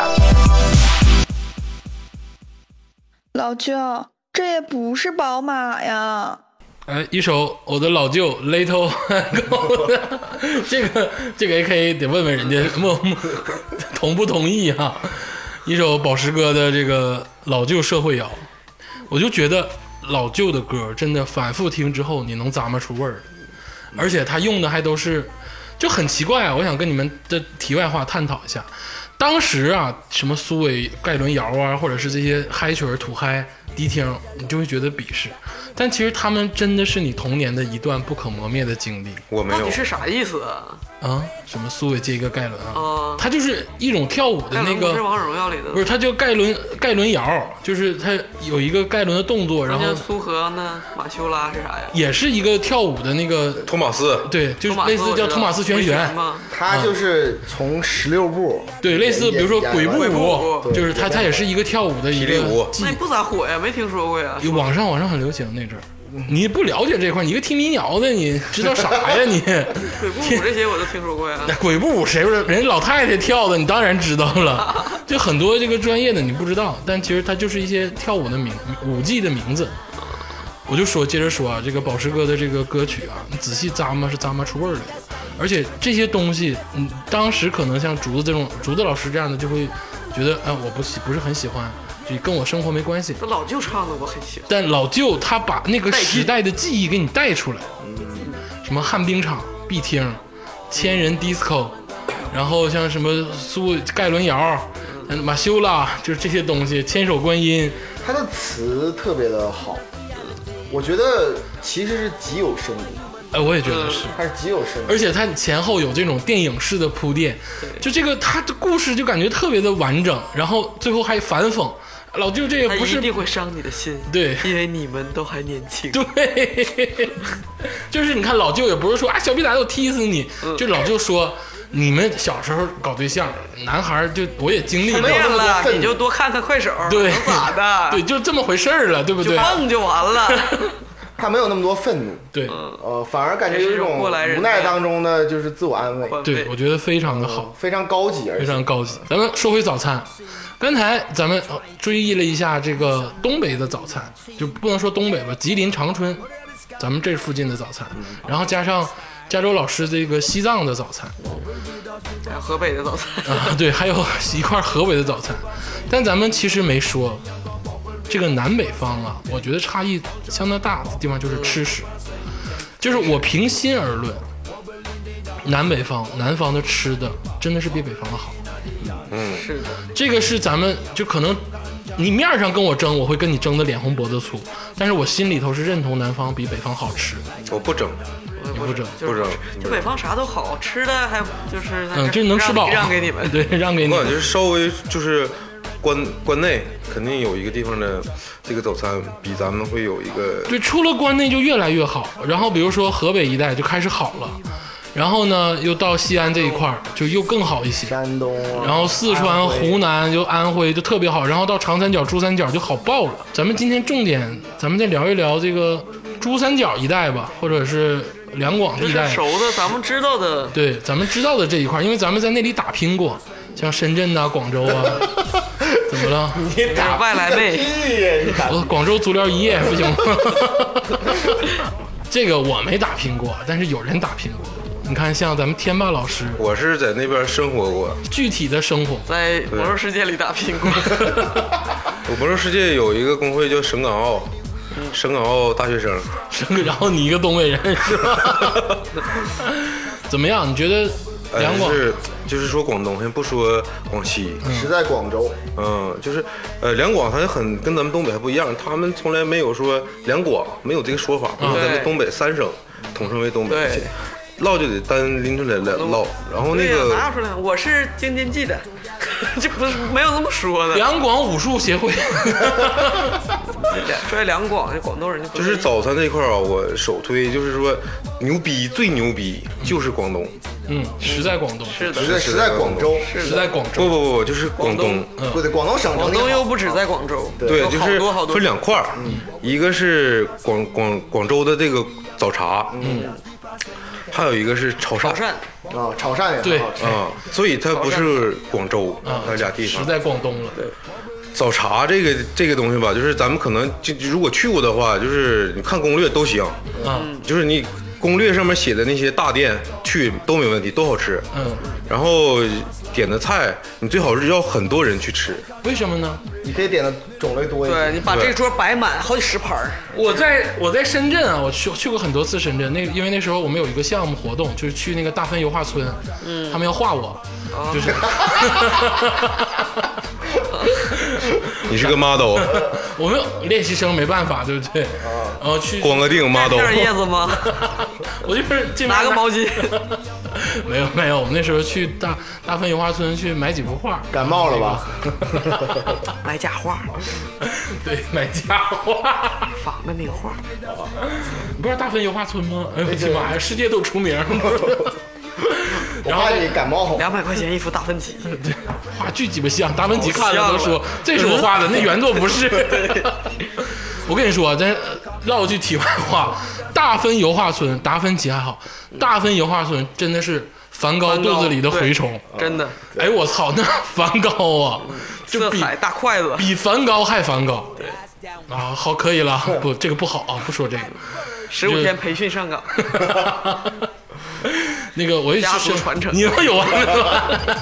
[SPEAKER 8] 老舅，这也不是宝马呀。
[SPEAKER 5] 哎，一首我的老舅 Little Uncle 这个这个 A K A 得问问人家默默同不同意啊？一首宝石哥的这个老舅社会谣，我就觉得老舅的歌真的反复听之后，你能咂摸出味儿，而且他用的还都是就很奇怪啊！我想跟你们的题外话探讨一下，当时啊，什么苏伟、盖伦谣啊，或者是这些嗨曲儿、土嗨、迪厅，你就会觉得鄙视。但其实他们真的是你童年的一段不可磨灭的经历。
[SPEAKER 3] 我没有。
[SPEAKER 2] 到底是啥意思啊？
[SPEAKER 5] 啊，什么苏伟接一个盖伦啊？
[SPEAKER 2] 哦
[SPEAKER 5] 他就是一种跳舞的那个，
[SPEAKER 2] 盖伦不是王者荣耀里的，
[SPEAKER 5] 不是，他叫盖伦盖伦谣，就是他有一个盖伦的动作，然后
[SPEAKER 2] 苏和呢，马修拉是啥呀？
[SPEAKER 5] 也是一个跳舞的那个
[SPEAKER 3] 托马斯，
[SPEAKER 5] 对，就是类似叫托马斯旋旋
[SPEAKER 2] 嘛。
[SPEAKER 4] 他就是从十六步，
[SPEAKER 5] 对，类似比如说鬼步舞，就是他他也是一个跳舞的一个
[SPEAKER 3] 霹雳舞，
[SPEAKER 2] 那你不咋火呀？没听说过呀。
[SPEAKER 5] 网上网上很流行那阵儿。 你不了解这块，你一个听民谣的，你知道啥呀你？
[SPEAKER 2] 鬼步舞这些我都听说过呀。
[SPEAKER 5] 那鬼步舞谁不是人家老太太跳的？你当然知道了。就很多这个专业的你不知道，但其实它就是一些跳舞的名舞技的名字。我就说接着说啊，这个宝石哥的这个歌曲啊，你仔细咂摸是咂摸出味儿来的。而且这些东西，嗯，当时可能像竹子这种竹子老师这样的就会觉得，啊，我不喜不是很喜欢，就跟我生活没关系。
[SPEAKER 2] 这老舅唱的我很喜欢，
[SPEAKER 5] 但老舅他把那个时代的记忆给你带出来，什么旱冰场、必听、千人 disco， 然后像什么苏盖伦谣、马修拉，就是这些东西，千手观音，
[SPEAKER 4] 他的词特别的好，我觉得其实是极有深度。
[SPEAKER 5] 哎，我也觉得是，
[SPEAKER 4] 它是极有深度，
[SPEAKER 5] 而且它前后有这种电影式的铺垫，就这个它的故事就感觉特别的完整，然后最后还反讽。老舅这也不是
[SPEAKER 2] 一定会伤你的心，
[SPEAKER 5] 对，
[SPEAKER 2] 因为你们都还年轻。
[SPEAKER 5] 对，就是你看老舅也不是说啊小屁崽子我踢死你，嗯、就老舅说你们小时候搞对象，男孩就我也经历过
[SPEAKER 2] 了，你就多看看快手，
[SPEAKER 5] 对，
[SPEAKER 2] 能咋的？
[SPEAKER 5] 对，就这么回事儿了，对不对？
[SPEAKER 2] 就蹦就完了。
[SPEAKER 4] 他没有那么多愤怒，
[SPEAKER 5] 对，
[SPEAKER 4] 呃，反而感觉有一种无奈当中的就是自我安慰，
[SPEAKER 5] 对，我觉得非常的好，
[SPEAKER 4] 非常高级，
[SPEAKER 5] 非常高级。咱们说回早餐，刚才咱们追忆了一下这个东北的早餐，就不能说东北吧，吉林长春，咱们这附近的早餐，然后加上加州老师这个西藏的早餐，
[SPEAKER 2] 还有河北的早餐
[SPEAKER 5] 啊，对，还有一块河北的早餐，但咱们其实没说。这个南北方啊，我觉得差异相当大的地方就是吃食，就是我平心而论，南北方南方的吃的真的是比北方的好。
[SPEAKER 3] 嗯，
[SPEAKER 2] 是的，
[SPEAKER 5] 这个是咱们就可能你面上跟我争，我会跟你争得脸红脖子粗，但是我心里头是认同南方比北方好吃。
[SPEAKER 3] 我不争，
[SPEAKER 5] 你不争，
[SPEAKER 3] 不争，
[SPEAKER 2] 就北方啥都好吃的，还就是
[SPEAKER 5] 嗯，就能吃饱，
[SPEAKER 2] 让给你们，
[SPEAKER 5] 对，让给你们。
[SPEAKER 3] 我感觉稍微就是。关关内肯定有一个地方的这个早餐比咱们会有一个
[SPEAKER 5] 对，出了关内就越来越好，然后比如说河北一带就开始好了，然后呢又到西安这一块就又更好一些，
[SPEAKER 4] 山东、啊，
[SPEAKER 5] 然后四川、湖南就安徽就特别好，然后到长三角、珠三角就好爆了。咱们今天重点，咱们再聊一聊这个珠三角一带吧，或者是两广地带，
[SPEAKER 2] 熟的咱们知道的，
[SPEAKER 5] 对，咱们知道的这一块，因为咱们在那里打拼过，像深圳啊、广州啊。怎么了？
[SPEAKER 4] 你打
[SPEAKER 2] 外来妹，
[SPEAKER 5] 我广州足疗一夜不行吗？这个我没打拼过，但是有人打拼过。你看，像咱们天霸老师，
[SPEAKER 3] 我是在那边生活过，
[SPEAKER 5] 具体的生活
[SPEAKER 2] 在魔兽世界里打拼过。
[SPEAKER 3] 我魔兽世界有一个工会叫省港澳，省港澳大学生，
[SPEAKER 5] 然后你一个东北人是吧？怎么样？你觉得两广？
[SPEAKER 3] 是就是说广东，先不说广西，
[SPEAKER 4] 是在广州。
[SPEAKER 3] 嗯，就是呃，两广它很跟咱们东北还不一样，他们从来没有说两广，没有这个说法，咱们东北三省统称为东北。
[SPEAKER 2] 对。
[SPEAKER 3] 唠就得单拎出来来唠，然后那个
[SPEAKER 2] 哪有出来？我是京津冀的，这不是没有这么说的。
[SPEAKER 5] 两广武术协会，
[SPEAKER 2] 说两广，这广东人就
[SPEAKER 3] 就是早餐这一块啊，我首推就是说牛逼最牛逼就是广东，
[SPEAKER 5] 嗯，实在广东，
[SPEAKER 2] 是的，
[SPEAKER 4] 实在实在广州，
[SPEAKER 5] 实在广州，
[SPEAKER 3] 不不不，就是广东，
[SPEAKER 4] 对对，广东省，
[SPEAKER 2] 广东又不止在广州，
[SPEAKER 3] 对，就是分两块儿，一个是广广广州的这个早茶，嗯。还有一个是潮汕
[SPEAKER 4] 啊，潮汕也
[SPEAKER 5] 对
[SPEAKER 3] 啊，所以它不是广州啊，那俩地方
[SPEAKER 5] 实在广东了。
[SPEAKER 2] 对，
[SPEAKER 3] 早茶这个这个东西吧，就是咱们可能就如果去过的话，就是你看攻略都行，
[SPEAKER 5] 嗯，
[SPEAKER 3] 就是你攻略上面写的那些大店去都没问题，都好吃，
[SPEAKER 5] 嗯，
[SPEAKER 3] 然后点的菜你最好是要很多人去吃，
[SPEAKER 5] 为什么呢？
[SPEAKER 4] 你可以点的种类多一点，
[SPEAKER 2] 对你把这桌摆满好几十盘。
[SPEAKER 5] 我在我在深圳啊，我去去过很多次深圳，那因为那时候我们有一个项目活动，就是去那个大分油画村，嗯，他们要画我，哦、就是。
[SPEAKER 3] 你是个 model，
[SPEAKER 5] 我们练习生没办法，对不对？然后去
[SPEAKER 3] 光个腚 model，
[SPEAKER 2] 片叶子吗？
[SPEAKER 5] 我就是
[SPEAKER 2] 拿个毛巾。
[SPEAKER 5] 没有没有，我们那时候去大大分油画村去买几幅画。
[SPEAKER 4] 感冒了吧？
[SPEAKER 2] 买假画。
[SPEAKER 5] 对，买假画，
[SPEAKER 2] 仿的那个画。
[SPEAKER 5] 你不知道大分油画村吗？哎呦我的妈呀，世界都出名了。
[SPEAKER 4] 然后你感冒，
[SPEAKER 2] 两百块钱一幅大分级，
[SPEAKER 5] 对，画巨鸡巴像，大分级看了都说这是我画的，那原作不是。我跟你说，在绕句题外话，大分油画村，达芬奇还好，大分油画村真的是梵高肚子里的蛔虫，
[SPEAKER 2] 真的。
[SPEAKER 5] 哎我操，那梵高啊，就比
[SPEAKER 2] 色彩大筷子，
[SPEAKER 5] 比梵高还梵高。对啊，好，可以了，不，这个不好啊，不说这个。
[SPEAKER 2] 十五天培训上岗。
[SPEAKER 5] 那个我一
[SPEAKER 2] 家族传承，
[SPEAKER 5] 你们有完没完？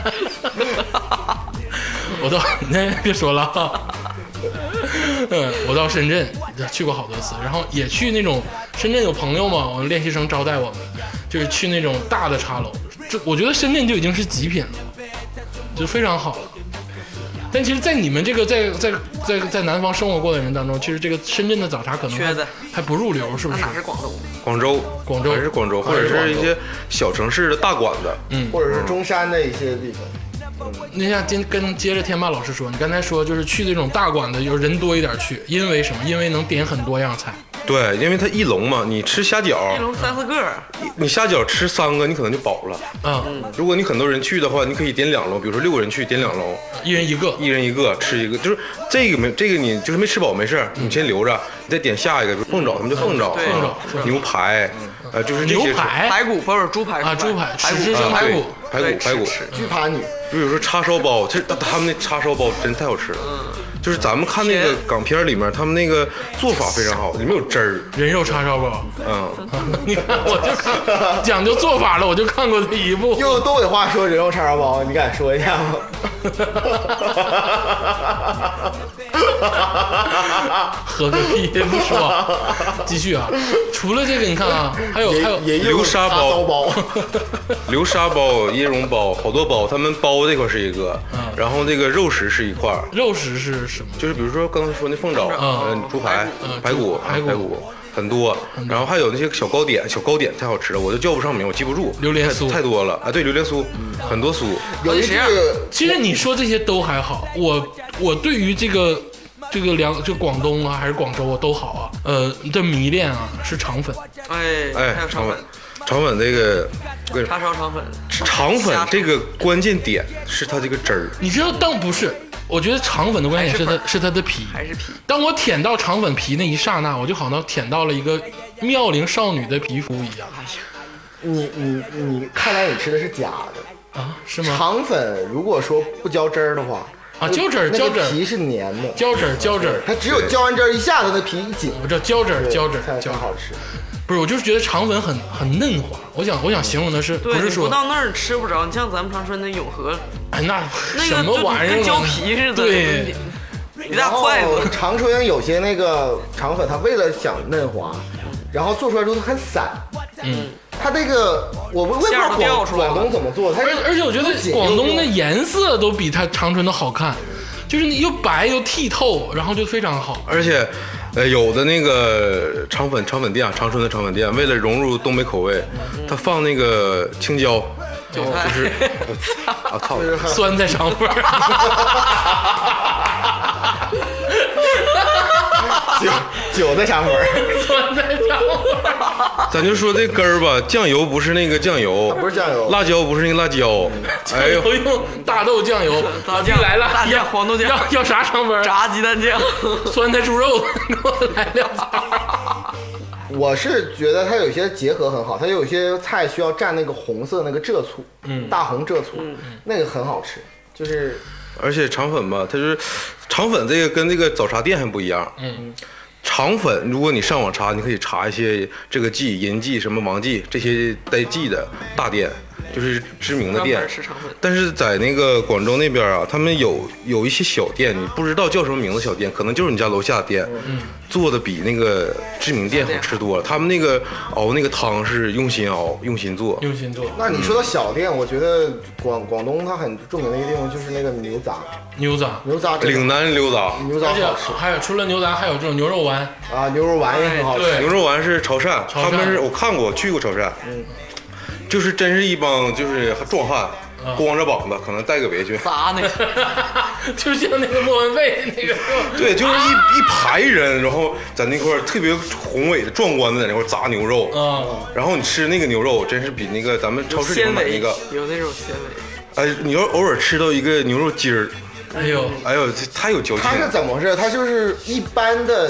[SPEAKER 5] 我到那别说了哈。嗯，我到深圳去过好多次，然后也去那种深圳有朋友嘛，我们练习生招待我们，就是去那种大的茶楼。这我觉得深圳就已经是极品了，就非常好了。但其实，在你们这个在在在在南方生活过的人当中，其实这个深圳的早茶可能还还不入流，是不是？
[SPEAKER 2] 哪是广东？
[SPEAKER 3] 广州，
[SPEAKER 5] 广州
[SPEAKER 3] 还是广州，或者是一些小城市的大馆子，
[SPEAKER 5] 嗯，
[SPEAKER 4] 或者是中山的一些地方。
[SPEAKER 5] 那像今跟接着天霸老师说，你刚才说就是去那种大馆子，有人多一点去，因为什么？因为能点很多样菜。
[SPEAKER 3] 对，因为它一笼嘛，你吃虾饺，
[SPEAKER 2] 一笼三四个，
[SPEAKER 3] 你虾饺吃三个，你可能就饱了。
[SPEAKER 5] 嗯，
[SPEAKER 3] 如果你很多人去的话，你可以点两笼，比如说六个人去点两笼，
[SPEAKER 5] 一人一个，
[SPEAKER 3] 一人一个吃一个，就是这个没这个你就是没吃饱没事，你先留着，你再点下一个，比如凤爪，他们叫凤爪，
[SPEAKER 2] 对
[SPEAKER 3] 啊牛排，呃，就是这些
[SPEAKER 5] 牛排、
[SPEAKER 2] 排骨或者猪排
[SPEAKER 5] 啊，猪排、
[SPEAKER 2] 排骨、
[SPEAKER 5] 生排骨、
[SPEAKER 3] 排骨、排骨、
[SPEAKER 4] 巨扒女，
[SPEAKER 3] 就比如说叉烧包，其实他们那叉烧包真太好吃了。就是咱们看那个港片里面，他们那个做法非常好，里面有汁儿，
[SPEAKER 5] 人肉叉烧包。
[SPEAKER 3] 嗯，
[SPEAKER 5] 你看，我就看讲究做法了，我就看过这一部。
[SPEAKER 4] 用东北话说人肉叉烧包，你敢说一下吗？
[SPEAKER 5] 喝个屁不说，继续啊！除了这个，你看啊，还有还有
[SPEAKER 3] 流沙
[SPEAKER 4] 包、
[SPEAKER 3] 包、流沙包、椰蓉包，好多包。他们包这块是一个，然后这个肉食是一块。
[SPEAKER 5] 肉食是什么？
[SPEAKER 3] 就是比如说刚才说那凤爪，嗯，猪排、排骨、排骨很多，然后还有那些小糕点，小糕点太好吃了，我都叫不上名，我记不住。
[SPEAKER 5] 榴莲酥
[SPEAKER 3] 太多了啊！对，榴莲酥很多酥。
[SPEAKER 4] 有一句，
[SPEAKER 5] 其实你说这些都还好，我我对于这个。这个两就广东啊还是广州啊都好啊，呃的迷恋啊是肠粉，
[SPEAKER 2] 哎
[SPEAKER 3] 哎，
[SPEAKER 2] 还有肠粉，
[SPEAKER 3] 肠粉这个
[SPEAKER 2] 叉烧肠粉，
[SPEAKER 3] 肠粉这个关键点是它这个汁儿，
[SPEAKER 5] 你知道，但不是，我觉得肠粉的关键点是它是它的皮，
[SPEAKER 2] 还是皮。
[SPEAKER 5] 当我舔到肠粉皮那一刹那，我就好像舔到了一个妙龄少女的皮肤一样。
[SPEAKER 4] 你你你，看来你吃的是假的
[SPEAKER 5] 啊？是吗？
[SPEAKER 4] 肠粉如果说不浇汁儿的话。
[SPEAKER 5] 啊，浇汁儿，浇汁儿，
[SPEAKER 4] 皮是黏的，
[SPEAKER 5] 浇汁儿，浇汁儿，
[SPEAKER 4] 它只有浇完汁儿一下子，那皮一紧。
[SPEAKER 5] 我知道浇汁儿，浇汁儿，
[SPEAKER 4] 浇好吃。
[SPEAKER 5] 不是，我就是觉得肠粉很很嫩滑。我想，我想形容的是，不是说
[SPEAKER 2] 不到那儿吃不着。你像咱们常说那永和，
[SPEAKER 5] 哎，那
[SPEAKER 2] 那
[SPEAKER 5] 什么玩意儿，
[SPEAKER 2] 跟胶皮似的，
[SPEAKER 5] 对，
[SPEAKER 2] 一大筷子。
[SPEAKER 4] 长春有些那个肠粉，它为了想嫩滑，然后做出来之后它很散，
[SPEAKER 5] 嗯。
[SPEAKER 4] 它那个我我也不知道广广东怎么做，它
[SPEAKER 5] 而而且我觉得广东的颜色都比它长春的好看，就是你又白又剔透，然后就非常好。
[SPEAKER 3] 而且，呃，有的那个肠粉肠粉店，长春的肠粉店，为了融入东北口味，它放那个青椒，
[SPEAKER 2] 韭菜，
[SPEAKER 3] 就是啊操，
[SPEAKER 5] 酸菜肠粉。
[SPEAKER 4] 韭韭菜肠粉，
[SPEAKER 5] 酸菜肠粉。
[SPEAKER 3] 咱就说这根儿吧，酱油不是那个酱油，
[SPEAKER 4] 不是酱油，
[SPEAKER 3] 辣椒不是那个辣椒，哎呦，
[SPEAKER 5] 我用大豆酱油，
[SPEAKER 2] 大酱
[SPEAKER 5] 来了，
[SPEAKER 2] 大酱黄豆酱，
[SPEAKER 5] 要要啥肠粉？
[SPEAKER 2] 炸鸡蛋酱，
[SPEAKER 5] 酸菜猪肉，给我来两盘。
[SPEAKER 4] 我是觉得它有些结合很好，它有些菜需要蘸那个红色那个浙醋，
[SPEAKER 5] 嗯，
[SPEAKER 4] 大红浙醋，
[SPEAKER 2] 嗯，
[SPEAKER 4] 那个很好吃，就是。
[SPEAKER 3] 而且肠粉吧，它就是肠粉这个跟这个早茶店还不一样。
[SPEAKER 5] 嗯，
[SPEAKER 3] 肠粉如果你上网查，你可以查一些这个记、银记、什么王记这些带记的大店，就是知名的店。但是在那个广州那边啊，他们有有一些小店，你不知道叫什么名字小店，可能就是你家楼下的店，
[SPEAKER 5] 嗯，
[SPEAKER 3] 做的比那个知名店好吃多了。他们那个熬那个汤是用心熬，用心做，
[SPEAKER 5] 用心做。
[SPEAKER 4] 那你说到小店，我觉得广广东它很著名的一个地方就是那个牛杂，
[SPEAKER 5] 牛杂，
[SPEAKER 4] 牛杂，
[SPEAKER 3] 岭南牛杂，
[SPEAKER 4] 牛杂好吃。
[SPEAKER 5] 还有除了牛杂，还有这种牛肉丸
[SPEAKER 4] 啊，牛肉丸也很好吃。
[SPEAKER 5] 对，
[SPEAKER 3] 牛肉丸是潮汕，
[SPEAKER 5] 潮汕
[SPEAKER 3] 他们是我看过，去过潮汕，
[SPEAKER 4] 嗯，
[SPEAKER 3] 就是真是一帮就是壮汉。光着膀子，可能带个围裙，
[SPEAKER 2] 咋呢？
[SPEAKER 5] 就像那个莫文蔚那个，
[SPEAKER 3] 对，就是一一排人，然后在那块特别宏伟的、壮观的在那块炸牛肉，
[SPEAKER 5] 嗯，
[SPEAKER 3] 然后你吃那个牛肉，真是比那个咱们超市里买那个
[SPEAKER 2] 有那种纤维。
[SPEAKER 3] 哎，你要偶尔吃到一个牛肉筋儿，
[SPEAKER 5] 哎呦，
[SPEAKER 3] 哎呦，这太有嚼劲了。
[SPEAKER 4] 它是怎么回事？它就是一般的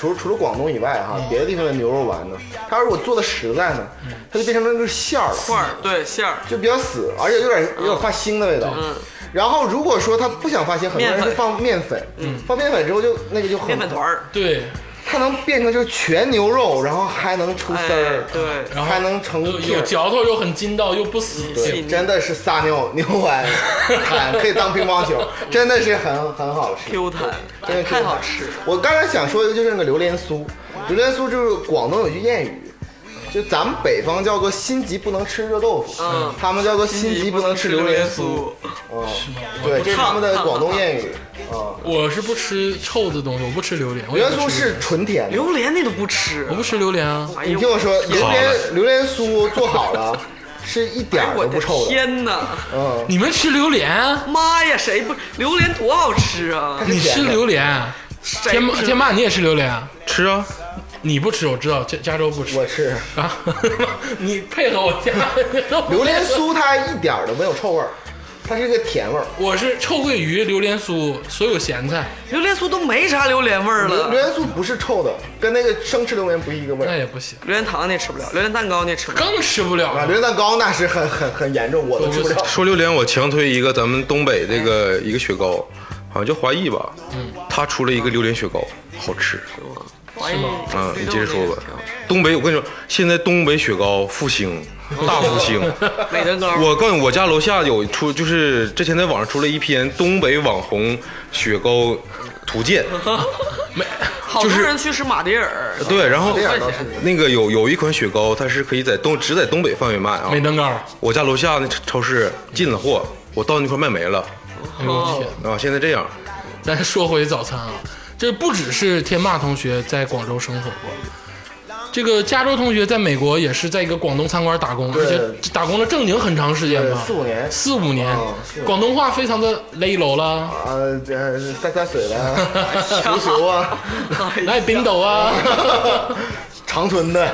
[SPEAKER 4] 除除了广东以外哈，别的地方的牛肉丸呢，它如果做的实在呢，它就变成那个馅儿了，
[SPEAKER 2] 块儿对馅儿，
[SPEAKER 4] 就比较死，而且有点有点发腥的味道。
[SPEAKER 2] 嗯。
[SPEAKER 4] 然后如果说他不想发腥，很多人
[SPEAKER 2] 面粉
[SPEAKER 4] 是放面粉，嗯，放面粉之后就那个就很
[SPEAKER 2] 面粉团儿，
[SPEAKER 5] 对，
[SPEAKER 4] 它能变成就是全牛肉，然后还能出丝儿、
[SPEAKER 2] 哎，对，
[SPEAKER 5] 然后
[SPEAKER 4] 还能成
[SPEAKER 5] 有
[SPEAKER 4] 片
[SPEAKER 5] 有嚼头又很筋道又不死，
[SPEAKER 4] 对，真的是撒尿牛丸摊可以当乒乓球，真的是很很好吃
[SPEAKER 2] ，Q 弹，
[SPEAKER 4] 真的
[SPEAKER 2] 太好吃。
[SPEAKER 4] 我刚才想说的就是那个榴莲酥，榴莲酥就是广东有句谚语。就咱们北方叫做心急不能吃热豆腐，
[SPEAKER 2] 嗯，
[SPEAKER 4] 他们叫做心急不能吃榴莲酥，嗯，对，这是他们的广东谚语啊。
[SPEAKER 5] 我是不吃臭的东西，我不吃榴莲。
[SPEAKER 4] 榴莲酥是纯甜的，
[SPEAKER 2] 榴莲你都不吃，
[SPEAKER 5] 我不吃榴莲啊。
[SPEAKER 4] 你听我说，榴莲榴莲酥做好了，是一点都不臭的。
[SPEAKER 2] 天哪！
[SPEAKER 4] 嗯，
[SPEAKER 5] 你们吃榴莲？
[SPEAKER 2] 妈呀，谁不榴莲多好吃啊！
[SPEAKER 5] 你吃榴莲？天妈天妈，你也吃榴莲？
[SPEAKER 3] 吃啊。
[SPEAKER 5] 你不吃，我知道，加加州不吃。
[SPEAKER 4] 我吃
[SPEAKER 5] 啊，你配合我加。
[SPEAKER 4] 榴莲酥它一点都没有臭味儿，它是个甜味儿。
[SPEAKER 5] 我是臭鳜鱼、榴莲酥，所有咸菜。
[SPEAKER 2] 榴莲酥都没啥榴莲味儿了。
[SPEAKER 4] 榴莲酥不是臭的，跟那个生吃榴莲不是一个味儿。
[SPEAKER 5] 那也不行。
[SPEAKER 2] 榴莲糖你也吃不了，榴莲蛋糕你也吃不了，
[SPEAKER 5] 更吃不了
[SPEAKER 4] 啊！榴莲蛋糕那是很很很严重，我都吃不了。
[SPEAKER 3] 说榴莲，我强推一个咱们东北这个一个雪糕，好像叫华谊吧，嗯，他出了一个榴莲雪糕，好吃。
[SPEAKER 2] 是吗？
[SPEAKER 3] 啊，你接着说吧。东北，我跟你说，现在东北雪糕复兴，大复兴。
[SPEAKER 2] 美登高。
[SPEAKER 3] 我告诉你，我家楼下有出，就是之前在网上出了一篇东北网红雪糕图鉴。
[SPEAKER 2] 没，好多人去吃马迭尔。
[SPEAKER 3] 对，然后那个有有一款雪糕，它是可以在东只在东北范围卖啊。
[SPEAKER 5] 美登高。
[SPEAKER 3] 我家楼下那超市进了货，我到那块卖没了。
[SPEAKER 5] 哎呦我天！
[SPEAKER 3] 啊，现在这样。
[SPEAKER 5] 但是说回早餐啊。这不只是天霸同学在广州生活过，这个加州同学在美国也是在一个广东餐馆打工，而且打工了正经很长时间吧，
[SPEAKER 4] 四五年，
[SPEAKER 5] 四五年，广东话非常的勒楼了，
[SPEAKER 4] 啊呃，洒洒水了，熟熟啊，
[SPEAKER 5] 来冰斗啊，
[SPEAKER 4] 长春的。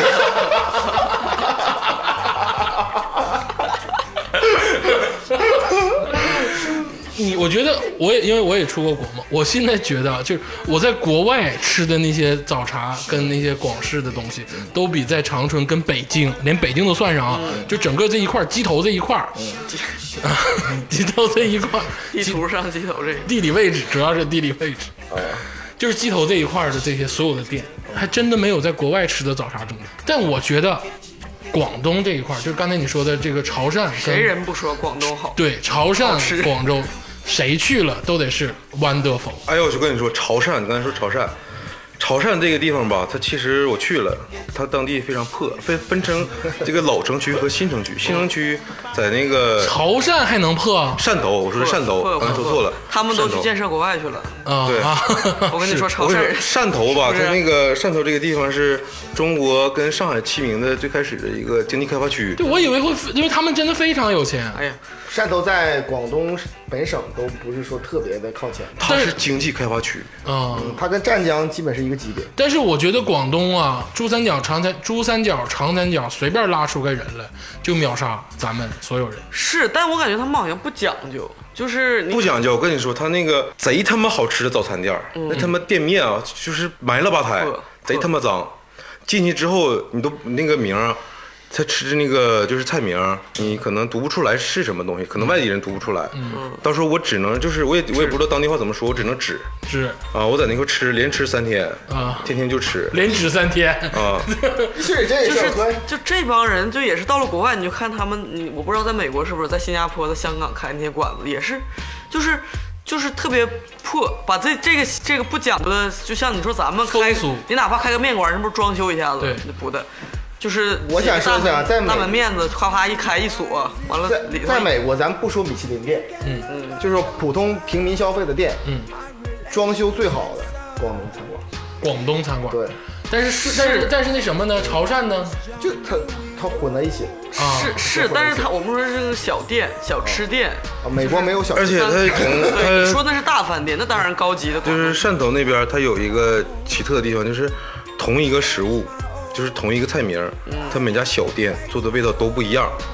[SPEAKER 5] 你我觉得我也因为我也出过国嘛，我现在觉得就是我在国外吃的那些早茶跟那些广式的东西，都比在长春跟北京，连北京都算上啊，嗯、就整个这一块鸡头这一块，嗯、鸡头这一块，
[SPEAKER 2] 地图上鸡头这
[SPEAKER 5] 地理位置主要是地理位置，
[SPEAKER 4] 嗯、
[SPEAKER 5] 就是鸡头这一块的这些所有的店，还真的没有在国外吃的早茶正宗。但我觉得。广东这一块，就是刚才你说的这个潮汕，
[SPEAKER 2] 谁人不说广东好？
[SPEAKER 5] 对，潮汕、广州，谁去了都得是 wonderful。
[SPEAKER 3] 哎呦，我就跟你说，潮汕，你刚才说潮汕，潮汕这个地方吧，它其实我去了，它当地非常破，分分成这个老城区和新城区。新城区在那个
[SPEAKER 5] 潮汕还能破？
[SPEAKER 3] 汕头，我说是汕头，刚才说错了。
[SPEAKER 2] 他们都去建设国外去了。
[SPEAKER 5] 啊，
[SPEAKER 3] 对，
[SPEAKER 2] 我跟你说，潮汕人，
[SPEAKER 3] 汕头吧，它那个汕头这个地方是中国跟上海齐名的最开始的一个经济开发区。
[SPEAKER 5] 对，我以为会，因为他们真的非常有钱。
[SPEAKER 2] 哎呀，
[SPEAKER 4] 汕头在广东本省都不是说特别的靠前，
[SPEAKER 3] 它是经济开发区
[SPEAKER 5] 啊、
[SPEAKER 4] 嗯，它跟湛江基本是一个级别。
[SPEAKER 5] 但是我觉得广东啊，珠三角、长三珠三角、长三角随便拉出个人来就秒杀咱们所有人。
[SPEAKER 2] 是，但我感觉他们好像不讲究，就是你
[SPEAKER 3] 不讲究。我跟你说，他那个贼他妈好吃的早餐店，嗯、那他妈店面啊，就是埋了吧台，贼他妈脏。进去之后，你都那个名啊。他吃那个就是菜名，你可能读不出来是什么东西，可能外地人读不出来。嗯，到时候我只能就是我也我也不知道当地话怎么说，我只能指
[SPEAKER 5] 指
[SPEAKER 3] 啊，我在那块吃，连吃三天
[SPEAKER 5] 啊，
[SPEAKER 3] 天天就吃，
[SPEAKER 5] 连指三天
[SPEAKER 3] 啊。
[SPEAKER 4] 是这
[SPEAKER 2] 就是就这帮人就也是到了国外，你就看他们，你我不知道在美国是不是，在新加坡、在香港开那些馆子也是，就是就是特别破，把这这个这个不讲究的，就像你说咱们开，你哪怕开个面馆，是不是装修一下子？
[SPEAKER 5] 对，
[SPEAKER 2] 不的。就是
[SPEAKER 4] 我想说一下，在
[SPEAKER 2] 大门面子，夸夸一开一锁，完了
[SPEAKER 4] 在在美国，咱不说米其林店，嗯嗯，就是普通平民消费的店，
[SPEAKER 5] 嗯，
[SPEAKER 4] 装修最好的广东餐馆，
[SPEAKER 5] 广东餐馆，
[SPEAKER 4] 对，
[SPEAKER 5] 但是但是但是那什么呢？潮汕呢？
[SPEAKER 4] 就它它混在一起，
[SPEAKER 5] 啊，
[SPEAKER 2] 是是，但是它我们说是个小店、小吃店
[SPEAKER 4] 啊，美国没有小吃，
[SPEAKER 3] 而且它
[SPEAKER 2] 对，你说那是大饭店，那当然高级的。
[SPEAKER 3] 就是汕头那边，它有一个奇特的地方，就是同一个食物。就是同一个菜名，它每家小店做的味道都不一样。嗯，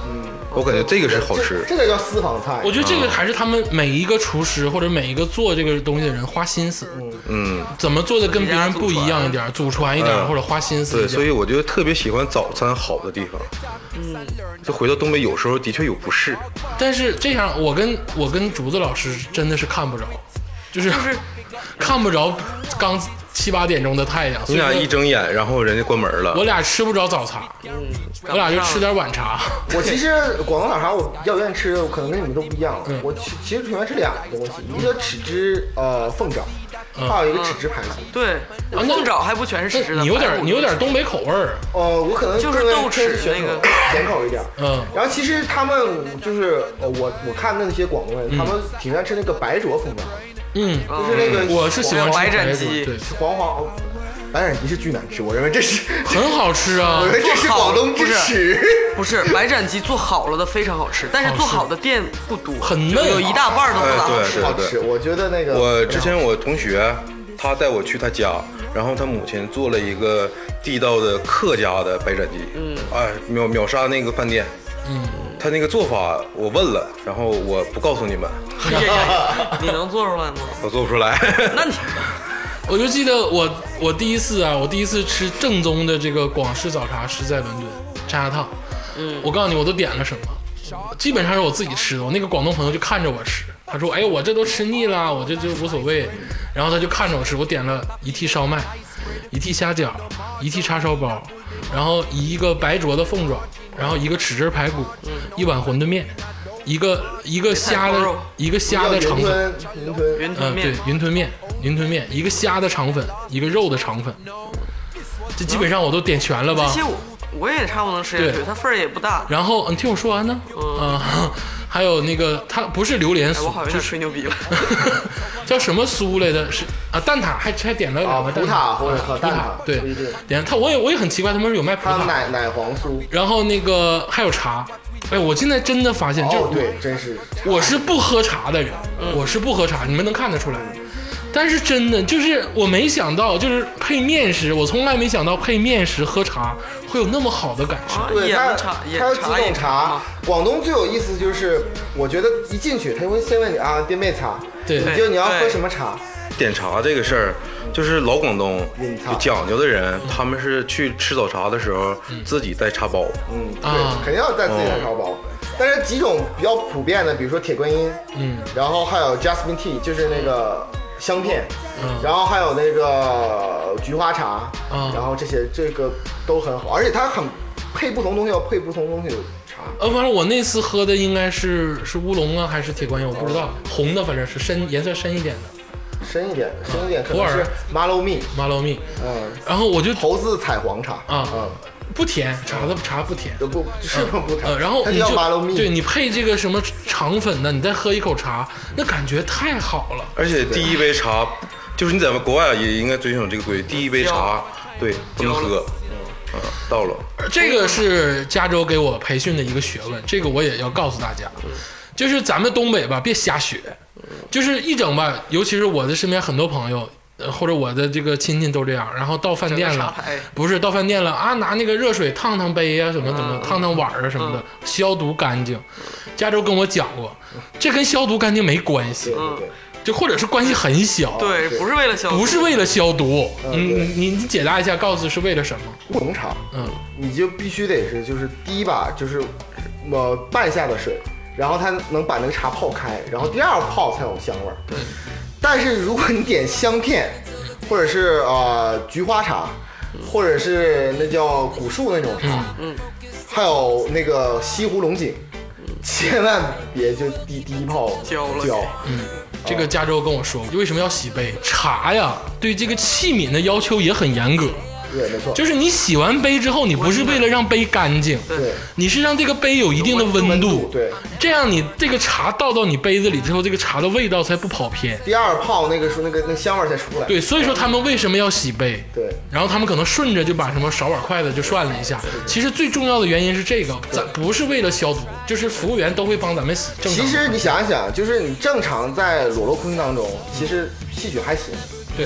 [SPEAKER 3] 我感觉这个是好吃。
[SPEAKER 4] 这个叫私房菜。
[SPEAKER 5] 我觉得这个还是他们每一个厨师或者每一个做这个东西的人花心思，
[SPEAKER 3] 嗯，
[SPEAKER 5] 怎么做的跟别人不一样一点，祖传一点，
[SPEAKER 3] 嗯
[SPEAKER 5] 或者花心思一
[SPEAKER 3] 对，
[SPEAKER 5] 点。
[SPEAKER 3] 所以我就特别喜欢早餐好的地方。嗯，就回到东北，有时候的确有不适。
[SPEAKER 5] 但是这样，我跟我跟竹子老师真的是看不着，就是就是看不着刚七八点钟的太阳。
[SPEAKER 3] 你俩一睁眼，然后人家关门了。
[SPEAKER 5] 我俩吃不着早茶，我俩就吃点晚茶。
[SPEAKER 4] 我其实广东早茶我比较愿意吃的，可能跟你们都不一样。嗯、我其其实喜欢吃两个东西，一个豉汁呃凤爪，还有一个豉汁排骨。
[SPEAKER 2] 对，凤爪还不全是豉汁的。
[SPEAKER 5] 你有点你有点东北口味儿。
[SPEAKER 4] 呃，我可能
[SPEAKER 2] 就是豆豉那个
[SPEAKER 4] 咸口一点。
[SPEAKER 5] 嗯。
[SPEAKER 4] 然后其实他们就是呃我我看那些广东人，他们挺愿意吃那个白灼凤爪。
[SPEAKER 5] 嗯，
[SPEAKER 4] 就是那个
[SPEAKER 5] 我是喜欢吃
[SPEAKER 2] 白斩鸡，
[SPEAKER 5] 对，
[SPEAKER 4] 黄黄。白斩鸡是巨难吃，我认为这是
[SPEAKER 5] 很好吃啊！
[SPEAKER 4] 我认为这是广东之耻。
[SPEAKER 2] 不是白斩鸡做好了的非常好吃，但是做好的店不多，
[SPEAKER 5] 很嫩，
[SPEAKER 2] 有一大半都不咋
[SPEAKER 3] 好
[SPEAKER 2] 吃。
[SPEAKER 4] 好吃，我觉得那个。
[SPEAKER 3] 我之前我同学他带我去他家，然后他母亲做了一个地道的客家的白斩鸡，嗯，哎，秒秒杀那个饭店，
[SPEAKER 5] 嗯。
[SPEAKER 3] 他那个做法我问了，然后我不告诉你们。
[SPEAKER 2] 你能做出来吗？
[SPEAKER 3] 我做不出来。
[SPEAKER 2] 那你，
[SPEAKER 5] 我就记得我我第一次啊，我第一次吃正宗的这个广式早茶是在伦敦茶芽烫。嗯，我告诉你，我都点了什么，基本上是我自己吃的。我那个广东朋友就看着我吃，他说：“哎，我这都吃腻了，我这就无所谓。”然后他就看着我吃，我点了一屉烧麦，一屉虾饺，一屉叉烧包，然后一个白灼的凤爪。然后一个豉汁排骨，一碗馄饨面，一个一个虾的一个虾的肠粉，
[SPEAKER 4] 云吞
[SPEAKER 2] 云吞面，
[SPEAKER 5] 对，云吞面，云吞面，一个虾的肠粉，一个肉的肠粉，这基本上我都点全了吧？
[SPEAKER 2] 这些我我也差不多能吃下去，它份儿也不大。
[SPEAKER 5] 然后你听我说完呢，嗯，还有那个它不是榴莲酥，
[SPEAKER 2] 我好像吹牛逼了，
[SPEAKER 5] 叫什么酥来的？是啊，蛋挞还还点了两个
[SPEAKER 4] 葡挞或者和蛋挞，
[SPEAKER 5] 对，点它我也我也很奇怪，他们是有卖葡萄
[SPEAKER 4] 奶奶黄酥，
[SPEAKER 5] 然后那个还有茶。哎，我现在真的发现，就
[SPEAKER 4] 对，真是
[SPEAKER 5] 我是不喝茶的人，我是不喝茶，你们能看得出来。但是真的就是我没想到，就是配面食，我从来没想到配面食喝茶会有那么好的感受。
[SPEAKER 4] 对，它
[SPEAKER 2] 茶
[SPEAKER 4] 它有几种茶。广东最有意思就是，我觉得一进去他会先问你啊，点咩茶？
[SPEAKER 5] 对，
[SPEAKER 4] 你就你要喝什么茶？
[SPEAKER 3] 点茶这个事儿，就是老广东有讲究的人，他们是去吃早茶的时候自己带茶包。
[SPEAKER 4] 嗯，对，肯定要带自己的茶包。但是几种比较普遍的，比如说铁观音，嗯，然后还有 Jasmine Tea， 就是那个。香片，嗯，然后还有那个菊花茶，嗯，然后这些这个都很好，而且它很配不同东西，要配不同东西的茶。
[SPEAKER 5] 呃，反正我那次喝的应该是是乌龙啊，还是铁观音，我不知道，红的反正是深颜色深一点的，
[SPEAKER 4] 深一点，深一点，可能是马洛蜜，
[SPEAKER 5] 马洛蜜，
[SPEAKER 4] 嗯，
[SPEAKER 5] 然后我就
[SPEAKER 4] 猴子彩黄茶
[SPEAKER 5] 啊，嗯。不甜，茶的茶不甜，
[SPEAKER 4] 不是不不甜。
[SPEAKER 5] 呃，然后你就对你配这个什么肠粉呢？你再喝一口茶，那感觉太好了。
[SPEAKER 3] 而且第一杯茶，就是你在国外也应该遵守这个规矩，第一杯茶对不能喝。嗯，到了。
[SPEAKER 5] 这个是加州给我培训的一个学问，这个我也要告诉大家，就是咱们东北吧，别瞎学，就是一整吧，尤其是我的身边很多朋友。或者我的这个亲戚都这样，然后到饭店了，不是到饭店了啊，拿那个热水烫烫杯啊，什么怎么烫烫碗啊什么的，消毒干净。加州跟我讲过，这跟消毒干净没关系，就或者是关系很小。
[SPEAKER 2] 对，不是为了消毒，
[SPEAKER 5] 不是为了消毒。嗯，你你解答一下，告诉是为了什么？
[SPEAKER 4] 乌龙茶，嗯，你就必须得是就是第一把就是呃半下的水，然后它能把那个茶泡开，然后第二泡才有香味儿。
[SPEAKER 5] 对。
[SPEAKER 4] 但是如果你点香片，或者是呃菊花茶，或者是那叫古树那种茶，嗯，还有那个西湖龙井，千万别就第第一泡
[SPEAKER 2] 浇了
[SPEAKER 4] 浇。
[SPEAKER 5] 嗯，这个加州跟我说，为什么要洗杯？茶呀，对这个器皿的要求也很严格。
[SPEAKER 4] 对，没错，
[SPEAKER 5] 就是你洗完杯之后，你不是为了让杯干净，
[SPEAKER 4] 对，
[SPEAKER 5] 你是让这个杯有一定的温度，
[SPEAKER 4] 对，
[SPEAKER 5] 这样你这个茶倒到你杯子里之后，这个茶的味道才不跑偏。
[SPEAKER 4] 第二泡那个时候，那个那香味才出来。
[SPEAKER 5] 对，所以说他们为什么要洗杯？
[SPEAKER 4] 对，
[SPEAKER 5] 然后他们可能顺着就把什么勺碗筷子就涮了一下。其实最重要的原因是这个，咱不是为了消毒，就是服务员都会帮咱们洗。正常。
[SPEAKER 4] 其实你想想，就是你正常在裸露空气当中，其实细菌还行。
[SPEAKER 5] 对，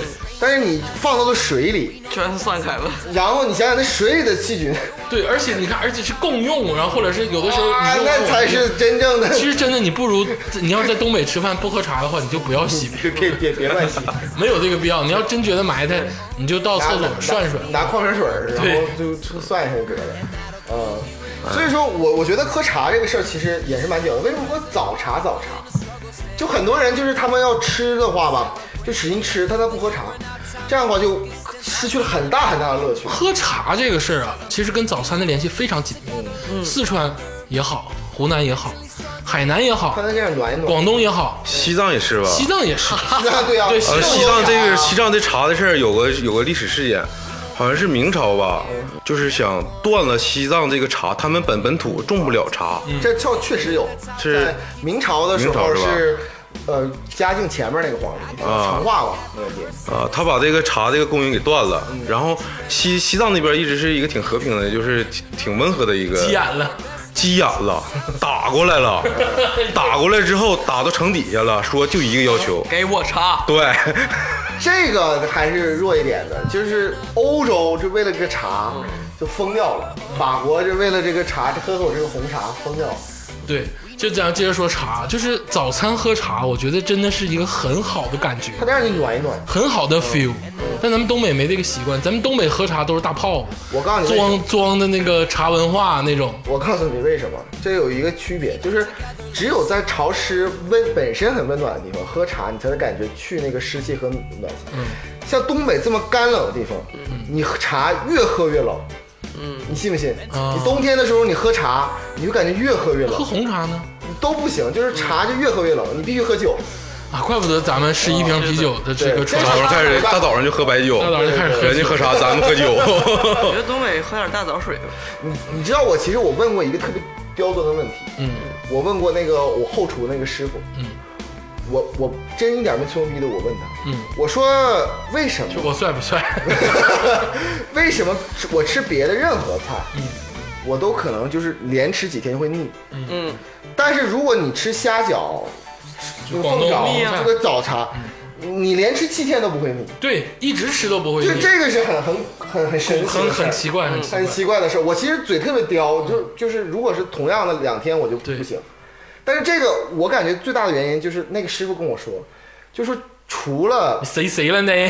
[SPEAKER 4] 但是你放到了水里，
[SPEAKER 2] 全是散开了。
[SPEAKER 4] 然后你想想那水里的细菌，
[SPEAKER 5] 对，而且你看，而且是共用，然后或者是有的时候
[SPEAKER 4] 啊，
[SPEAKER 5] 你用
[SPEAKER 4] 那才是真正的。
[SPEAKER 5] 其实真的，你不如你要在东北吃饭不喝茶的话，你就不要洗，
[SPEAKER 4] 别别别别乱洗，
[SPEAKER 5] 没有这个必要。你要真觉得埋汰，你就到厕所涮涮，
[SPEAKER 4] 拿矿泉水，然后就就涮一下就得了。嗯，所以说我我觉得喝茶这个事儿其实也是蛮屌的。为什么喝早茶？早茶，就很多人就是他们要吃的话吧，就使劲吃，但他不喝茶，这样的话就失去了很大很大的乐趣。
[SPEAKER 5] 喝茶这个事儿啊，其实跟早餐的联系非常紧密。嗯，四川也好，湖南也好，海南也好，
[SPEAKER 4] 他在这样暖一暖，
[SPEAKER 5] 广东也好，
[SPEAKER 3] 西藏也是吧？
[SPEAKER 5] 西藏也是。
[SPEAKER 4] 对啊，
[SPEAKER 5] 对，
[SPEAKER 3] 呃，西藏这个西藏这茶的事儿有个有个历史事件，好像是明朝吧，就是想断了西藏这个茶，他们本本土种不了茶。
[SPEAKER 4] 这确确实有，
[SPEAKER 3] 是
[SPEAKER 4] 在明朝的时候
[SPEAKER 3] 明朝是吧
[SPEAKER 4] 是。呃，嘉靖前面那个皇帝，成化吧，那个爹
[SPEAKER 3] 啊，他把这个茶这个供应给断了，然后西西藏那边一直是一个挺和平的，就是挺挺温和的一个。
[SPEAKER 5] 急眼了，
[SPEAKER 3] 急眼了，打过来了，打过来之后打到城底下了，说就一个要求，
[SPEAKER 2] 给我茶。
[SPEAKER 3] 对，
[SPEAKER 4] 这个还是弱一点的，就是欧洲就为了这个茶就疯掉了，法国就为了这个茶，喝口这个红茶疯掉了。
[SPEAKER 5] 对，就这样接着说茶，就是早餐喝茶，我觉得真的是一个很好的感觉，
[SPEAKER 4] 它得让你暖一暖，
[SPEAKER 5] 很好的 feel。但咱们东北没这个习惯，咱们东北喝茶都是大泡子，
[SPEAKER 4] 我告诉你，
[SPEAKER 5] 装装的那个茶文化那种。
[SPEAKER 4] 我告诉你为什么，这有一个区别，就是只有在潮湿温本身很温暖的地方喝茶，你才能感觉去那个湿气和暖气。嗯，像东北这么干冷的地方，你喝茶越喝越冷。嗯，你信不信？
[SPEAKER 5] 啊、
[SPEAKER 4] 你冬天的时候你喝茶，你就感觉越喝越冷。
[SPEAKER 5] 喝红茶呢？
[SPEAKER 4] 都不行，就是茶就越喝越冷，你必须喝酒。
[SPEAKER 5] 啊，怪不得咱们十一瓶啤酒的这个
[SPEAKER 3] 早上开始，大早上就喝白酒，
[SPEAKER 5] 大早上就开始喝，
[SPEAKER 3] 人家喝茶，咱们喝酒。
[SPEAKER 2] 我觉得东北喝点大枣水吧。
[SPEAKER 4] 你你知道我其实我问过一个特别刁钻的问题，
[SPEAKER 5] 嗯，
[SPEAKER 4] 我问过那个我后厨那个师傅，
[SPEAKER 5] 嗯，
[SPEAKER 4] 我我真一点没吹牛逼的，我问他，
[SPEAKER 5] 嗯，
[SPEAKER 4] 我说为什么
[SPEAKER 5] 我帅不帅？
[SPEAKER 4] 为什么我吃别的任何菜，
[SPEAKER 5] 嗯，
[SPEAKER 4] 我都可能就是连吃几天会腻，
[SPEAKER 2] 嗯，
[SPEAKER 4] 但是如果你吃虾饺。
[SPEAKER 5] 广东
[SPEAKER 4] 这个早茶，嗯、你连吃七天都不会腻。
[SPEAKER 5] 对，一直吃都不会腻。
[SPEAKER 4] 就这个是很很很很神奇的
[SPEAKER 5] 很很奇怪，很奇怪
[SPEAKER 4] 很奇怪的事。我其实嘴特别刁，就就是如果是同样的两天我就不行。但是这个我感觉最大的原因就是那个师傅跟我说，就说除了
[SPEAKER 5] 谁谁了呢？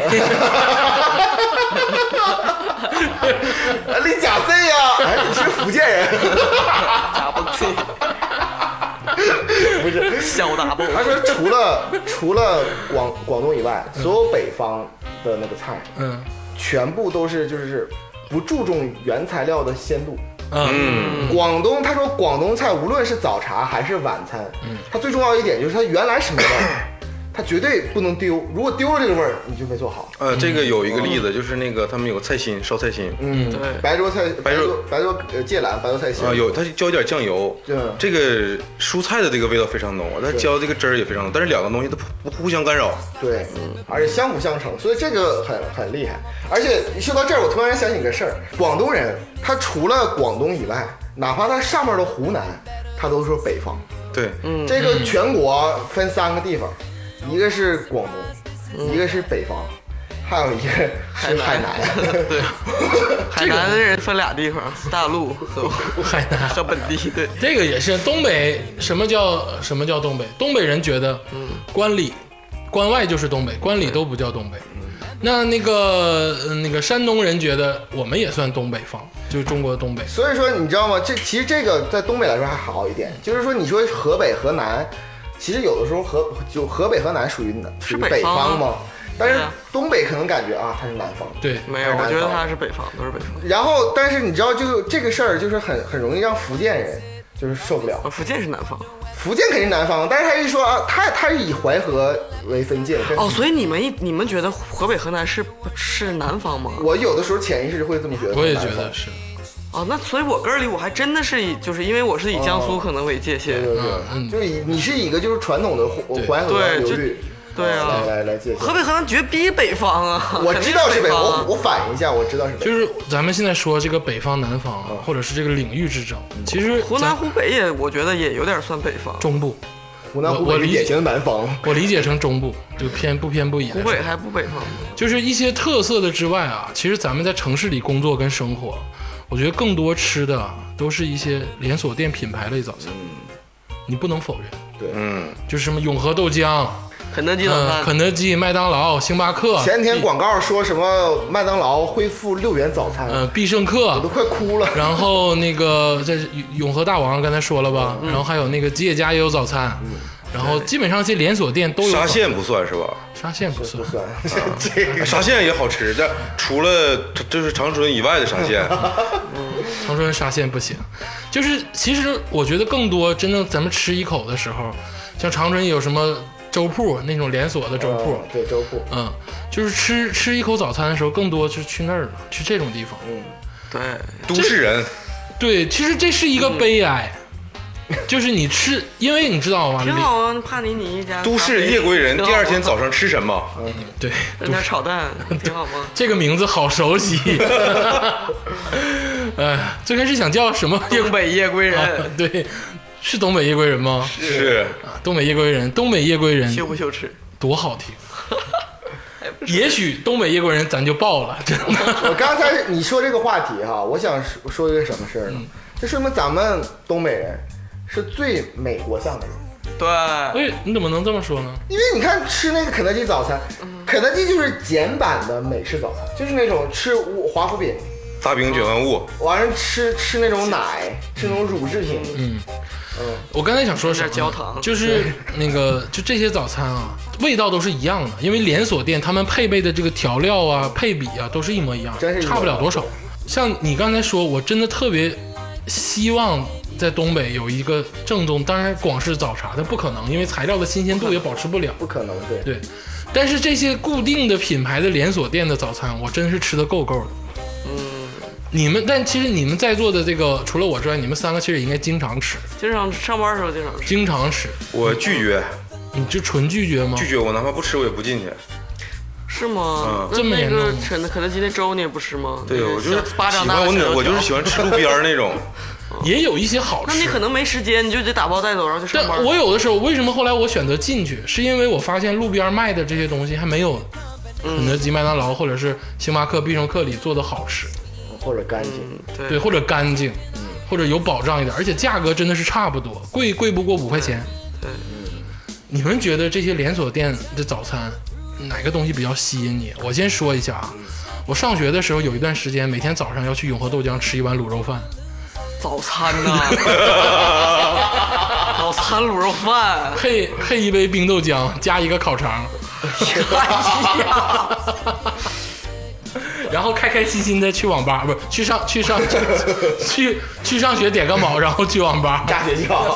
[SPEAKER 4] 你假谁呀？哎，你是福建人？
[SPEAKER 2] 假不气。
[SPEAKER 4] 不是
[SPEAKER 2] 小打不，
[SPEAKER 4] 他说除了除了广广东以外，所有北方的那个菜，
[SPEAKER 5] 嗯，
[SPEAKER 4] 全部都是就是不注重原材料的鲜度。
[SPEAKER 5] 嗯，
[SPEAKER 4] 广东他说广东菜无论是早茶还是晚餐，嗯，它最重要一点就是它原来什么味儿。它绝对不能丢，如果丢了这个味儿，你就没做好。
[SPEAKER 3] 呃，这个有一个例子，就是那个他们有个菜心，烧菜心，
[SPEAKER 4] 嗯，对，白灼菜，白灼白灼呃芥蓝，白灼菜心
[SPEAKER 3] 啊，有它浇一点酱油，
[SPEAKER 4] 对，
[SPEAKER 3] 这个蔬菜的这个味道非常浓，它浇这个汁儿也非常浓，但是两个东西它不互相干扰，
[SPEAKER 4] 对，嗯，而且相辅相成，所以这个很很厉害。而且说到这儿，我突然想起个事儿，广东人他除了广东以外，哪怕他上面的湖南，他都说北方。
[SPEAKER 3] 对，
[SPEAKER 4] 嗯，这个全国分三个地方。一个是广东，一个是北方，还有一个是海南。
[SPEAKER 2] 对，海南的人分俩地方，大陆和
[SPEAKER 5] 海南
[SPEAKER 2] 和本地。对，
[SPEAKER 5] 这个也是东北。什么叫什么叫东北？东北人觉得，嗯，关里、关外就是东北，关里都不叫东北。那那个那个山东人觉得我们也算东北方，就是中国的东北。
[SPEAKER 4] 所以说你知道吗？这其实这个在东北来说还好一点，就是说你说河北、河南。其实有的时候河就河北河南属于属于北方嘛，但是东北可能感觉啊它是南方。
[SPEAKER 5] 对，
[SPEAKER 2] 没有，我觉得它是北方，都是北方。
[SPEAKER 4] 然后，但是你知道，就这个事儿就是很很容易让福建人就是受不了。
[SPEAKER 2] 福建是南方，
[SPEAKER 4] 福建肯定南方，但是他一说啊，他他是以淮河为分界。
[SPEAKER 2] 哦，所以你们一你们觉得河北河南是是南方吗？
[SPEAKER 4] 我有的时候潜意识会这么觉得。
[SPEAKER 5] 我也觉得是。
[SPEAKER 2] 哦，那所以我根儿里我还真的是以，就是因为我是以江苏可能为界限，
[SPEAKER 4] 对对对，嗯、就是以你是以一个就是传统的淮河流域，
[SPEAKER 2] 对啊，
[SPEAKER 4] 来来来界限。
[SPEAKER 2] 河北河南绝逼北方啊！
[SPEAKER 4] 我知道是北
[SPEAKER 2] 方，
[SPEAKER 4] 我我反应一下，我知道是北方。
[SPEAKER 5] 就是咱们现在说这个北方南方，或者是这个领域之争，其实
[SPEAKER 2] 湖南湖北也我觉得也有点算北方，
[SPEAKER 5] 中部。
[SPEAKER 4] 湖南湖
[SPEAKER 5] 我理解
[SPEAKER 4] 北是典型的南方。
[SPEAKER 5] 我理解成中部，就偏不偏不倚的说。
[SPEAKER 2] 湖北还不北方吗？
[SPEAKER 5] 就是一些特色的之外啊，其实咱们在城市里工作跟生活，我觉得更多吃的都是一些连锁店品牌类早餐，你不能否认。
[SPEAKER 4] 对，
[SPEAKER 3] 嗯，
[SPEAKER 5] 就是什么永和豆浆、
[SPEAKER 2] 肯德基早
[SPEAKER 5] 嗯、
[SPEAKER 2] 餐，
[SPEAKER 5] 肯德基、麦当劳、星巴克。
[SPEAKER 4] 前天广告说什么麦当劳恢复六元早餐，
[SPEAKER 5] 呃，必胜
[SPEAKER 4] 我都
[SPEAKER 5] 客，
[SPEAKER 4] 快哭了。
[SPEAKER 5] 然后那个这永和大王刚才说了吧，然后还有那个吉野家也有早餐，然后基本上这连锁店都有早
[SPEAKER 3] 沙县不算是吧？
[SPEAKER 5] 沙县不算
[SPEAKER 4] 不，算，这个
[SPEAKER 3] 沙县也好吃，但除了就是长春以外的沙县，
[SPEAKER 5] 长春沙县不行。就是其实我觉得更多真正咱们吃一口的时候，像长春有什么粥铺那种连锁的粥铺，
[SPEAKER 4] 嗯对粥铺，
[SPEAKER 5] 嗯，就是吃吃一口早餐的时候，更多就是去那儿了，去这种地方。
[SPEAKER 4] 嗯，
[SPEAKER 2] 对，
[SPEAKER 3] 都市人
[SPEAKER 5] 对，其实这是一个悲哀，就是你吃，因为你知道吗？
[SPEAKER 2] 挺好啊，帕尼尼一家
[SPEAKER 3] 都市夜归人，
[SPEAKER 2] 挺好
[SPEAKER 3] 第二天早上吃什么？
[SPEAKER 5] 对，
[SPEAKER 2] 整点炒蛋，挺好吗？
[SPEAKER 5] 这个名字好熟悉。哎，最开始想叫什么？
[SPEAKER 2] 东北夜归人，
[SPEAKER 5] 啊对，是东北夜归人吗？
[SPEAKER 3] 是
[SPEAKER 5] 啊，东北夜归人，东北夜归人
[SPEAKER 2] 羞不羞耻？
[SPEAKER 5] 多好听。也许东北夜归人咱就爆了，真的。
[SPEAKER 4] 我刚才你说这个话题哈，我想说说一个什么事儿呢？这说明咱们东北人是最美国向的人。
[SPEAKER 2] 对，
[SPEAKER 5] 哎，你怎么能这么说呢？
[SPEAKER 4] 因为你看吃那个肯德基早餐，肯德基就是简版的美式早餐，就是那种吃华夫饼，
[SPEAKER 3] 大饼卷万物，
[SPEAKER 4] 完了吃吃那种奶，吃那种乳制品。
[SPEAKER 5] 嗯
[SPEAKER 4] 嗯，
[SPEAKER 5] 我刚才想说什么？
[SPEAKER 2] 有点焦糖
[SPEAKER 5] 就是那个，就这些早餐啊，味道都是一样的，因为连锁店他们配备的这个调料啊、配比啊，都是一模一样，
[SPEAKER 4] 真是一模一样
[SPEAKER 5] 差不了多少。像你刚才说，我真的特别希望在东北有一个正宗，当然广式早茶，但不可能，因为材料的新鲜度也保持不了。
[SPEAKER 4] 不可能，对。
[SPEAKER 5] 对，但是这些固定的品牌的连锁店的早餐，我真是吃的够够的。
[SPEAKER 2] 嗯，
[SPEAKER 5] 你们，但其实你们在座的这个，除了我之外，你们三个其实也应该经常吃，
[SPEAKER 2] 经常上班的时候经常吃。
[SPEAKER 5] 经常吃。
[SPEAKER 3] 我拒绝
[SPEAKER 5] 你就纯拒绝吗？
[SPEAKER 3] 拒绝，我哪怕不吃我也不进去。
[SPEAKER 2] 是吗？
[SPEAKER 3] 嗯
[SPEAKER 2] 那
[SPEAKER 5] 这么严重
[SPEAKER 2] 那个肯肯德基那粥你也不吃吗？
[SPEAKER 3] 对，
[SPEAKER 2] 那个
[SPEAKER 3] 我就是
[SPEAKER 2] 小巴掌
[SPEAKER 3] 喜欢我
[SPEAKER 2] 大的小油条
[SPEAKER 3] 我就是喜欢吃路边儿那种。
[SPEAKER 5] 也有一些好吃。
[SPEAKER 2] 那你可能没时间，你就得打包带走，然后去上班。
[SPEAKER 5] 但我有的时候为什么后来我选择进去，是因为我发现路边卖的这些东西还没有肯德基、麦当劳或者是星巴克、必胜客里做的好吃，
[SPEAKER 4] 或者干净。
[SPEAKER 2] 对
[SPEAKER 5] 对，或者干净，或者有保障一点，而且价格真的是差不多，贵贵不过五块钱。
[SPEAKER 2] 对，
[SPEAKER 5] 你们觉得这些连锁店的早餐哪个东西比较吸引你？我先说一下啊，我上学的时候有一段时间，每天早上要去永和豆浆吃一碗卤肉饭。
[SPEAKER 2] 早餐呐，早餐卤肉饭，
[SPEAKER 5] 配配一杯冰豆浆，加一个烤肠，
[SPEAKER 2] 哎呀，
[SPEAKER 5] 然后开开心心的去网吧，不是去上去上去去上学点个卯，然后去网吧。
[SPEAKER 4] 炸学校。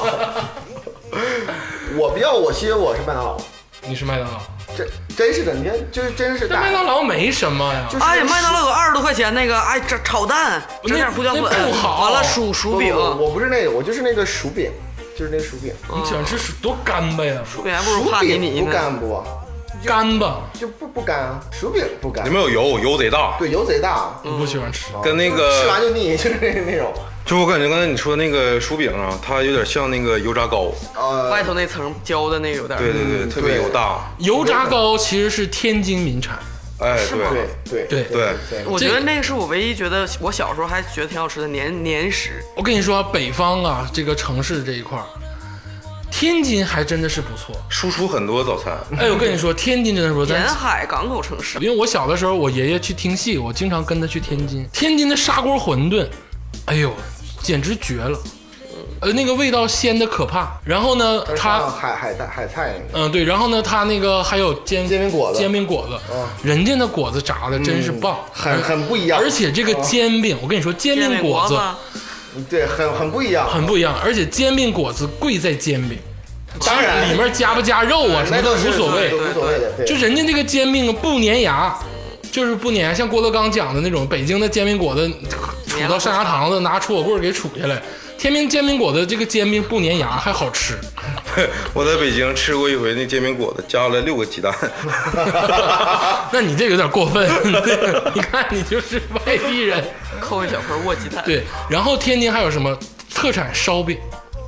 [SPEAKER 4] 我比较，我其实我是麦当劳，
[SPEAKER 5] 你是麦当劳？
[SPEAKER 4] 真真是的，你看，就是真是大。
[SPEAKER 5] 但麦当劳没什么呀，
[SPEAKER 4] 就是
[SPEAKER 2] 哎呀，麦当劳有二十多块钱那个，哎，这炒蛋，整点胡椒粉，
[SPEAKER 5] 那不好
[SPEAKER 2] 完了薯薯饼，
[SPEAKER 4] 不不不我不是那个，我就是那个薯饼，就是那个薯饼。
[SPEAKER 5] 你喜欢吃薯多干巴呀？
[SPEAKER 2] 薯饼还不如
[SPEAKER 4] 薯
[SPEAKER 2] 帕尼尼
[SPEAKER 4] 饼不
[SPEAKER 2] 呢。
[SPEAKER 4] 干不？
[SPEAKER 5] 干巴，
[SPEAKER 4] 就不不干啊，薯饼不干
[SPEAKER 3] 里。面有油，油贼大，
[SPEAKER 4] 对，油贼大，
[SPEAKER 5] 我不喜欢吃。
[SPEAKER 3] 跟那
[SPEAKER 4] 吃完
[SPEAKER 3] 个
[SPEAKER 4] 就腻，就是那那种。
[SPEAKER 3] 就我感觉刚才你说那个薯饼啊，它有点像那个油炸糕，
[SPEAKER 4] 呃，
[SPEAKER 2] 外头那层焦的那个有点。
[SPEAKER 3] 对对对，特别油大。
[SPEAKER 5] 油炸糕其实是天津民产，
[SPEAKER 3] 哎，
[SPEAKER 2] 是吗
[SPEAKER 3] 对，
[SPEAKER 4] 对
[SPEAKER 5] 对
[SPEAKER 3] 对
[SPEAKER 4] 对，
[SPEAKER 2] 我觉得那个是我唯一觉得我小时候还觉得挺好吃的年年食。
[SPEAKER 5] 我跟你说，北方啊，这个城市这一块儿，天津还真的是不错。
[SPEAKER 3] 输出很多早餐。
[SPEAKER 5] 哎，我跟你说，天津真的是不错。咱
[SPEAKER 2] 沿海港口城市，
[SPEAKER 5] 因为我小的时候，我爷爷去听戏，我经常跟他去天津。天津的砂锅馄饨，哎呦，简直绝了，呃，那个味道鲜的可怕。然后呢，它，
[SPEAKER 4] 海海带海菜那个
[SPEAKER 5] 嗯，对，然后呢，它那个还有煎
[SPEAKER 4] 煎饼果子
[SPEAKER 5] 煎饼果子，
[SPEAKER 4] 嗯
[SPEAKER 5] 人家的果子炸的真是棒，
[SPEAKER 4] 很很不一样，
[SPEAKER 5] 而且这个煎饼，我跟你说，煎饼果子
[SPEAKER 2] 煎饼
[SPEAKER 4] 对很很不一样，
[SPEAKER 5] 很不一样，而且煎饼果子贵在煎饼，
[SPEAKER 4] 当然
[SPEAKER 5] 里面加不加肉啊，什么都
[SPEAKER 4] 那都是
[SPEAKER 5] 无所谓
[SPEAKER 4] 都，无所谓的，对，
[SPEAKER 5] 就人家这个煎饼不粘牙，就是不粘牙，像郭德纲讲的那种，北京的煎饼果子杵到上牙膛子，拿戳火棍给杵下来。天津煎饼果子这个煎饼不粘牙，还好吃。
[SPEAKER 3] 我在北京吃过一回那煎饼果子，加了六个鸡蛋。
[SPEAKER 5] 那你这个有点过分，你看你就是外地人。
[SPEAKER 2] 扣一小块卧鸡蛋。
[SPEAKER 5] 对，然后天津还有什么特产烧饼？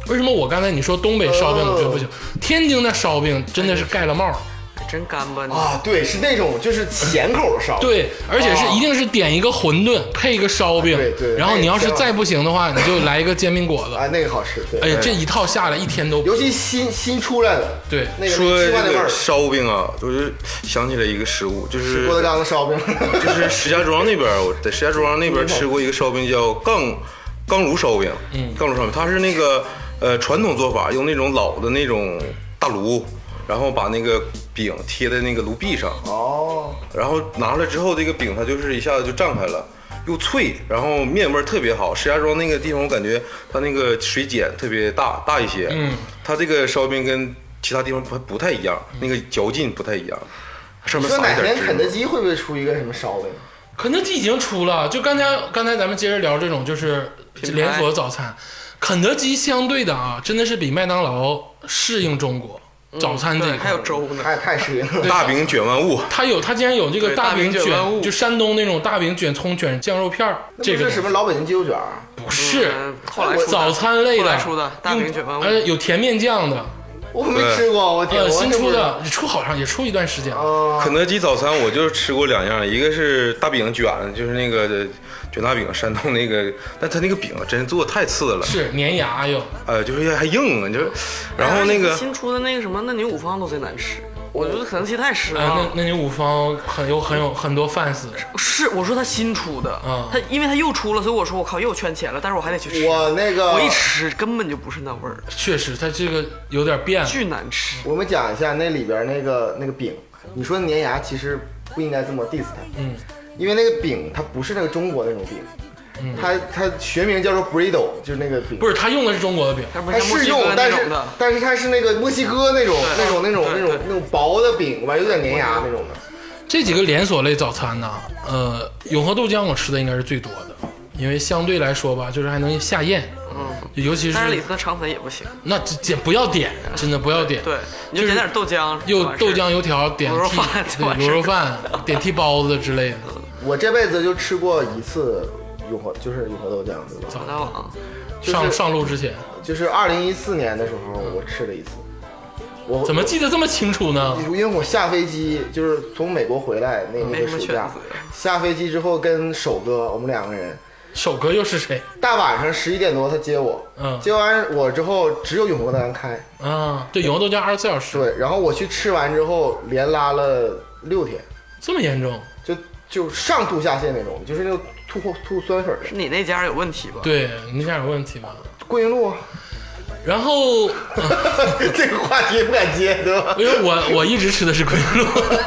[SPEAKER 5] 为什么我刚才你说东北烧饼我觉得不行，天津的烧饼真的是盖了帽。
[SPEAKER 2] 真干巴呢
[SPEAKER 4] 啊！对，是那种就是咸口的烧饼，
[SPEAKER 5] 对，而且是一定是点一个馄饨配一个烧饼，
[SPEAKER 4] 对对。
[SPEAKER 5] 然后你要是再不行的话，你就来一个煎饼果子，
[SPEAKER 4] 啊，那个好吃。对，
[SPEAKER 5] 哎呀，这一套下来一天都，
[SPEAKER 4] 尤其新新出来的，
[SPEAKER 5] 对，
[SPEAKER 4] 那个
[SPEAKER 3] 说这个
[SPEAKER 4] 那个
[SPEAKER 3] 烧饼啊，我就想起来一个食物，就是
[SPEAKER 4] 郭德纲的烧饼，
[SPEAKER 3] 就是石家庄那边，我在石家庄那边吃过一个烧饼叫钢钢炉烧饼，嗯，钢炉烧饼，它是那个呃传统做法，用那种老的那种大炉。然后把那个饼贴在那个炉壁上，
[SPEAKER 4] 哦，
[SPEAKER 3] 然后拿出来之后，这个饼它就是一下子就胀开了，又脆，然后面味特别好。石家庄那个地方，我感觉它那个水碱特别大大一些，嗯，它这个烧饼跟其他地方不不太一样，那个嚼劲不太一样。上面
[SPEAKER 4] 说哪
[SPEAKER 3] 撒一点
[SPEAKER 4] 天肯德基会不会出一个什么烧饼？
[SPEAKER 5] 肯德基已经出了，就刚才刚才咱们接着聊这种就是连锁早餐，肯德基相对的啊，真的是比麦当劳适应中国。早餐这一块、
[SPEAKER 2] 嗯、还有粥呢，
[SPEAKER 4] 太太适应了。
[SPEAKER 3] 大饼卷万物，
[SPEAKER 5] 它有，它竟然有这个大饼
[SPEAKER 2] 卷，
[SPEAKER 5] 就山东那种大饼卷葱卷酱肉片儿。这个
[SPEAKER 4] 是什么老北京鸡肉卷？
[SPEAKER 5] 不是，
[SPEAKER 2] 嗯、后来
[SPEAKER 5] 早餐类的，
[SPEAKER 2] 后来出的大饼卷万物，
[SPEAKER 5] 呃，有甜面酱的。
[SPEAKER 4] 我没吃过，我天，
[SPEAKER 5] 呃，新出的，出好长也出一段时间。
[SPEAKER 4] 哦、
[SPEAKER 3] 肯德基早餐我就吃过两样，一个是大饼卷，就是那个卷大饼，山东那个，但它那个饼真做的太次了，
[SPEAKER 5] 是粘牙哟，
[SPEAKER 3] 呃，就是还硬，就是，然后那个
[SPEAKER 2] 新出的那个什么，那牛五方都贼难吃。我觉得肯德基太失望了。
[SPEAKER 5] 呃、那那牛五方很有很有很多 fans。
[SPEAKER 2] 是，我说他新出的，嗯，他因为他又出了，所以我说我靠又圈钱了，但是我还得去吃。
[SPEAKER 4] 我那个
[SPEAKER 2] 我一吃根本就不是那味儿。
[SPEAKER 5] 确实，它这个有点变了，
[SPEAKER 2] 巨难吃。
[SPEAKER 4] 我们讲一下那里边那个那个饼，你说粘牙其实不应该这么 diss 它，嗯，因为那个饼它不是那个中国那种饼。嗯、它它学名叫做 Burrito， 就是那个饼。
[SPEAKER 5] 不是，它用的是中国的饼，
[SPEAKER 4] 它是用，但是但是它是那个墨西哥那种那种那种那种那种薄的饼吧，有点粘牙那种的。
[SPEAKER 5] 这几个连锁类早餐呢，呃，永和豆浆我吃的应该是最多的，因为相对来说吧，就是还能下咽。嗯，尤其是。
[SPEAKER 2] 但是里头的肠粉也不行。
[SPEAKER 5] 那这不要点，真的不要点。
[SPEAKER 2] 对，你就点点豆浆，
[SPEAKER 5] 又豆浆油条，点
[SPEAKER 2] 卤肉饭，
[SPEAKER 5] 卤肉饭，点屉包子之类的。
[SPEAKER 4] 我这辈子就吃过一次。永和就是永和豆浆，对吧？
[SPEAKER 2] 早餐网，
[SPEAKER 5] 上上路之前，
[SPEAKER 4] 就是二零一四年的时候，我吃了一次。我
[SPEAKER 5] 怎么记得这么清楚呢？
[SPEAKER 4] 因为我下飞机就是从美国回来那那个暑假，下飞机之后跟首哥我们两个人，
[SPEAKER 5] 首哥又是谁？
[SPEAKER 4] 大晚上十一点多他接我，嗯，接完我之后只有永和豆浆开，
[SPEAKER 5] 啊，对，永和豆浆二十四小时。
[SPEAKER 4] 对，然后我去吃完之后连拉了六天，
[SPEAKER 5] 这么严重？
[SPEAKER 4] 就就上吐下泻那种，就是那种。吐吐酸水
[SPEAKER 2] 是你那家有问题吧？
[SPEAKER 5] 对，你那家有问题吧？
[SPEAKER 4] 桂林路，
[SPEAKER 5] 然后、
[SPEAKER 4] 嗯、这个话题不敢接，对吧？
[SPEAKER 5] 因为我我一直吃的是桂林路，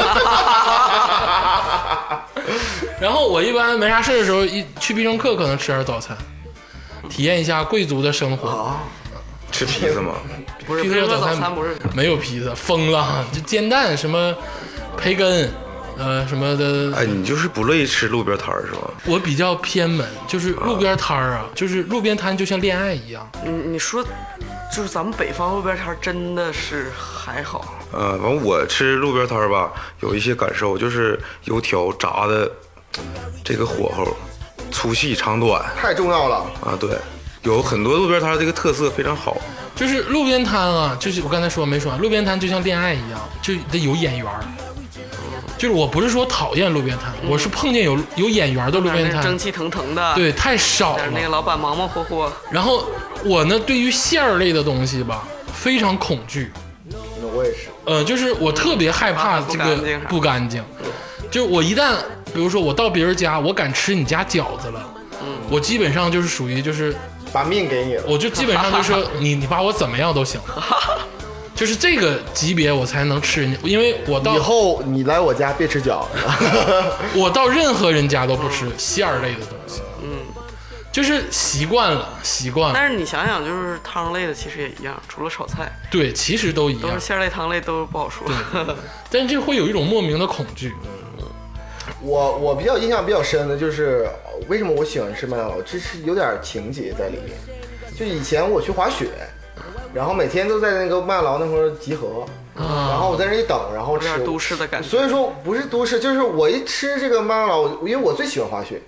[SPEAKER 5] 然后我一般没啥事的时候，一去必胜客可能吃点早餐，体验一下贵族的生活。
[SPEAKER 4] 啊、
[SPEAKER 3] 吃披萨吗？
[SPEAKER 2] 不是，
[SPEAKER 5] 披萨
[SPEAKER 2] 早餐不是
[SPEAKER 5] 没有披萨，疯了，就煎蛋什么培根。呃，什么的？
[SPEAKER 3] 哎，你就是不乐意吃路边摊是吧？
[SPEAKER 5] 我比较偏门，就是路边摊啊，就是路边摊就像恋爱一样。
[SPEAKER 2] 你你说，就是咱们北方路边摊真的是还好。
[SPEAKER 3] 呃，完我吃路边摊吧，有一些感受，就是油条炸的这个火候粗细长短
[SPEAKER 4] 太重要了
[SPEAKER 3] 啊！对，有很多路边摊这个特色非常好。
[SPEAKER 5] 就是路边摊啊，就是我刚才说没说，路边摊就像恋爱一样，就得有眼缘。就是我不是说讨厌路边摊、嗯，我是碰见有有眼缘的路边摊，
[SPEAKER 2] 蒸气腾腾的，
[SPEAKER 5] 对，太少了。
[SPEAKER 2] 那个老板忙忙活活。
[SPEAKER 5] 然后我呢，对于馅儿类的东西吧，非常恐惧。
[SPEAKER 4] 那我也是。
[SPEAKER 5] 呃，就是我特别害怕这个不干净。就我一旦，比如说我到别人家，我敢吃你家饺子了，嗯，我基本上就是属于就是
[SPEAKER 4] 把命给你了，
[SPEAKER 5] 我就基本上就是说你你把我怎么样都行。就是这个级别我才能吃人家，因为我到
[SPEAKER 4] 以后你来我家别吃饺子，
[SPEAKER 5] 我到任何人家都不吃馅儿类的东西，嗯，就是习惯了，习惯了。
[SPEAKER 2] 但是你想想，就是汤类的其实也一样，除了炒菜，
[SPEAKER 5] 对，其实都一样，
[SPEAKER 2] 都是馅类、汤类都不好说。
[SPEAKER 5] 对，但是这会有一种莫名的恐惧。
[SPEAKER 4] 我我比较印象比较深的就是为什么我喜欢吃麦当劳，这是有点情节在里面。就以前我去滑雪。然后每天都在那个麦当劳那块集合、嗯，然后我在那里等，然后吃。
[SPEAKER 2] 有点都市的感觉。
[SPEAKER 4] 所以说不是都市，就是我一吃这个麦当劳，因为我最喜欢滑雪，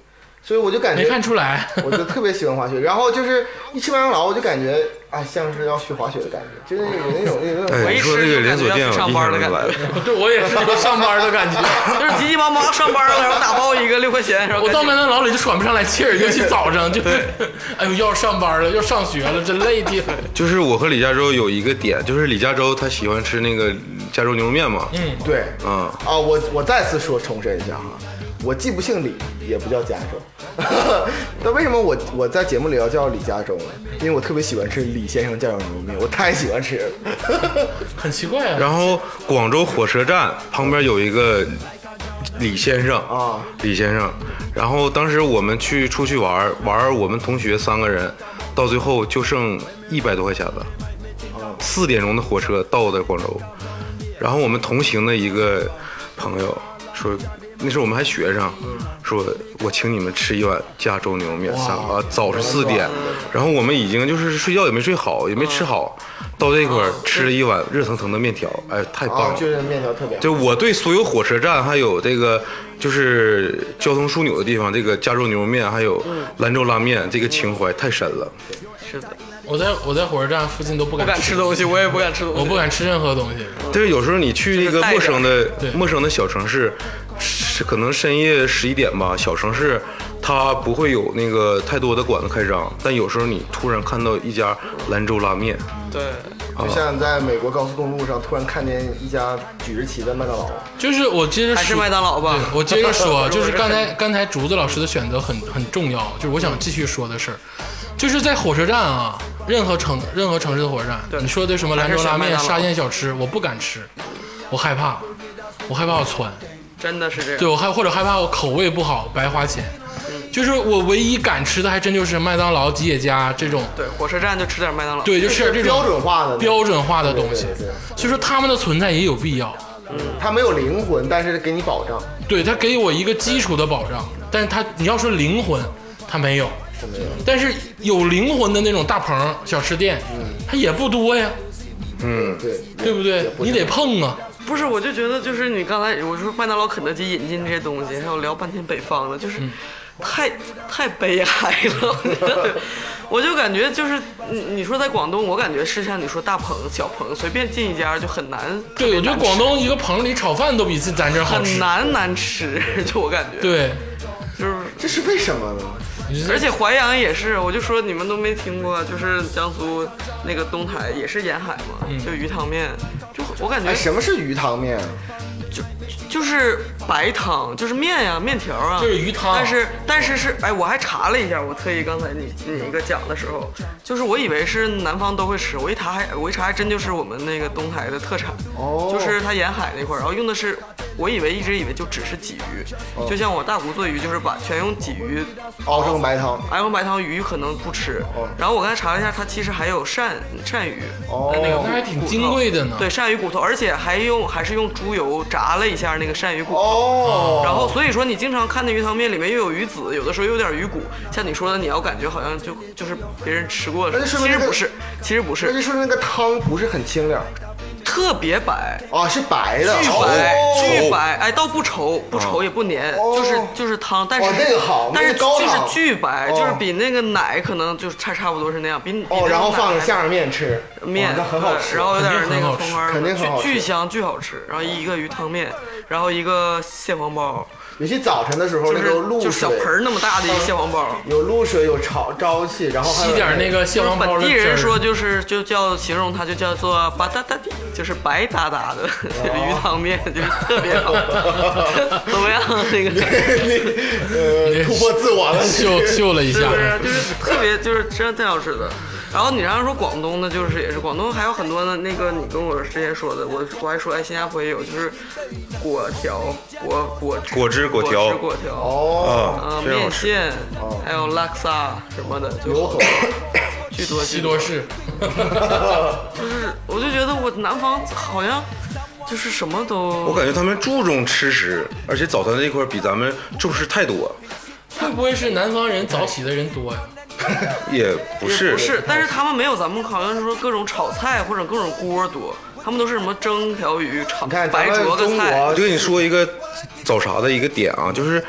[SPEAKER 4] 所以我就感觉
[SPEAKER 5] 没看出来，
[SPEAKER 4] 我就特别喜欢滑雪。然后就是一吃麦当劳，我就感觉啊，像是要去滑雪的感觉，就是有那种有那种。
[SPEAKER 3] 哎，你说这个连锁店，我
[SPEAKER 2] 上班的感觉。
[SPEAKER 5] 对，我也是这个上班的感觉，
[SPEAKER 2] 就是急急忙忙上班了，然后打包一个六块钱，然后
[SPEAKER 5] 我到麦当劳里就喘不上来气儿，尤其早上就，哎呦，要上班了，要上学了，真累的。
[SPEAKER 3] 就是我和李嘉洲有一个点，就是李嘉洲他喜欢吃那个加州牛肉面嘛。
[SPEAKER 4] 嗯，对，
[SPEAKER 3] 嗯
[SPEAKER 4] 啊，我我再次说重申一下哈，我既不姓李，也不叫加州。那为什么我我在节目里要叫李嘉洲呢？因为我特别喜欢吃李先生酱油牛肉面，我太喜欢吃了。
[SPEAKER 5] 很奇怪啊。
[SPEAKER 3] 然后广州火车站旁边有一个李先生
[SPEAKER 4] 啊，
[SPEAKER 3] 李先生。然后当时我们去出去玩玩，我们同学三个人，到最后就剩一百多块钱了。四点钟的火车到的广州，然后我们同行的一个朋友说，那时候我们还学生，说我请你们吃一碗加州牛肉面，三啊早上四点，然后我们已经就是睡觉也没睡好，也没吃好，到这块儿吃了一碗热腾腾的面条，哎，太棒了！
[SPEAKER 4] 啊，就是面条特别好。
[SPEAKER 3] 就我对所有火车站还有这个就是交通枢纽的地方，这个加州牛肉面还有兰州拉面，这个情怀太深了。
[SPEAKER 2] 是的。
[SPEAKER 5] 我在我在火车站附近都不敢
[SPEAKER 2] 不敢吃东西，我也不敢吃东西，
[SPEAKER 5] 我不敢吃任何东西。
[SPEAKER 3] 但是有时候你去那个陌生的陌生的小城市，是可能深夜十一点吧，小城市它不会有那个太多的馆子开张，但有时候你突然看到一家兰州拉面，
[SPEAKER 2] 对，
[SPEAKER 4] 就像在美国高速公路上突然看见一家举着旗的麦当劳，
[SPEAKER 5] 就是我接着
[SPEAKER 2] 还是麦当劳吧。
[SPEAKER 5] 我接着说，就是刚才刚才竹子老师的选择很很重要，就是我想继续说的事儿，就是在火车站啊，任何城任何城市的火车站，你说的什么兰州拉面、沙县小吃，我不敢吃，我害怕，我害怕我窜，
[SPEAKER 2] 真的是这样。
[SPEAKER 5] 对我害或者害怕我口味不好，白花钱。就是我唯一敢吃的，还真就是麦当劳、吉野家这种。
[SPEAKER 2] 对，火车站就吃点麦当劳。
[SPEAKER 5] 对，就吃点这种
[SPEAKER 4] 标准化的
[SPEAKER 5] 标准化的东西。
[SPEAKER 4] 对对对对，
[SPEAKER 5] 所以说他们的存在也有必要。
[SPEAKER 4] 嗯，它没有灵魂，但是给你保障。
[SPEAKER 5] 对，它给我一个基础的保障，但是它你要说灵魂，它没有。
[SPEAKER 4] 没有。
[SPEAKER 5] 但是有灵魂的那种大棚小吃店，嗯，它也不多呀。
[SPEAKER 3] 嗯，
[SPEAKER 4] 对，
[SPEAKER 5] 对不对？你得碰啊。
[SPEAKER 2] 不是，我就觉得就是你刚才我说麦当劳、肯德基引进这些东西，还有聊半天北方的，就是。嗯，太太悲哀了，我就感觉就是你你说在广东，我感觉是像你说大棚小棚，随便进一家就很难。
[SPEAKER 5] 对，我觉得广东一个棚里炒饭都比咱这好吃，
[SPEAKER 2] 很难难吃，就我感觉。
[SPEAKER 5] 对，
[SPEAKER 2] 就是
[SPEAKER 4] 这是为什么呢？
[SPEAKER 2] 而且淮扬也是，我就说你们都没听过，就是江苏那个东台也是沿海嘛，嗯、就鱼汤面，就我感觉、
[SPEAKER 4] 哎、什么是鱼汤面？
[SPEAKER 2] 就就是白汤，就是面呀，面条啊，
[SPEAKER 5] 就是鱼汤。
[SPEAKER 2] 但是但是是，哎，我还查了一下，我特意刚才你你一个讲的时候，就是我以为是南方都会吃，我一查还我一查还真就是我们那个东台的特产，
[SPEAKER 4] 哦，
[SPEAKER 2] 就是它沿海那块儿，然后用的是，我以为一直以为就只是鲫鱼，哦、就像我大姑做鱼，就是把全用鲫鱼
[SPEAKER 4] 熬成白汤，
[SPEAKER 2] 熬成白汤，鱼可能不吃。哦、然后我刚才查了一下，它其实还有鳝鳝鱼，
[SPEAKER 4] 哦，
[SPEAKER 2] 那个
[SPEAKER 5] 那还挺金贵的呢。
[SPEAKER 2] 对，鳝鱼骨头，而且还用还是用猪油炸了一下那个鳝鱼骨头。
[SPEAKER 4] 哦，
[SPEAKER 2] 然后所以说你经常看那鱼汤面里面又有鱼籽，有的时候有点鱼骨，像你说的，你要感觉好像就就是别人吃过的，其实不是，其实不是。
[SPEAKER 4] 那就说那个汤不是很清亮。
[SPEAKER 2] 特别白
[SPEAKER 4] 哦，是白的，
[SPEAKER 2] 巨白，巨白，哎，倒不稠，不稠也不黏，
[SPEAKER 4] 哦、
[SPEAKER 2] 就是就是汤，但是、
[SPEAKER 4] 哦、那个好，
[SPEAKER 2] 但是就是巨
[SPEAKER 4] 哦、
[SPEAKER 2] 白，就是比那个奶可能就是差差不多是那样，比比
[SPEAKER 4] 哦，然后放下着面吃，
[SPEAKER 2] 面
[SPEAKER 4] 那很好吃，
[SPEAKER 2] 然后有点那个葱花，
[SPEAKER 4] 肯定很好吃，
[SPEAKER 2] 巨香巨好吃，然后一个鱼汤面，然后一个蟹黄包。
[SPEAKER 4] 尤其早晨的时候，那个露水，
[SPEAKER 2] 就小盆那么大的一个蟹黄包，
[SPEAKER 4] 有露水，有潮朝气，然后还有
[SPEAKER 5] 吸点那个蟹黄包。
[SPEAKER 2] 本地人说就是就叫形容它就叫做巴哒哒地，就是白哒哒的鱼汤面，就是特别好。怎么样？那个
[SPEAKER 4] 呃突破自我了，
[SPEAKER 5] 秀秀了一下，
[SPEAKER 2] 是就是特别就是真的太好吃的。然后你让人说广东呢，就是也是广东还有很多的那个你跟我之前说的，我我还说哎新加坡也有，就是果条果果汁
[SPEAKER 3] 果汁果条
[SPEAKER 2] 果条
[SPEAKER 4] 哦
[SPEAKER 2] 啊面线，还有拉萨什么的，就好巨多
[SPEAKER 5] 西多士，
[SPEAKER 2] 就是我就觉得我南方好像就是什么都，
[SPEAKER 3] 我感觉他们注重吃食，而且早餐这块比咱们重视太多。
[SPEAKER 5] 会不会是南方人早起的人多呀？
[SPEAKER 3] 也不是，
[SPEAKER 2] 不是，但是他们没有咱们好像是说各种炒菜或者各种锅多，他们都是什么蒸条鱼、炒白灼个菜。
[SPEAKER 3] 我就跟你说一个早茶的一个点啊，就是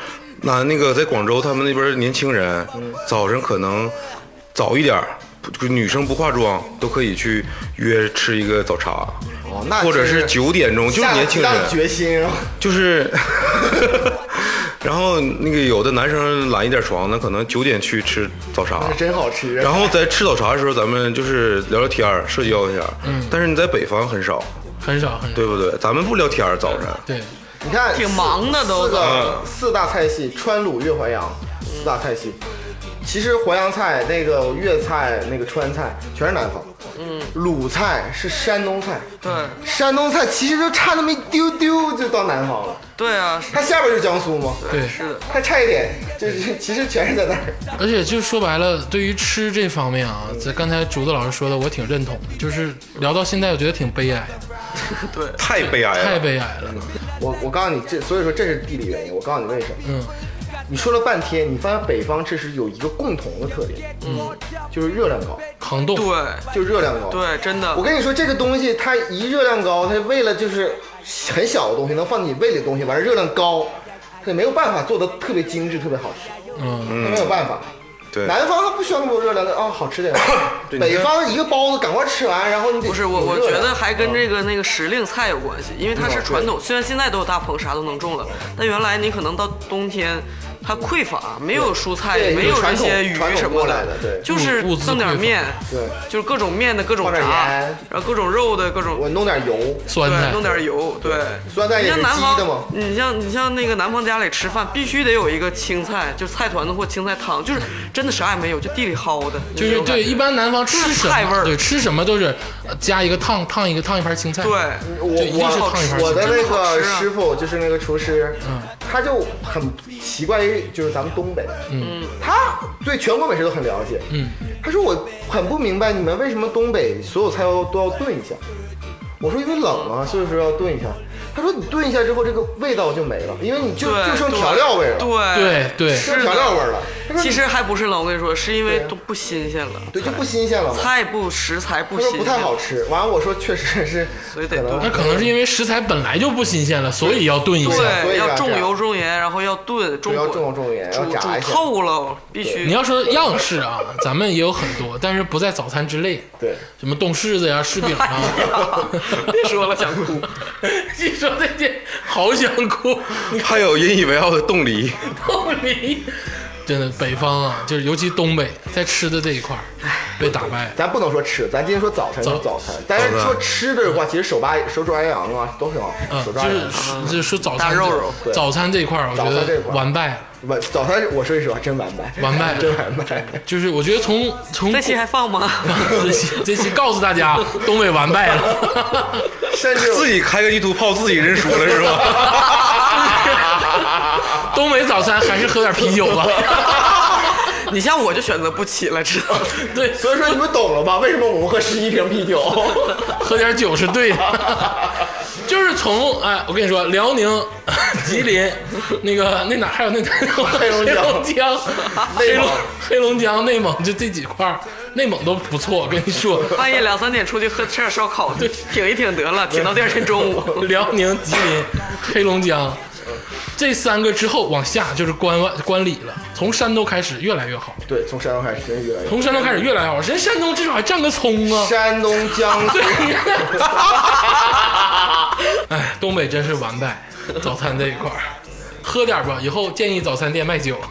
[SPEAKER 3] 那那个在广州，他们那边年轻人早晨可能早一点，就女生不化妆都可以去约吃一个早茶，
[SPEAKER 4] 哦，那
[SPEAKER 3] 或者是九点钟，就是年轻人
[SPEAKER 4] 决心啊，
[SPEAKER 3] 就是。然后那个有的男生懒一点床呢，可能九点去吃早茶，
[SPEAKER 4] 真好吃。
[SPEAKER 3] 然后在吃早茶的时候，咱们就是聊聊天社交一下。嗯，但是你在北方很少，
[SPEAKER 5] 很少，很少，
[SPEAKER 3] 对不对？咱们不聊天早晨。
[SPEAKER 5] 对，
[SPEAKER 4] 你看
[SPEAKER 2] 挺忙的都。
[SPEAKER 4] 四个四大菜系：川鲁粤淮扬，四大菜系。其实淮扬菜、那个粤菜、那个川菜全是南方。嗯，鲁菜是山东菜。
[SPEAKER 2] 对，
[SPEAKER 4] 山东菜其实就差那么一丢丢就到南方了。
[SPEAKER 2] 对啊，
[SPEAKER 4] 它下边就是江苏吗？
[SPEAKER 5] 对，
[SPEAKER 2] 是的，
[SPEAKER 4] 还差一点，就是其实全是在那儿。
[SPEAKER 5] 而且就说白了，对于吃这方面啊，在刚才竹子老师说的，我挺认同。就是聊到现在，我觉得挺悲哀的。
[SPEAKER 2] 对，
[SPEAKER 3] 太悲哀了，
[SPEAKER 5] 太悲哀了。
[SPEAKER 4] 我我告诉你，这所以说这是地理原因。我告诉你为什么。
[SPEAKER 5] 嗯。
[SPEAKER 4] 你说了半天，你发现北方吃食有一个共同的特点，嗯，就是热量高，
[SPEAKER 5] 抗冻，
[SPEAKER 2] 对，
[SPEAKER 4] 就是热量高，
[SPEAKER 2] 对，真的。
[SPEAKER 4] 我跟你说，这个东西它一热量高，它为了就是很小的东西能放进你胃里的东西，完了热量高，它没有办法做的特别精致、特别好吃，
[SPEAKER 5] 嗯，
[SPEAKER 4] 它没有办法。
[SPEAKER 3] 对，
[SPEAKER 4] 南方它不需要那么多热量的啊，好吃点。北方一个包子赶快吃完，然后你得
[SPEAKER 2] 不是我，我觉得还跟这个那个时令菜有关系，因为它是传统。虽然现在都有大棚，啥都能种了，但原来你可能到冬天。它匮乏，没有蔬菜，没有这些鱼什么的，
[SPEAKER 4] 对，
[SPEAKER 2] 就是弄点面，
[SPEAKER 4] 对，
[SPEAKER 2] 就是各种面的各种炸，然后各种肉的各种，
[SPEAKER 4] 我弄点油，
[SPEAKER 5] 酸菜，
[SPEAKER 2] 弄点油，对，
[SPEAKER 4] 酸菜也是鸡的嘛。
[SPEAKER 2] 你像你像那个南方家里吃饭，必须得有一个青菜，就菜团子或青菜汤，就是真的啥也没有，就地里薅的，
[SPEAKER 5] 就是对，一般南方吃什么，对，吃什么都是加一个烫烫一个烫一盘青菜，
[SPEAKER 2] 对，
[SPEAKER 4] 我我我的那个师傅就是那个厨师，嗯，他就很奇怪于。就是咱们东北，嗯，他对全国美食都很了解，嗯，他说我很不明白你们为什么东北所有菜都都要炖一下，我说因为冷啊，所以说要炖一下。他说你炖一下之后，这个味道就没了，因为你就就剩调料味了，
[SPEAKER 2] 对
[SPEAKER 5] 对对，
[SPEAKER 4] 剩调料味了。
[SPEAKER 2] 其实还不是冷，我跟你说，是因为都不新鲜了，
[SPEAKER 4] 对，就不新鲜了嘛。
[SPEAKER 2] 菜不食材不新鲜，
[SPEAKER 4] 不太好吃。完了我说确实是，
[SPEAKER 2] 所以得炖。
[SPEAKER 5] 那可能是因为食材本来就不新鲜了，所以要炖一下，
[SPEAKER 2] 对，要重油重盐，然后要炖，重
[SPEAKER 4] 要重油重盐，要炸一下，
[SPEAKER 2] 煮透了必须。
[SPEAKER 5] 你要说样式啊，咱们也有很多，但是不在早餐之类。
[SPEAKER 4] 对，
[SPEAKER 5] 什么冻柿子呀、柿饼啊。
[SPEAKER 2] 别说了，想哭。
[SPEAKER 5] 一说这件。好想哭，
[SPEAKER 3] 还有引以为傲的冻梨，
[SPEAKER 5] 冻梨，真的北方啊，就是尤其东北，在吃的这一块被打败。
[SPEAKER 4] 咱不能说吃，咱今天说早餐就早餐，但是说吃的话，其实手扒手抓羊啊都挺好吃。手抓
[SPEAKER 5] 羊就是说早餐
[SPEAKER 2] 肉肉，
[SPEAKER 5] 早餐这一块我觉得完败了。
[SPEAKER 4] 完早餐我说句实话，真完败，
[SPEAKER 5] 完败，
[SPEAKER 4] 真完败。
[SPEAKER 5] 就是我觉得从从
[SPEAKER 2] 这期还放吗？
[SPEAKER 5] 这期这期告诉大家，东北完败了，
[SPEAKER 4] 甚至
[SPEAKER 3] 自己开个地图炮，自己认输了是吧？
[SPEAKER 5] 东北早餐还是喝点啤酒吧。
[SPEAKER 2] 你像我就选择不起了，知道吗？
[SPEAKER 5] 对，
[SPEAKER 4] 所以说你们懂了吧？为什么我们喝十一瓶啤酒，
[SPEAKER 5] 喝点酒是对的。就是从哎，我跟你说，辽宁、吉林，那个那哪还有那
[SPEAKER 4] 黑龙江、
[SPEAKER 5] 江、黑龙黑龙江、内蒙，就这几块，内蒙都不错。我跟你说，
[SPEAKER 2] 半夜两三点出去喝吃点烧烤，对，挺一挺得了，挺到第二天中午。
[SPEAKER 5] 辽宁、吉林、黑龙江。这三个之后往下就是关外关里了，从山东开始越来越好。
[SPEAKER 4] 对，从山东开始真是越来越好。
[SPEAKER 5] 从山东开始越来越好，人山东至少还占个葱啊。
[SPEAKER 4] 山东、江苏。
[SPEAKER 5] 哎，东北真是完败，早餐这一块儿，喝点吧。以后建议早餐店卖酒。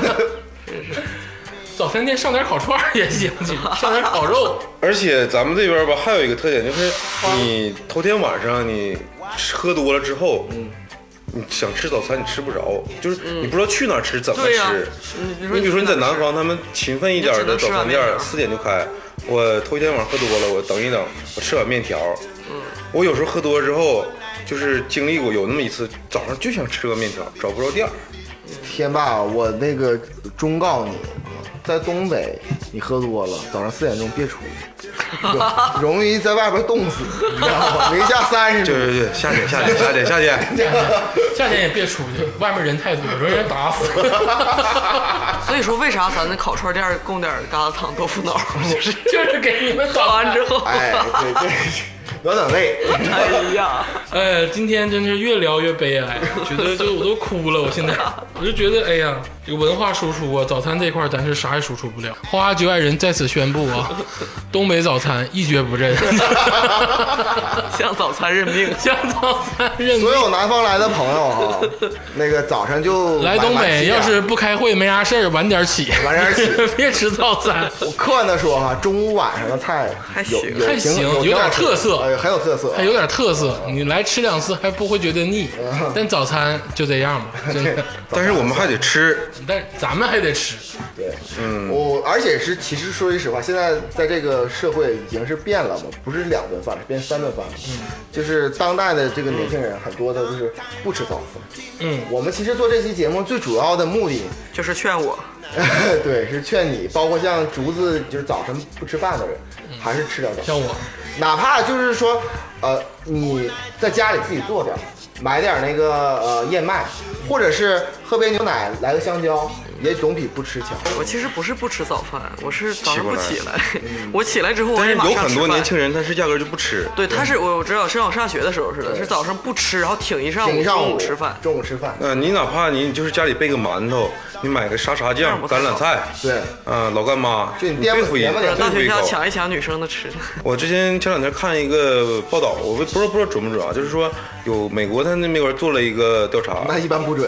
[SPEAKER 5] 早餐店上点烤串也行，上点烤肉。
[SPEAKER 3] 而且咱们这边吧，还有一个特点就是，你头天晚上你喝多了之后，嗯。你想吃早餐你吃不着，就是你不知道去哪儿吃，怎么吃。
[SPEAKER 2] 嗯、
[SPEAKER 3] 你比如说你在南方，他们勤奋一点的早餐店四点就开，我头一天晚上喝多了，我等一等，我吃碗面条。嗯，我有时候喝多了之后，就是经历过有那么一次，早上就想吃个面条，找不着店儿。
[SPEAKER 4] 天霸，我那个忠告你，在东北你喝多了，早上四点钟别出去，容易在外边冻死，你知道吗？零下三十度。
[SPEAKER 3] 对对对，夏天夏天夏天夏天
[SPEAKER 5] 夏天也别出去，外面人太多，容易人打死。
[SPEAKER 2] 所以说，为啥咱那烤串店供点疙瘩汤、豆腐脑，就是
[SPEAKER 5] 就是给你们
[SPEAKER 2] 烤完之后，
[SPEAKER 4] 哎，对对。 暖暖胃。
[SPEAKER 2] 哎呀，
[SPEAKER 5] 哎，今天真是越聊越悲哀，觉得就我都哭了。我现在我就觉得，哎呀，这个文化输出啊，早餐这块咱是啥也输出不了。花花局外人在此宣布啊，东北早餐一蹶不振，
[SPEAKER 2] 向早餐认命，
[SPEAKER 5] 向早餐认命。
[SPEAKER 4] 所有南方来的朋友哈，那个早上就
[SPEAKER 5] 来东北，要是不开会没啥事儿，晚点起，
[SPEAKER 4] 晚点起，
[SPEAKER 5] 别吃早餐。
[SPEAKER 4] 我客观的说哈，中午晚上的菜
[SPEAKER 2] 还
[SPEAKER 4] 有
[SPEAKER 2] 行
[SPEAKER 4] 有
[SPEAKER 5] 还行
[SPEAKER 4] 挺
[SPEAKER 5] 有点特色
[SPEAKER 4] 哎，很有特色，
[SPEAKER 5] 还有点特色，你来吃两次还不会觉得腻。但早餐就这样吧，真的。
[SPEAKER 3] 但是我们还得吃，
[SPEAKER 5] 但咱们还得吃。
[SPEAKER 4] 对，嗯，我而且是其实说句实话，现在在这个社会已经是变了嘛，不是两顿饭，是变三顿饭了。嗯，就是当代的这个年轻人很多的就是不吃早饭。
[SPEAKER 5] 嗯，
[SPEAKER 4] 我们其实做这期节目最主要的目的
[SPEAKER 2] 就是劝我。
[SPEAKER 4] 对，是劝你，包括像竹子，就是早晨不吃饭的人，还是吃点早饭。
[SPEAKER 5] 像我，
[SPEAKER 4] 哪怕就是说，呃，你在家里自己做点，买点那个呃燕麦，或者是喝杯牛奶，来个香蕉，也总比不吃强。
[SPEAKER 2] 我其实不是不吃早饭，我是早上不起来。我起来之后，我
[SPEAKER 3] 但是
[SPEAKER 2] 也马上
[SPEAKER 3] 有很多
[SPEAKER 2] 吃饭
[SPEAKER 3] 年轻人他是压根儿就不吃。
[SPEAKER 2] 对，他是我我知道，是我上学的时候似的，是早上不吃，然后挺一上午，
[SPEAKER 4] 挺一上午
[SPEAKER 2] 中午吃饭。
[SPEAKER 4] 中午吃饭。
[SPEAKER 3] 呃，你哪怕你就是家里备个馒头，你买个沙茶酱、橄榄菜，
[SPEAKER 4] 对，
[SPEAKER 3] 啊、老干妈，
[SPEAKER 4] 就你颠吧
[SPEAKER 3] 别回
[SPEAKER 4] 颠吧点
[SPEAKER 2] 大学校
[SPEAKER 3] 别回口。
[SPEAKER 2] 抢一抢女生的吃。
[SPEAKER 3] 我之前前两天看一个报道，我不知道不知道准不准啊，就是说有美国他那边做了一个调查，
[SPEAKER 4] 那一般不准。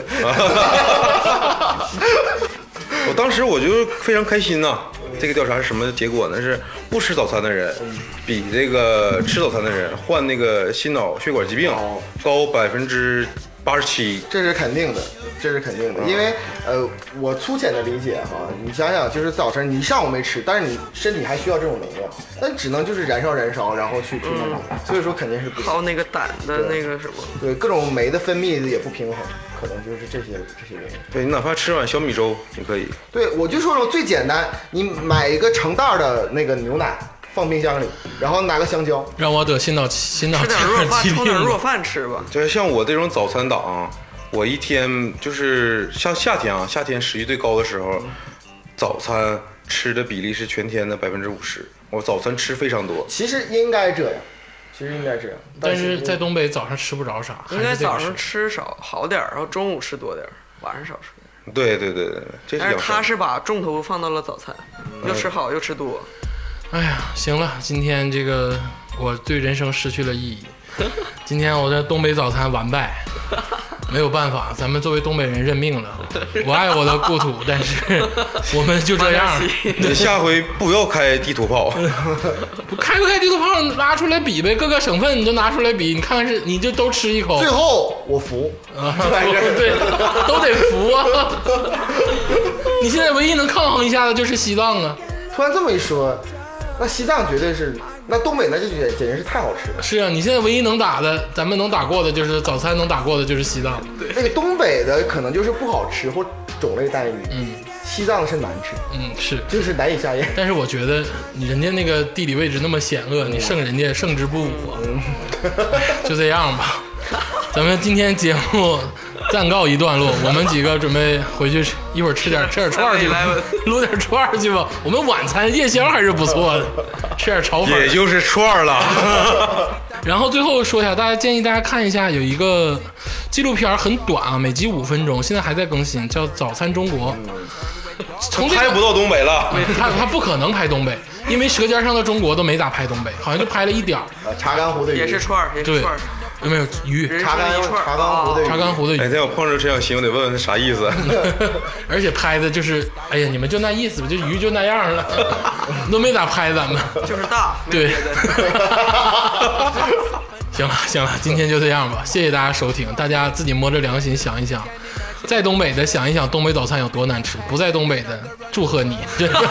[SPEAKER 3] 我当时我就非常开心呐、这个调查是什么结果呢？是不吃早餐的人比这个吃早餐的人患那个心脑血管疾病高百分之八十七。
[SPEAKER 4] 这是肯定的，这是肯定的，因为呃，我粗浅的理解哈，你想想，就是早晨你一上午没吃，但是你身体还需要这种能量，但只能就是燃烧燃烧，然后去去那个，所以说肯定是不行。
[SPEAKER 2] 还有那个胆的那个什么，
[SPEAKER 4] 对，各种酶的分泌也不平衡，可能就是这些这些原因。
[SPEAKER 3] 对你哪怕吃碗小米粥也可以。
[SPEAKER 4] 对，我就说说最简单，你买一个成袋的那个牛奶放冰箱里，然后拿个香蕉，
[SPEAKER 5] 让我得心脑心脑
[SPEAKER 2] 吃点弱饭，
[SPEAKER 5] 疾
[SPEAKER 2] 冲点弱
[SPEAKER 5] 病。
[SPEAKER 2] 饭吃吧。
[SPEAKER 3] 就是像我这种早餐党，我一天就是像夏天啊，夏天食欲最高的时候，早餐吃的比例是全天的百分之五十。我早餐吃非常多。
[SPEAKER 4] 其实应该这样，其实应该这样，
[SPEAKER 5] 但是在东北早上吃不着啥，
[SPEAKER 2] 应该
[SPEAKER 5] 还是得
[SPEAKER 2] 早上
[SPEAKER 5] 吃。
[SPEAKER 2] 吃少好点儿，然后中午吃多点儿，晚上少吃点儿。
[SPEAKER 3] 对对对对，这是
[SPEAKER 2] 但是
[SPEAKER 3] 养生。
[SPEAKER 2] 他是把重头放到了早餐，又吃好又吃多。
[SPEAKER 5] 哎呀，行了，今天这个我对人生失去了意义。今天我的东北早餐完败，没有办法，咱们作为东北人认命了。我爱我的故土，但是我们就这样。
[SPEAKER 3] 你下回不要开地图炮。
[SPEAKER 5] 不开不开地图炮拿出来比呗，各个省份你就拿出来比，你看看是你就都吃一口。
[SPEAKER 4] 最后我服，
[SPEAKER 5] 啊，对，都得服啊！你现在唯一能抗衡一下的就是西藏啊。
[SPEAKER 4] 突然这么一说，那西藏绝对是，那东北那就简简直是太好吃了。
[SPEAKER 5] 是啊，你现在唯一能打的，咱们能打过的就是早餐能打过的就是西藏。
[SPEAKER 4] 那个东北的可能就是不好吃或种类单一，
[SPEAKER 5] 嗯，
[SPEAKER 4] 西藏是难吃，
[SPEAKER 5] 嗯，是，
[SPEAKER 4] 就是难以下咽。
[SPEAKER 5] 但是我觉得你人家那个地理位置那么险恶，你胜人家胜之不武啊。就这样吧，咱们今天节目暂告一段落，我们几个准备回去一会儿吃点吃点串去吧，撸点串去吧。我们晚餐夜宵还是不错的，吃点炒粉，
[SPEAKER 3] 也就是串了。
[SPEAKER 5] 然后最后说一下，大家建议大家看一下，有一个纪录片很短啊，每集五分钟，现在还在更新，叫《早餐中国》。从这个
[SPEAKER 3] 拍不到东北了，
[SPEAKER 5] 他他不可能拍东北，因为《舌尖上的中国》都没咋拍东北，好像就拍了一点儿。
[SPEAKER 4] 啊，查干湖的鱼
[SPEAKER 2] 也是串儿，也是
[SPEAKER 5] 对
[SPEAKER 2] 串儿。，
[SPEAKER 5] 有没有鱼？
[SPEAKER 2] 人
[SPEAKER 4] 查干
[SPEAKER 2] 生一串儿
[SPEAKER 4] 查干湖的鱼，
[SPEAKER 5] 查干湖的鱼
[SPEAKER 3] 哪，天我碰着陈小新，我得问问他啥意思。
[SPEAKER 5] 而且拍的就是，哎呀，你们就那意思吧，就鱼就那样了，都没咋拍咱们。
[SPEAKER 2] 就是大，没有
[SPEAKER 5] 对
[SPEAKER 2] 别的。
[SPEAKER 5] 行了行了，今天就这样吧，谢谢大家收听，大家自己摸着良心想一想，在东北的想一想东北早餐有多难吃，不在东北的祝贺你，真的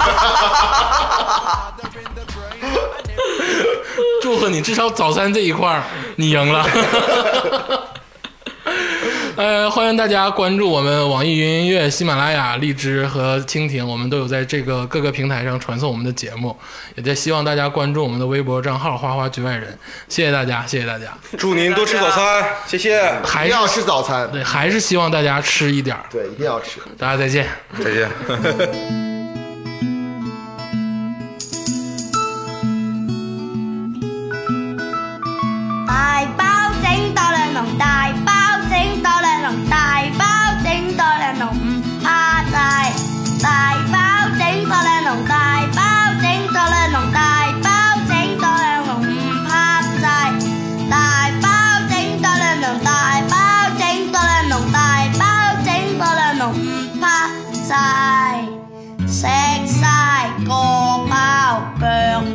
[SPEAKER 5] 祝贺你，至少早餐这一块儿你赢了。呃，欢迎大家关注我们网易云音乐、喜马拉雅、荔枝和蜻蜓，我们都有在这个各个平台上传送我们的节目，也在希望大家关注我们的微博账号“花花局外人”。谢谢大家，谢谢大家。
[SPEAKER 3] 祝您多吃早餐，谢谢，
[SPEAKER 5] 还是
[SPEAKER 4] 一定要吃早餐，
[SPEAKER 5] 对，还是希望大家吃一点儿。
[SPEAKER 4] 对，一定要吃。
[SPEAKER 5] 大家再见。
[SPEAKER 3] 再见。
[SPEAKER 8] 拍晒，食晒個包腳